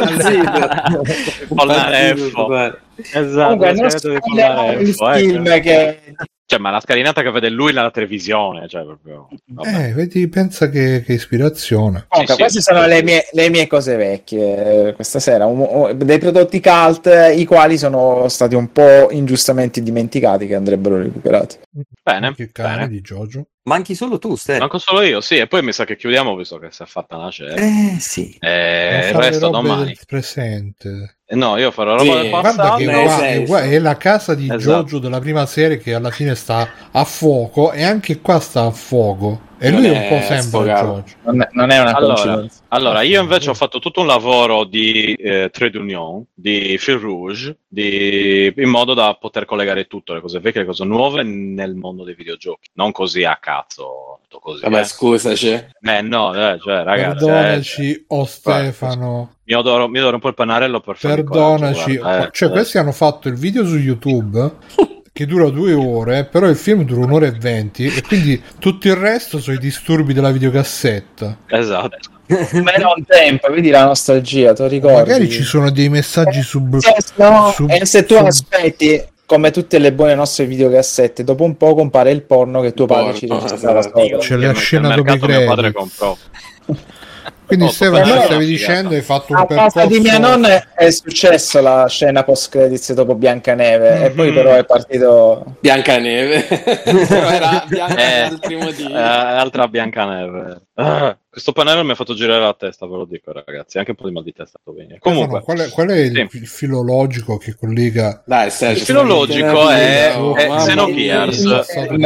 uguale. Esatto, il film che cioè, ma la scalinata che vede lui nella televisione, cioè proprio. Vedi, pensa che ispirazione. Comunque, queste sono le mie cose vecchie questa sera, dei prodotti cult i quali sono stati un po' ingiustamente dimenticati, che andrebbero recuperati. Bene, il cane di Jojo. Manchi solo tu, Ste. Manco solo io, sì, e poi mi sa che chiudiamo visto che si è fatta una cena. Sì. Il resto domani. Del presente. No, io farò roba del passato. Guarda che è la casa di Jojo della prima serie che alla fine sta a fuoco, e anche qua sta a fuoco. E lui un po' sembra Jojo. Non è una coincidenza. Allora, io invece ho fatto tutto un lavoro di trade union, di fil rouge, in modo da poter collegare tutto, le cose vecchie, le cose nuove nel mondo dei videogiochi. Non così a cazzo, così. Vabbè, scusaci. No, cioè, ragazzi. Perdonaci, Stefano. Mi odoro un po' il pannarello per farmi perdonaci. Cioè, questi hanno fatto il video su YouTube che dura 2 ore, però il film dura 1 ora e 20, e quindi tutto il resto sono i disturbi della videocassetta. Esatto. Ma era un tempo, vedi la nostalgia, te lo ricordi? Magari ci sono dei messaggi e se tu aspetti, come tutte le buone nostre videocassette, dopo un po' compare il porno che tuo padre ci registrava. C'è la scena dove mio padre comprò. Quindi Stefano, stavi dicendo, hai fatto un percorso. A casa di mia nonna è successo la scena post credits dopo Biancaneve, e poi però è partito Biancaneve. Però era Biancaneve altri motivi. Altra Biancaneve. Questo pannello mi ha fatto girare la testa, ve lo dico, ragazzi, anche un po' di mal di testa. Comunque, qual è il filologico che collega? Dai, il filologico è Xenogears.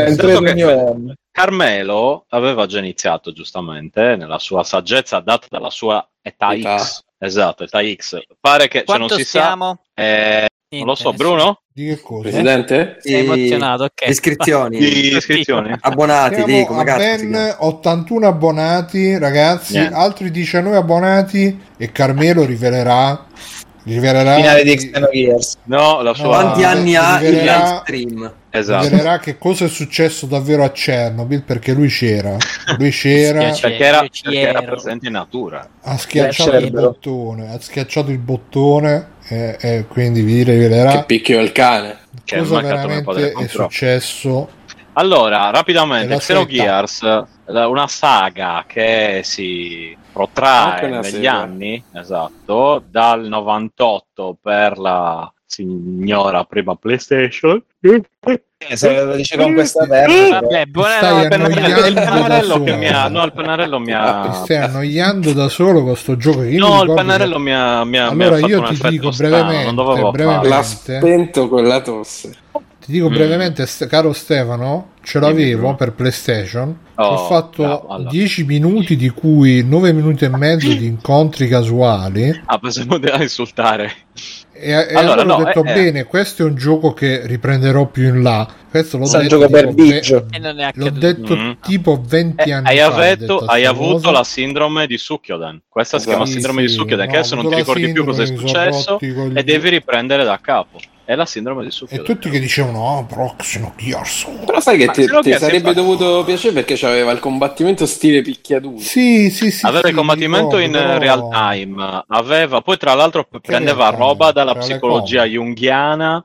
Carmelo aveva già iniziato, giustamente, nella sua saggezza data dalla sua età X. Esatto, età X. Pare che quanto non si siamo? Sa. Non lo so, Bruno? Di che cosa? Presidente? Sei emozionato, ok. Iscrizioni. Abbonati, siamo a ben 81 abbonati, ragazzi. Altri 19 abbonati e Carmelo rivelerà finale di Xenogears. No, la sua. Quanti anni ha il live stream? Esatto. Rivelerà che cosa è successo davvero a Chernobyl, perché lui c'era perché era presente in natura. Ha schiacciato il bottone e quindi vi rivelerà che picchio il cane, cosa veramente è successo. Allora, rapidamente, Xenogears, una saga che si protrae negli anni, esatto, dal 98 per la signora prima PlayStation. Se lo dice con questa verba, il pennarello mi ha stai annoiando da solo con sto gioco. No, il pennarello mi ha allora io ti dico brevemente, l'ha spento con la tosse. Ti dico brevemente, caro Stefano, ce l'avevo per PlayStation. Ho fatto 10 minuti, di cui 9 minuti e mezzo di incontri casuali. Pensavo di insultare. E allora ho detto bene, questo è un gioco che riprenderò più in là. Questo l'ho detto, gioco per biggio. L'ho detto tipo 20 anni fa. Hai avuto la sindrome di Sukkyoden. Questa si chiama sindrome di Sukkyoden, che adesso non ti ricordi più cosa è successo e devi riprendere da capo. È la sindrome di Sukkyoden. E tutti che dicevano Xenogears. Però sai che ti sarebbe dovuto piacere, perché c'aveva il combattimento stile picchiaduro. Sì. Aveva il combattimento in real time. Poi tra l'altro prendeva roba dalla psicologia junghiana,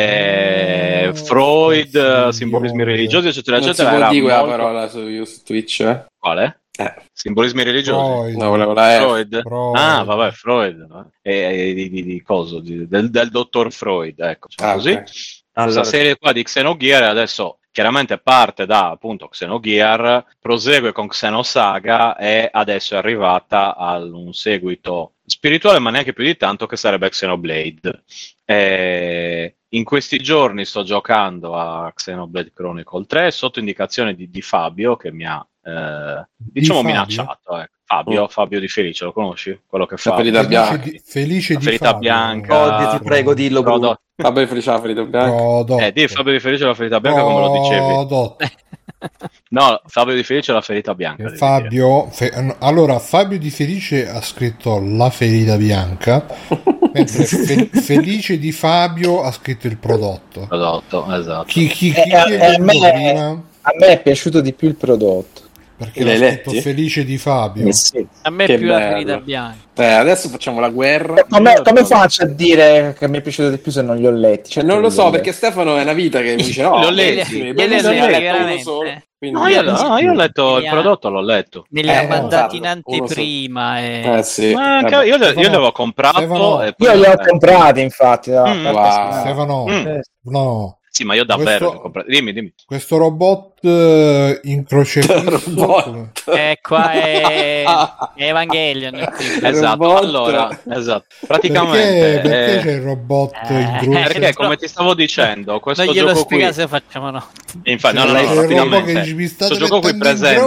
Freud, simbolismi religiosi, eccetera, eccetera. Non si può dire quella parola su Twitch, Quale? Simbolismi religiosi? No, volevo la Freud. Ah, vabbè, Freud. Di coso? Del dottor Freud, ecco. Così. Okay. Questa serie qua di Xenogears adesso chiaramente parte da appunto Xenogear, prosegue con Xenosaga e adesso è arrivata a un seguito spirituale, ma neanche più di tanto, che sarebbe Xenoblade. In questi giorni sto giocando a Xenoblade Chronicle 3 sotto indicazione di Fabio, che mi ha minacciato. Fabio Di Felice, lo conosci? Quello che fa Ferita Bianca. Felice di Ferita Fabio. Bianca. Ti prego, dillo. Fabio Di Felice la Ferita Bianca. Di Fabio Di Felice la Ferita Bianca, come lo dicevi. No, Fabio Di Felice la Ferita Bianca. Allora, Fabio Di Felice ha scritto la Ferita Bianca, mentre Felice di Fabio ha scritto il prodotto. Esatto. Chi prima? A me è piaciuto di più il prodotto. Perché l'ha scritto Felice di Fabio. Sì. A me è più la Ferita Bianca. Adesso facciamo la guerra. Come faccio a dire che mi è piaciuto di più se non li ho letti? Cioè, non lo so, perché Stefano è una vita che mi dice no, l'ho letti. No, io ho letto il prodotto, l'ho letto. Me li ha mandati in anteprima. Sì. Ma io li avevo comprato. Io li ho comprati, infatti. Stefano, no. Sì, ma io davvero li ho comprati. Dimmi. Questo robot in crocefisso. Qua è Evangelion. Esatto. Allora, praticamente perché c'è il robot in croce? Perché, come ti stavo dicendo, questo non gioco glielo spiega qui, se facciamo no. Infatti, rapidamente, questo gioco qui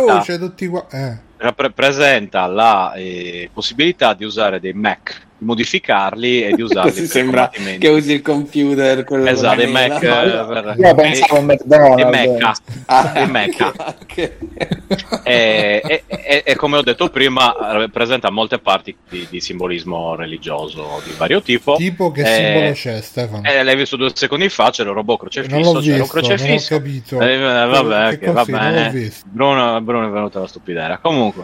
presenta la possibilità di usare dei Mac, di modificarli e di usarli. Così sembra che usi il computer, esatto, dei Mac. Io pensavo a McDonald's. E come ho detto prima, presenta molte parti di simbolismo religioso di vario tipo. Tipo che simbolo c'è, Stefano? L'hai visto 2 secondi fa, c'era un robot crocifisso, non l'ho c'era visto, un crocifisso. Non ho capito. Vabbè, va bene. Bruno è venuta la stupidera. Comunque,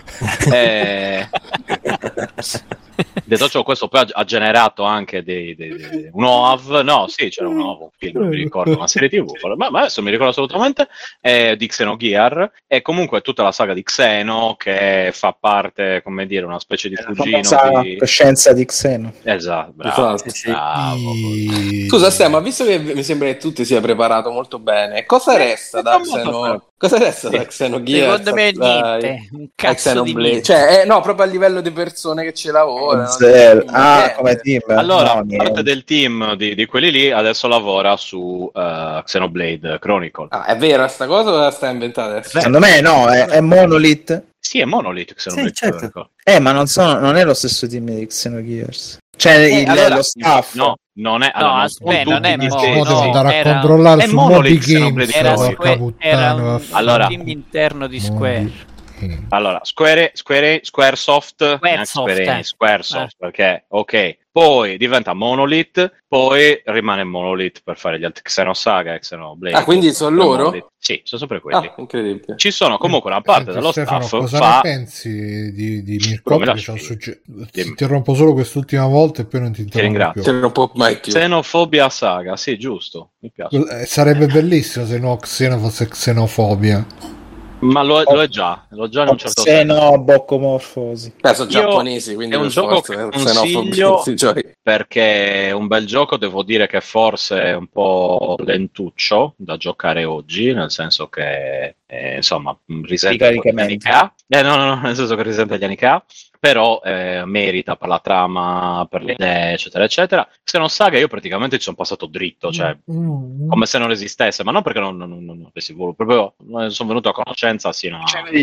detto ciò, questo poi ha generato anche un OAV. No, sì, c'era un OAV, un film, non mi ricordo, una serie TV, ma adesso mi ricordo assolutamente, di Xenogear, e comunque tutta la saga di Xeno, che fa parte, come dire, una specie di cugino di coscienza di Xeno. Esatto, bravo. Scusa Stia, ma visto che mi sembra che tu ti sia preparato molto bene, cosa resta da Xeno? Cosa resta da Xenogear? Secondo me niente, un cazzo di niente. Cioè, no, proprio a livello di persone che ci lavorano. Come team. Allora, parte del team di quelli lì adesso lavora su Xenoblade Chronicle. È vera sta cosa o la sta inventata? Secondo me no, è Monolith. Sì, è Monolith Xenoblade certo. Chronicle. Ma non è lo stesso team di Xenogears. Cioè lo staff. No, non è. No, aspetta, non è devo andare a controllare su Moby Games. Allora, team interno di Square. Allora, Squaresoft, perché poi diventa Monolith, poi rimane Monolith per fare gli altri Xenosaga e Xenoblade. Quindi sono loro? Monolith. Sì, sono sempre quelli. Incredibile. Ci sono comunque una parte dello Stefano, staff. Cosa ne pensi di Mirko? Ti interrompo solo quest'ultima volta e poi non ti interrompo più. Non può mai più. Xenofobia Saga, sì, giusto. Mi piace. Sarebbe bellissimo se no Xeno fosse xenofobia. Ma lo è già, in un certo senso. Boccomorfosi. Sono giapponesi, quindi è un gioco che consiglio, perché è un bel gioco. Devo dire che forse è un po' lentuccio da giocare oggi, nel senso che insomma risente gli anni che ha. No, nel senso che risente gli anni che ha, però merita per la trama, per le idee, eccetera eccetera. Xenosaga io praticamente ci sono passato dritto, cioè come se non esistesse, ma non perché non avessi voluto, proprio sono venuto a conoscenza sino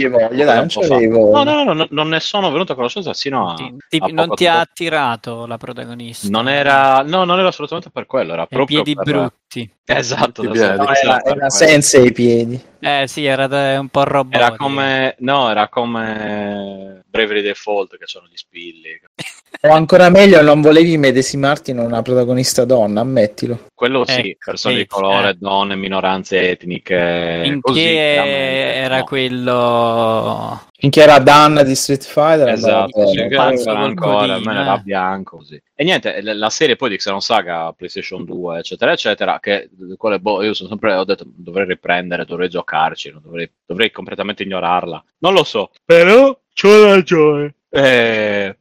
a non ne sono venuto a conoscenza sino a non ti ha attirato la protagonista? Non era assolutamente per quello, era proprio piedi brutti. Esatto, era senza i piedi. Sì, era un po' robotico. Era come Bravely Default, che sono gli spilli. O ancora meglio, non volevi medesimarti in una protagonista donna, ammettilo. Quello sì, persone di colore, donne, minoranze etniche. In così, che era quello... Finché era Dan di Street Fighter, esatto, ancora era bianco così. E niente, la serie poi di Xenosaga PlayStation 2 eccetera eccetera, che io sono sempre ho detto dovrei riprendere, dovrei giocarci, dovrei completamente ignorarla, non lo so, però c'ho ragione.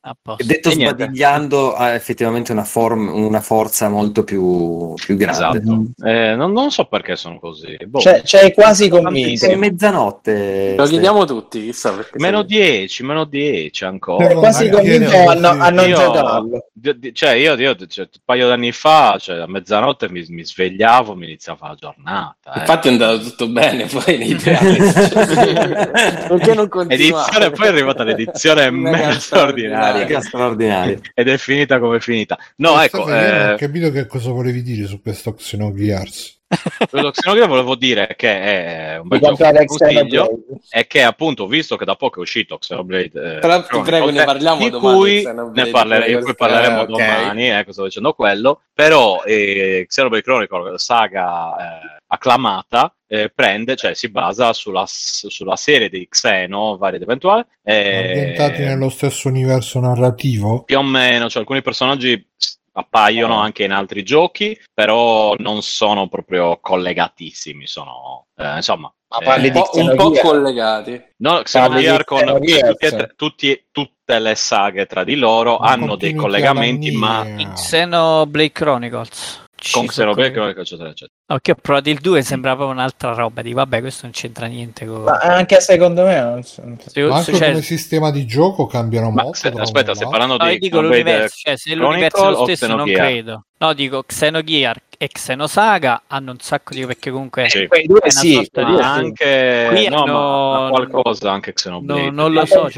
Detto sbadigliando, ha effettivamente una forza molto più grande. Esatto. Non so perché sono così. C'è quasi convinto. È mezzanotte. Lo chiediamo tutti, chissà perché. Meno 10 ancora. È quasi convinto a non giocarlo. Io un paio d'anni fa, a mezzanotte mi svegliavo, mi iniziava la giornata. Infatti è andato tutto bene, poi in Italia. Perché non continuare? Poi è arrivata l'edizione mega straordinaria. Ed è finita come è finita. No, ecco. Non ho capito che cosa volevi dire su questo Xenogears. Quello Xenogears volevo dire che è un bel gioco consiglio e che appunto, visto che da poco è uscito Xenoblade ti prego, ne parliamo domani, di cui parleremo domani, sto dicendo quello, però Xenoblade Chronicle, saga acclamata, si basa sulla serie di Xeno varie ed eventuali, ambientati nello stesso universo narrativo più o meno, alcuni personaggi appaiono anche in altri giochi, però non sono proprio collegatissimi, sono insomma un po' collegati. No, Xenogears con tutte le saghe tra di loro hanno dei collegamenti, ma Xenoblade Chronicles con Xenoblade eccetera. Ok, ho provato il 2, sembrava un'altra roba. Vabbè, questo non c'entra niente con... Ma anche secondo me ma anche come sistema di gioco cambiano molto. Aspetta, stai parlando di dico l'universo, se l'universo è lo stesso non credo. No, dico Xenogears e Xenosaga hanno un sacco di, perché comunque quei due sì, anche ma qualcosa anche Xenoblade. Non lo so,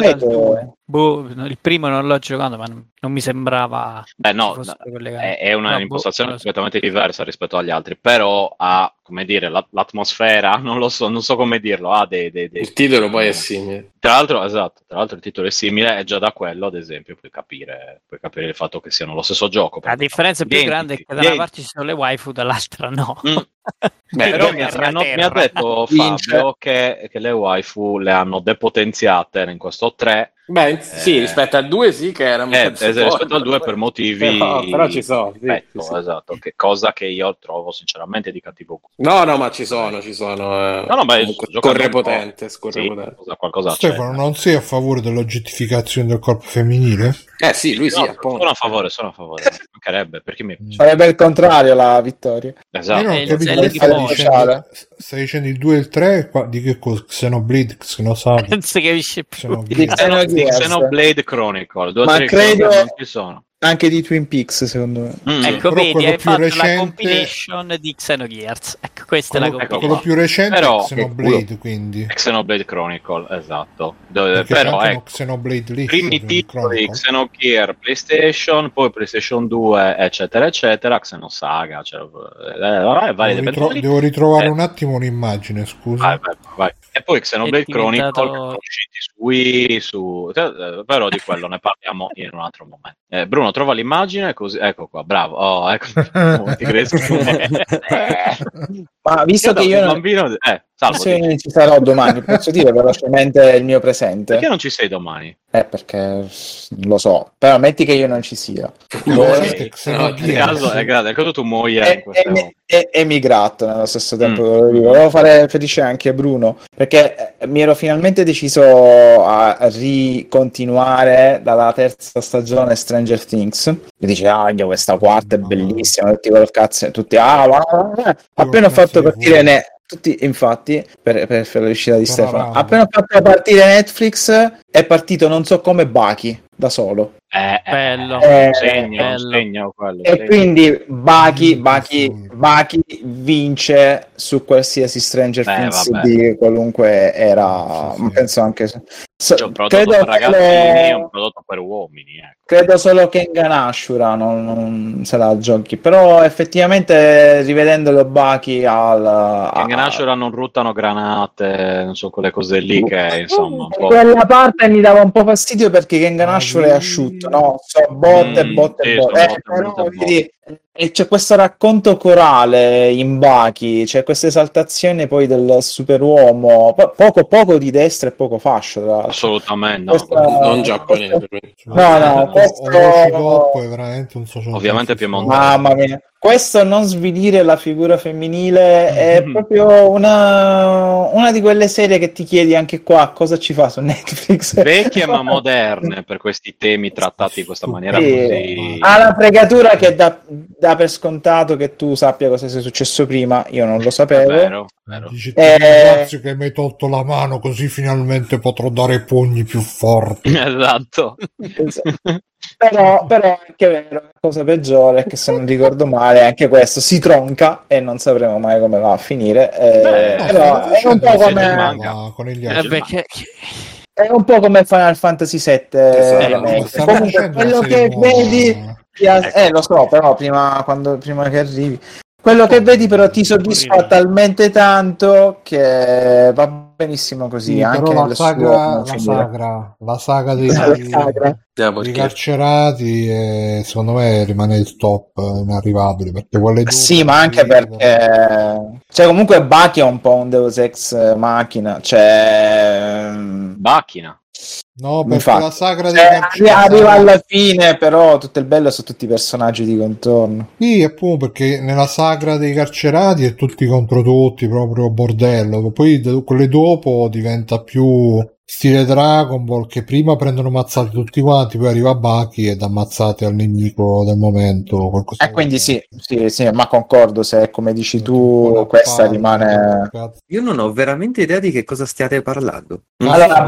il primo non l'ho giocato, ma non mi sembrava. È una impostazione completamente diversa rispetto agli altri, però ha, come dire, l'atmosfera, non so come dirlo, ha il titolo poi è simile. Tra l'altro il titolo è simile, e già da quello, ad esempio, puoi capire il fatto che siano lo stesso gioco. La differenza più grande è che da una parte ci sono le waifu, dall'altra no. Però mi ha detto Fabio che le waifu le hanno depotenziate in questo 3. Sì, rispetto al 2 sì che era rispetto al 2 per motivi però ci sono sì. Esatto, che cosa che io trovo sinceramente di cattivo gusto. No, ma ci sono scorre potente. Qualcosa Stefano, non sei a favore dell'oggettificazione del corpo femminile? Sì, lui sì, sono a favore, mancherebbe, perché mi farebbe il contrario la vittoria. Esatto. Stai dicendo il 2 e il 3 di che cosa? Xenoblade, Xenosaga? Non si capisce più. Xenoblade Chronicle, ma credo non ci sono. Anche di Twin Peaks, secondo me. Ecco, vedi, hai fatto la compilation di Xenogears. Ecco, questa è la compilation. Quello più recente è Xenoblade, quindi. Xenoblade Chronicle, esatto. Però Xenoblade lì, primi titoli Xenogears PlayStation, poi PlayStation 2, eccetera, eccetera, Xenosaga. Devo ritrovare un attimo un'immagine, scusa. Vai. E poi Xenoblade Chronicle che sono usciti su Wii, però di quello ne parliamo in un altro momento. Bruno, trova l'immagine, così ecco qua, bravo. Ecco. Ti ma visto che io non... bambino, salvo, ci sarò domani, posso dire velocemente il mio presente? Perché non ci sei domani? Perché lo so, però metti che io non ci sia. Caso tu muoia e mi gratto nello stesso tempo. Volevo fare felice anche Bruno, perché mi ero finalmente deciso a ricontinuare dalla terza stagione Stranger Things. Mi dice, questa quarta è bellissima, tutti col cazzo, tutti appena ho fatto partire tutti, infatti, per l'uscita di Stefano, appena ho fatto partire Netflix è partito non so come Baki da solo. Bello. Segno quello. E quindi Baki vince su qualsiasi Stranger Things di qualunque era. Penso anche un prodotto per ragazzini e un prodotto per uomini. Credo solo che Kengan Ashura non se la giochi, però effettivamente rivedendolo Baki Kengan Ashura non ruttano granate, non so, quelle cose lì che insomma un po'... Quella parte mi dava un po' fastidio perché Kengan Ashura è asciutto, no? Botte. E c'è questo racconto corale in Baki, c'è questa esaltazione poi del superuomo, poco di destra e poco fascio. Assolutamente non giapponese. Questo è veramente un sociologo. Ovviamente piemontese. Mamma mia, questo non svilire la figura femminile è proprio una di quelle serie che ti chiedi anche qua cosa ci fa su Netflix. Vecchie ma moderne per questi temi trattati in questa maniera così. Ha la fregatura che dà per scontato che tu sappia cosa sia successo prima, io non lo sapevo. Vero. Dici, grazie che mi hai tolto la mano, così finalmente potrò dare pugni più forti. Esatto. Però è anche vero, la cosa peggiore è che, se non ricordo male, anche questo si tronca e non sapremo mai come va a finire. Però è un po' è un po' come Final Fantasy VII. Comunque quello che vedi lo so, però prima che arrivi, quello che vedi però ti soddisfa talmente tanto che va benissimo così. Sì, anche però la saga dei carcerati secondo me rimane il top inarrivabile, perché quelle sì, ma anche perché comunque Baki è un po' un Deus Ex Machina, macchina. No, perché la sagra dei carcerati arriva alla fine, però tutto il bello sono tutti i personaggi di contorno. Sì, appunto, perché nella sagra dei carcerati è tutti contro tutti, proprio bordello. Poi quelle dopo diventa più stile Dragon Ball, che prima prendono mazzate tutti quanti, poi arriva Baki ed ammazzate al nemico del momento. Quindi sì, ma concordo, se come dici tu questa rimane. Io non ho veramente idea di che cosa stiate parlando. Allora,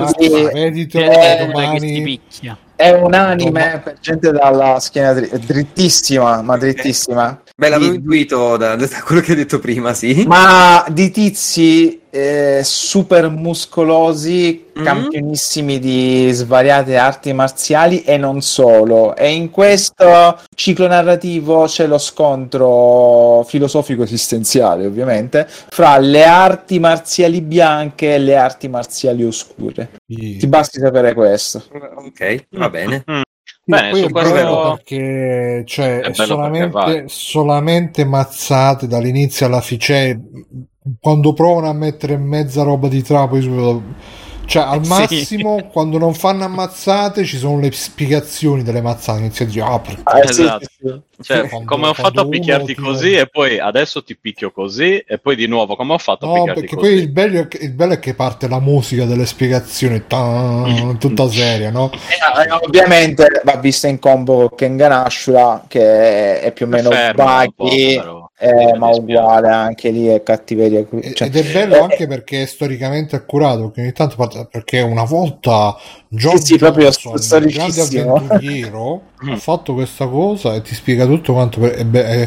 domani è un anime per gente dalla schiena drittissima, ma drittissima. Beh, l'avevo intuito da quello che hai detto prima, sì. Ma di tizi super muscolosi, campionissimi di svariate arti marziali e non solo. E in questo ciclo narrativo c'è lo scontro filosofico esistenziale, ovviamente, fra le arti marziali bianche e le arti marziali oscure. Ti basti sapere questo. Ok, va bene. Bene, su questo perché solamente mazzate dall'inizio alla fine, quando provano a mettere mezza roba di trappo, al massimo quando non fanno ammazzate ci sono le spiegazioni delle mazzate, inizia a dire esatto. Come ho fatto a picchiarti così e poi adesso ti picchio così e poi di nuovo come ho fatto a picchiarti perché così. Poi il bello è che parte la musica delle spiegazioni tutta seria, no? Ovviamente va vista in combo con Kengan Ashura, che è più o meno Baki, ma uguale anche lì, è cattiveria. Ed è bello anche perché è storicamente accurato, perché ogni tanto perché una volta John Johnson, il grande avventuriero, ha fatto questa cosa e ti spiega tutto quanto che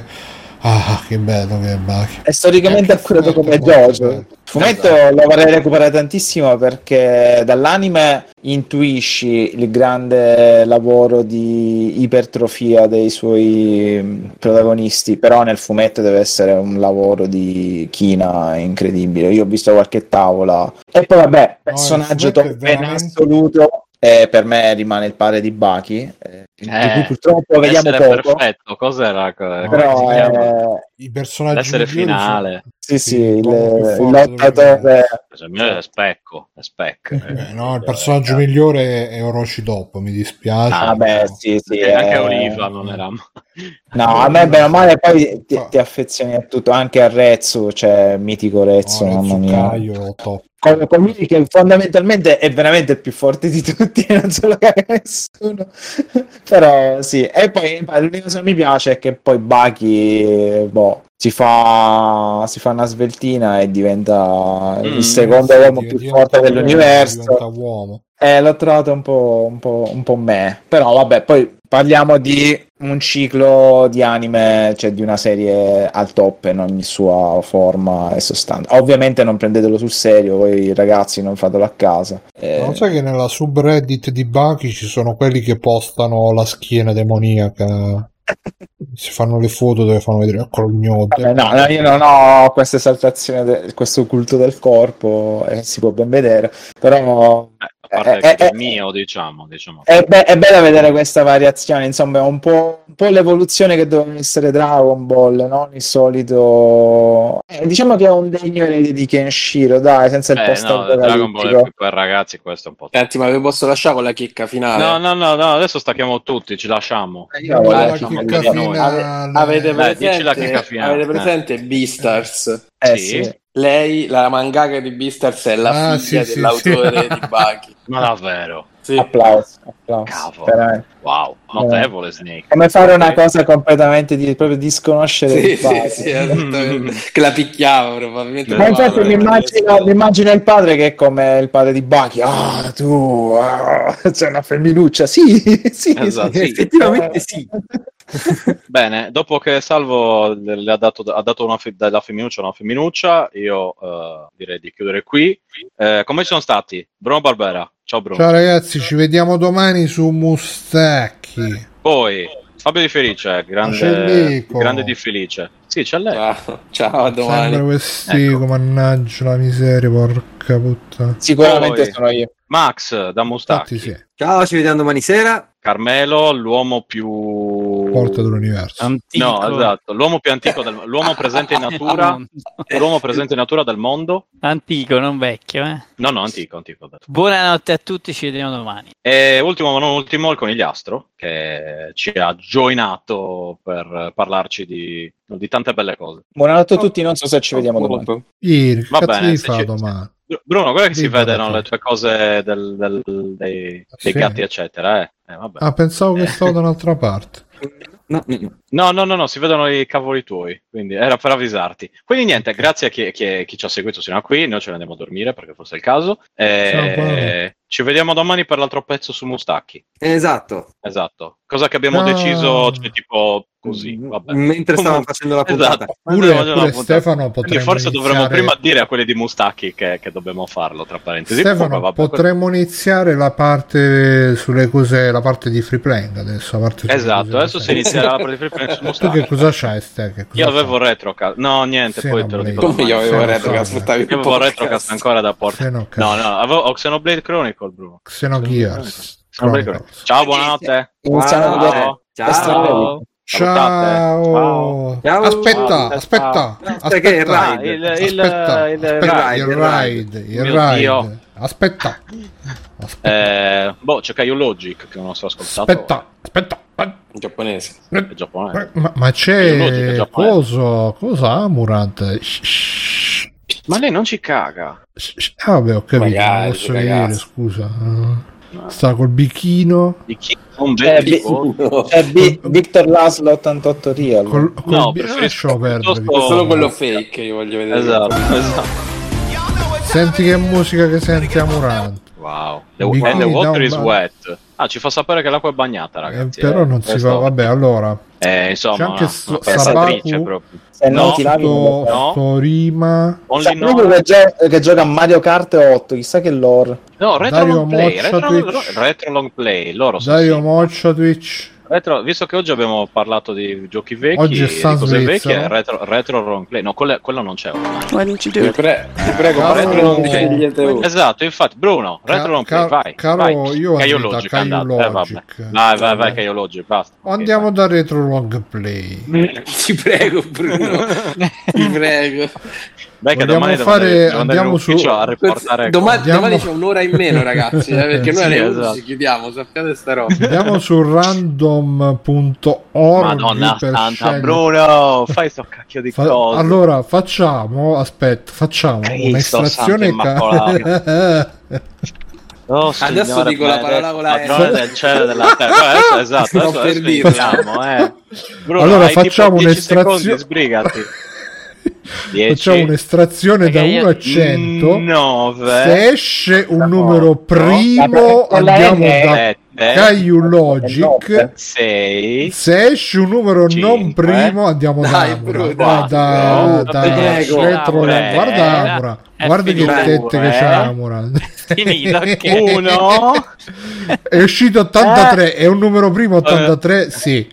bello che è Baki. È storicamente accurato come Jojo. Il fumetto lo vorrei recuperare tantissimo, perché dall'anime intuisci il grande lavoro di ipertrofia dei suoi protagonisti, però nel fumetto deve essere un lavoro di china incredibile. Io ho visto qualche tavola e poi vabbè, personaggio top in assoluto. Per me rimane il padre di Baki, di cui purtroppo vediamo poco. Perfetto, cos'era? Però i personaggi l'essere finale. Sì, il lottatore. È Specco. Il personaggio migliore è Orochi Top, mi dispiace. Sì. Anche Oliva non era. No, a me bene o male poi ti affezioni a tutto, anche a Rezzo, mitico Rezzo, mamma mia. Top. Con che fondamentalmente è veramente il più forte di tutti e non se lo caga nessuno. Però sì, e poi l'unica cosa che mi piace è che poi Baki si fa una sveltina e diventa il secondo uomo più forte dell'universo. L'ho trovato un po' me. Però vabbè, poi parliamo di un ciclo di anime, di una serie al top in ogni sua forma e sostanza. Ovviamente non prendetelo sul serio, voi ragazzi, non fatelo a casa. Non sai che nella subreddit di Baki ci sono quelli che postano la schiena demoniaca? Si fanno le foto dove fanno vedere il mio. No, io non ho questa esaltazione, questo culto del corpo, si può ben vedere, però a parte che è mio, diciamo. È bella vedere questa variazione, insomma, è un po' l'evoluzione che doveva essere Dragon Ball, non il solito. Diciamo che è un degno erede di Kenshiro, dai, senza il post Dragon Ball è per ragazzi, questo è un po'. Senti, ma vi posso lasciare con la chicca finale? No, adesso stacchiamo tutti, ci lasciamo. Avete presente Beastars? Sì. Lei, la mangaka di Beastars, è la figlia dell'autore di Baki. Ma davvero? Sì. Applauso. Cavolo. Wow, notevole Snake. Come fare una cosa completamente proprio disconoscere che la picchiava probabilmente. Ma infatti mi immagino il padre che è come il padre di Baki. Tu sei una femminuccia. Sì, esatto, sì. Effettivamente sì. Bene, dopo che Salvo le ha dato dalla femminuccia a una femminuccia, io direi di chiudere qui. Come sono stati? Bruno Barbera. Ciao Bruno. Ciao ragazzi, ci vediamo domani su Mustacchi. Poi Fabio Di Felice, grande Di Felice. Sì, c'è lei. Ciao, a domani. Sempre questico, ecco. Mannaggia la miseria, porca puttana. Sicuramente sono io. Max da Mustacchi. Sì. Ciao, ci vediamo domani sera. Carmelo, l'uomo più forte dell'universo. Antico. No, esatto, l'uomo più antico l'uomo presente in natura. L'uomo presente in natura del mondo. Antico, non vecchio, No, antico. Buonanotte a tutti, ci vediamo domani. E ultimo ma non ultimo, il Conigliastro, che ci ha joinato per parlarci di tante belle cose. Buonanotte a tutti, non so se ci vediamo domani. Va bene, domani. Bruno, guarda che si vedono le tue cose dei gatti, eccetera. Vabbè. Pensavo che stavo da un'altra parte. No, si vedono i cavoli tuoi, quindi era per avvisarti. Quindi niente, grazie a chi ci ha seguito sino a qui, noi ce ne andiamo a dormire perché forse è il caso. Ci vediamo domani per l'altro pezzo su Mustacchi. Esatto. Cosa che abbiamo deciso, cioè tipo così, vabbè. Mentre stavamo facendo la puntata. Esatto. Pure Stefano potremmo forse iniziare... dovremmo prima dire a quelli di Mustacchi che dobbiamo farlo, tra parentesi. Stefano, potremmo iniziare la parte sulle cose, la parte di free playing adesso. Esatto, adesso si inizierà la parte di free playing su Mustacchi. Tu che cosa c'hai, Ste? Io avevo Retrocast. No, niente, poi te lo dico. Come io avevo Retrocast? Io avevo Retrocast ancora da portare. No, avevo Xenoblade Chronicle, Bruno. Xenogears. Ciao, buonanotte. Ciao. Aspetta. Il ride. Aspetta. C'è Caio Logic che non so ascoltato. Aspetta. Giapponese. Ma c'è cosa Amurant? Ma lei non ci caga. Vabbè, ho capito. Non posso vedere, scusa. Sta col bichino. Victor Laszlo 88 Real. Preferisco perdere. Solo quello fake io voglio vedere. Esatto. Senti che musica che senti Amurant. Wow. The water is wet. Ci fa sapere che l'acqua è bagnata, ragazzi. Però non si fa. Vabbè, allora. Insomma, c'è anche Sabaku proprio. Torima. Che gioca a Mario Kart 8, chissà che lore. No, retro long play. Loro Dario Moccia Twitch. Visto che oggi abbiamo parlato di giochi vecchi, oggi è di cose vecchie, retro long play. No, quello non c'è ormai. Ti prego, retro long play. Esatto, infatti, Bruno, retro long play, vai. Io Caio Logic, vai, Caio Logic, basta. Andiamo da retro long play. Ti prego, Bruno. Ti prego. Beh, che andiamo su a riportare domani c'è un'ora in meno, ragazzi, perché noi alle 11 chiudiamo, sappiate sta roba. Andiamo su random.org. Madonna santa, Bruno, fai sto cacchio di cose. Allora facciamo un'estrazione adesso dico la parola con la del cielo e della terra. Esatto, adesso diciamo, Bruno, allora facciamo un'estrazione, sbrigati. 10, facciamo un'estrazione da 1 a 100. 9, se esce un numero primo andiamo da Caio Logic. 6, se esce un numero 5, non primo andiamo da Retro. Guarda Amura, guarda che tette che c'è Amura. 1 è uscito 83, è un numero primo 83, sì.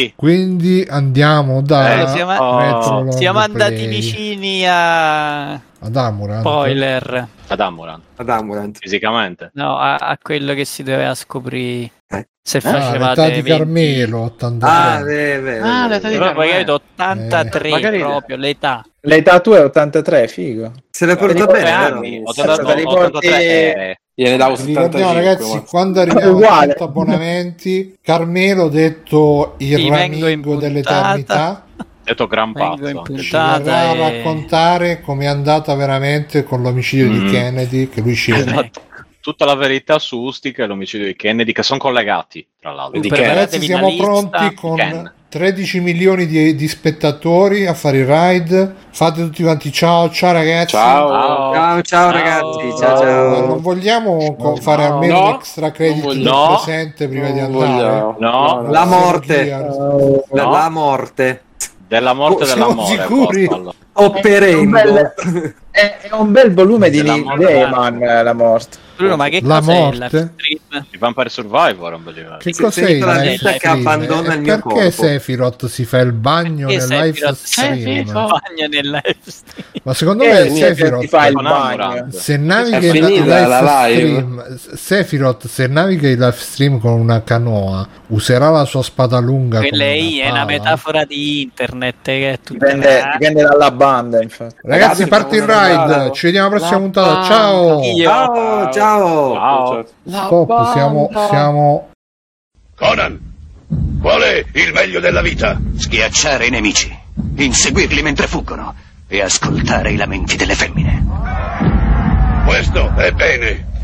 Quindi andiamo da siamo andati vicini a Ad Amurant. Spoiler. Ad Amurant. Fisicamente. No, a quello che si doveva scoprire. Se facevate l'età di Carmelo 83. L'età di Carmelo. Poi capito 83 proprio l'età. L'età tua è 83, figo. Se l'è portato bene. 83. Gliene davo 75. Ragazzi, quando arriviamo a 100 abbonamenti, Carmelo detto il ramingo dell'eternità. Detto gran pazzo. Ci verrà a raccontare com'è andata veramente con l'omicidio di Kennedy, che lui scende. Tutta la verità su Ustica e l'omicidio di Kennedy, che sono collegati tra l'altro. Ragazzi, siamo pronti con 13 milioni di spettatori a fare il raid. Fate tutti quanti ciao ragazzi. Ciao ragazzi. Ciao. Non vogliamo fare almeno l'extra credit del presente prima di andare? No. La morte. La morte. Della morte dell'amore. Sicuri? Operendo. È un bel volume di Lehman, la morte. Bruno, ma che la cos'è morte? Di Vampire Survivor, un bel che cos'è la vita che abbandona il mio corpo? Perché Sephiroth si fa il bagno nel live stream? Ma secondo me Sephiroth fa il bagno. Se naviga il live stream, Sephiroth se naviga il live stream con una canoa, userà la sua spada lunga. Lei è una metafora di internet che è dipende dalla banda, infatti. Ragazzi, parte il raid, ci vediamo alla prossima puntata. Ciao. Stop, siamo Conan, qual è il meglio della vita? Schiacciare i nemici, inseguirli mentre fuggono e ascoltare i lamenti delle femmine. Questo è bene.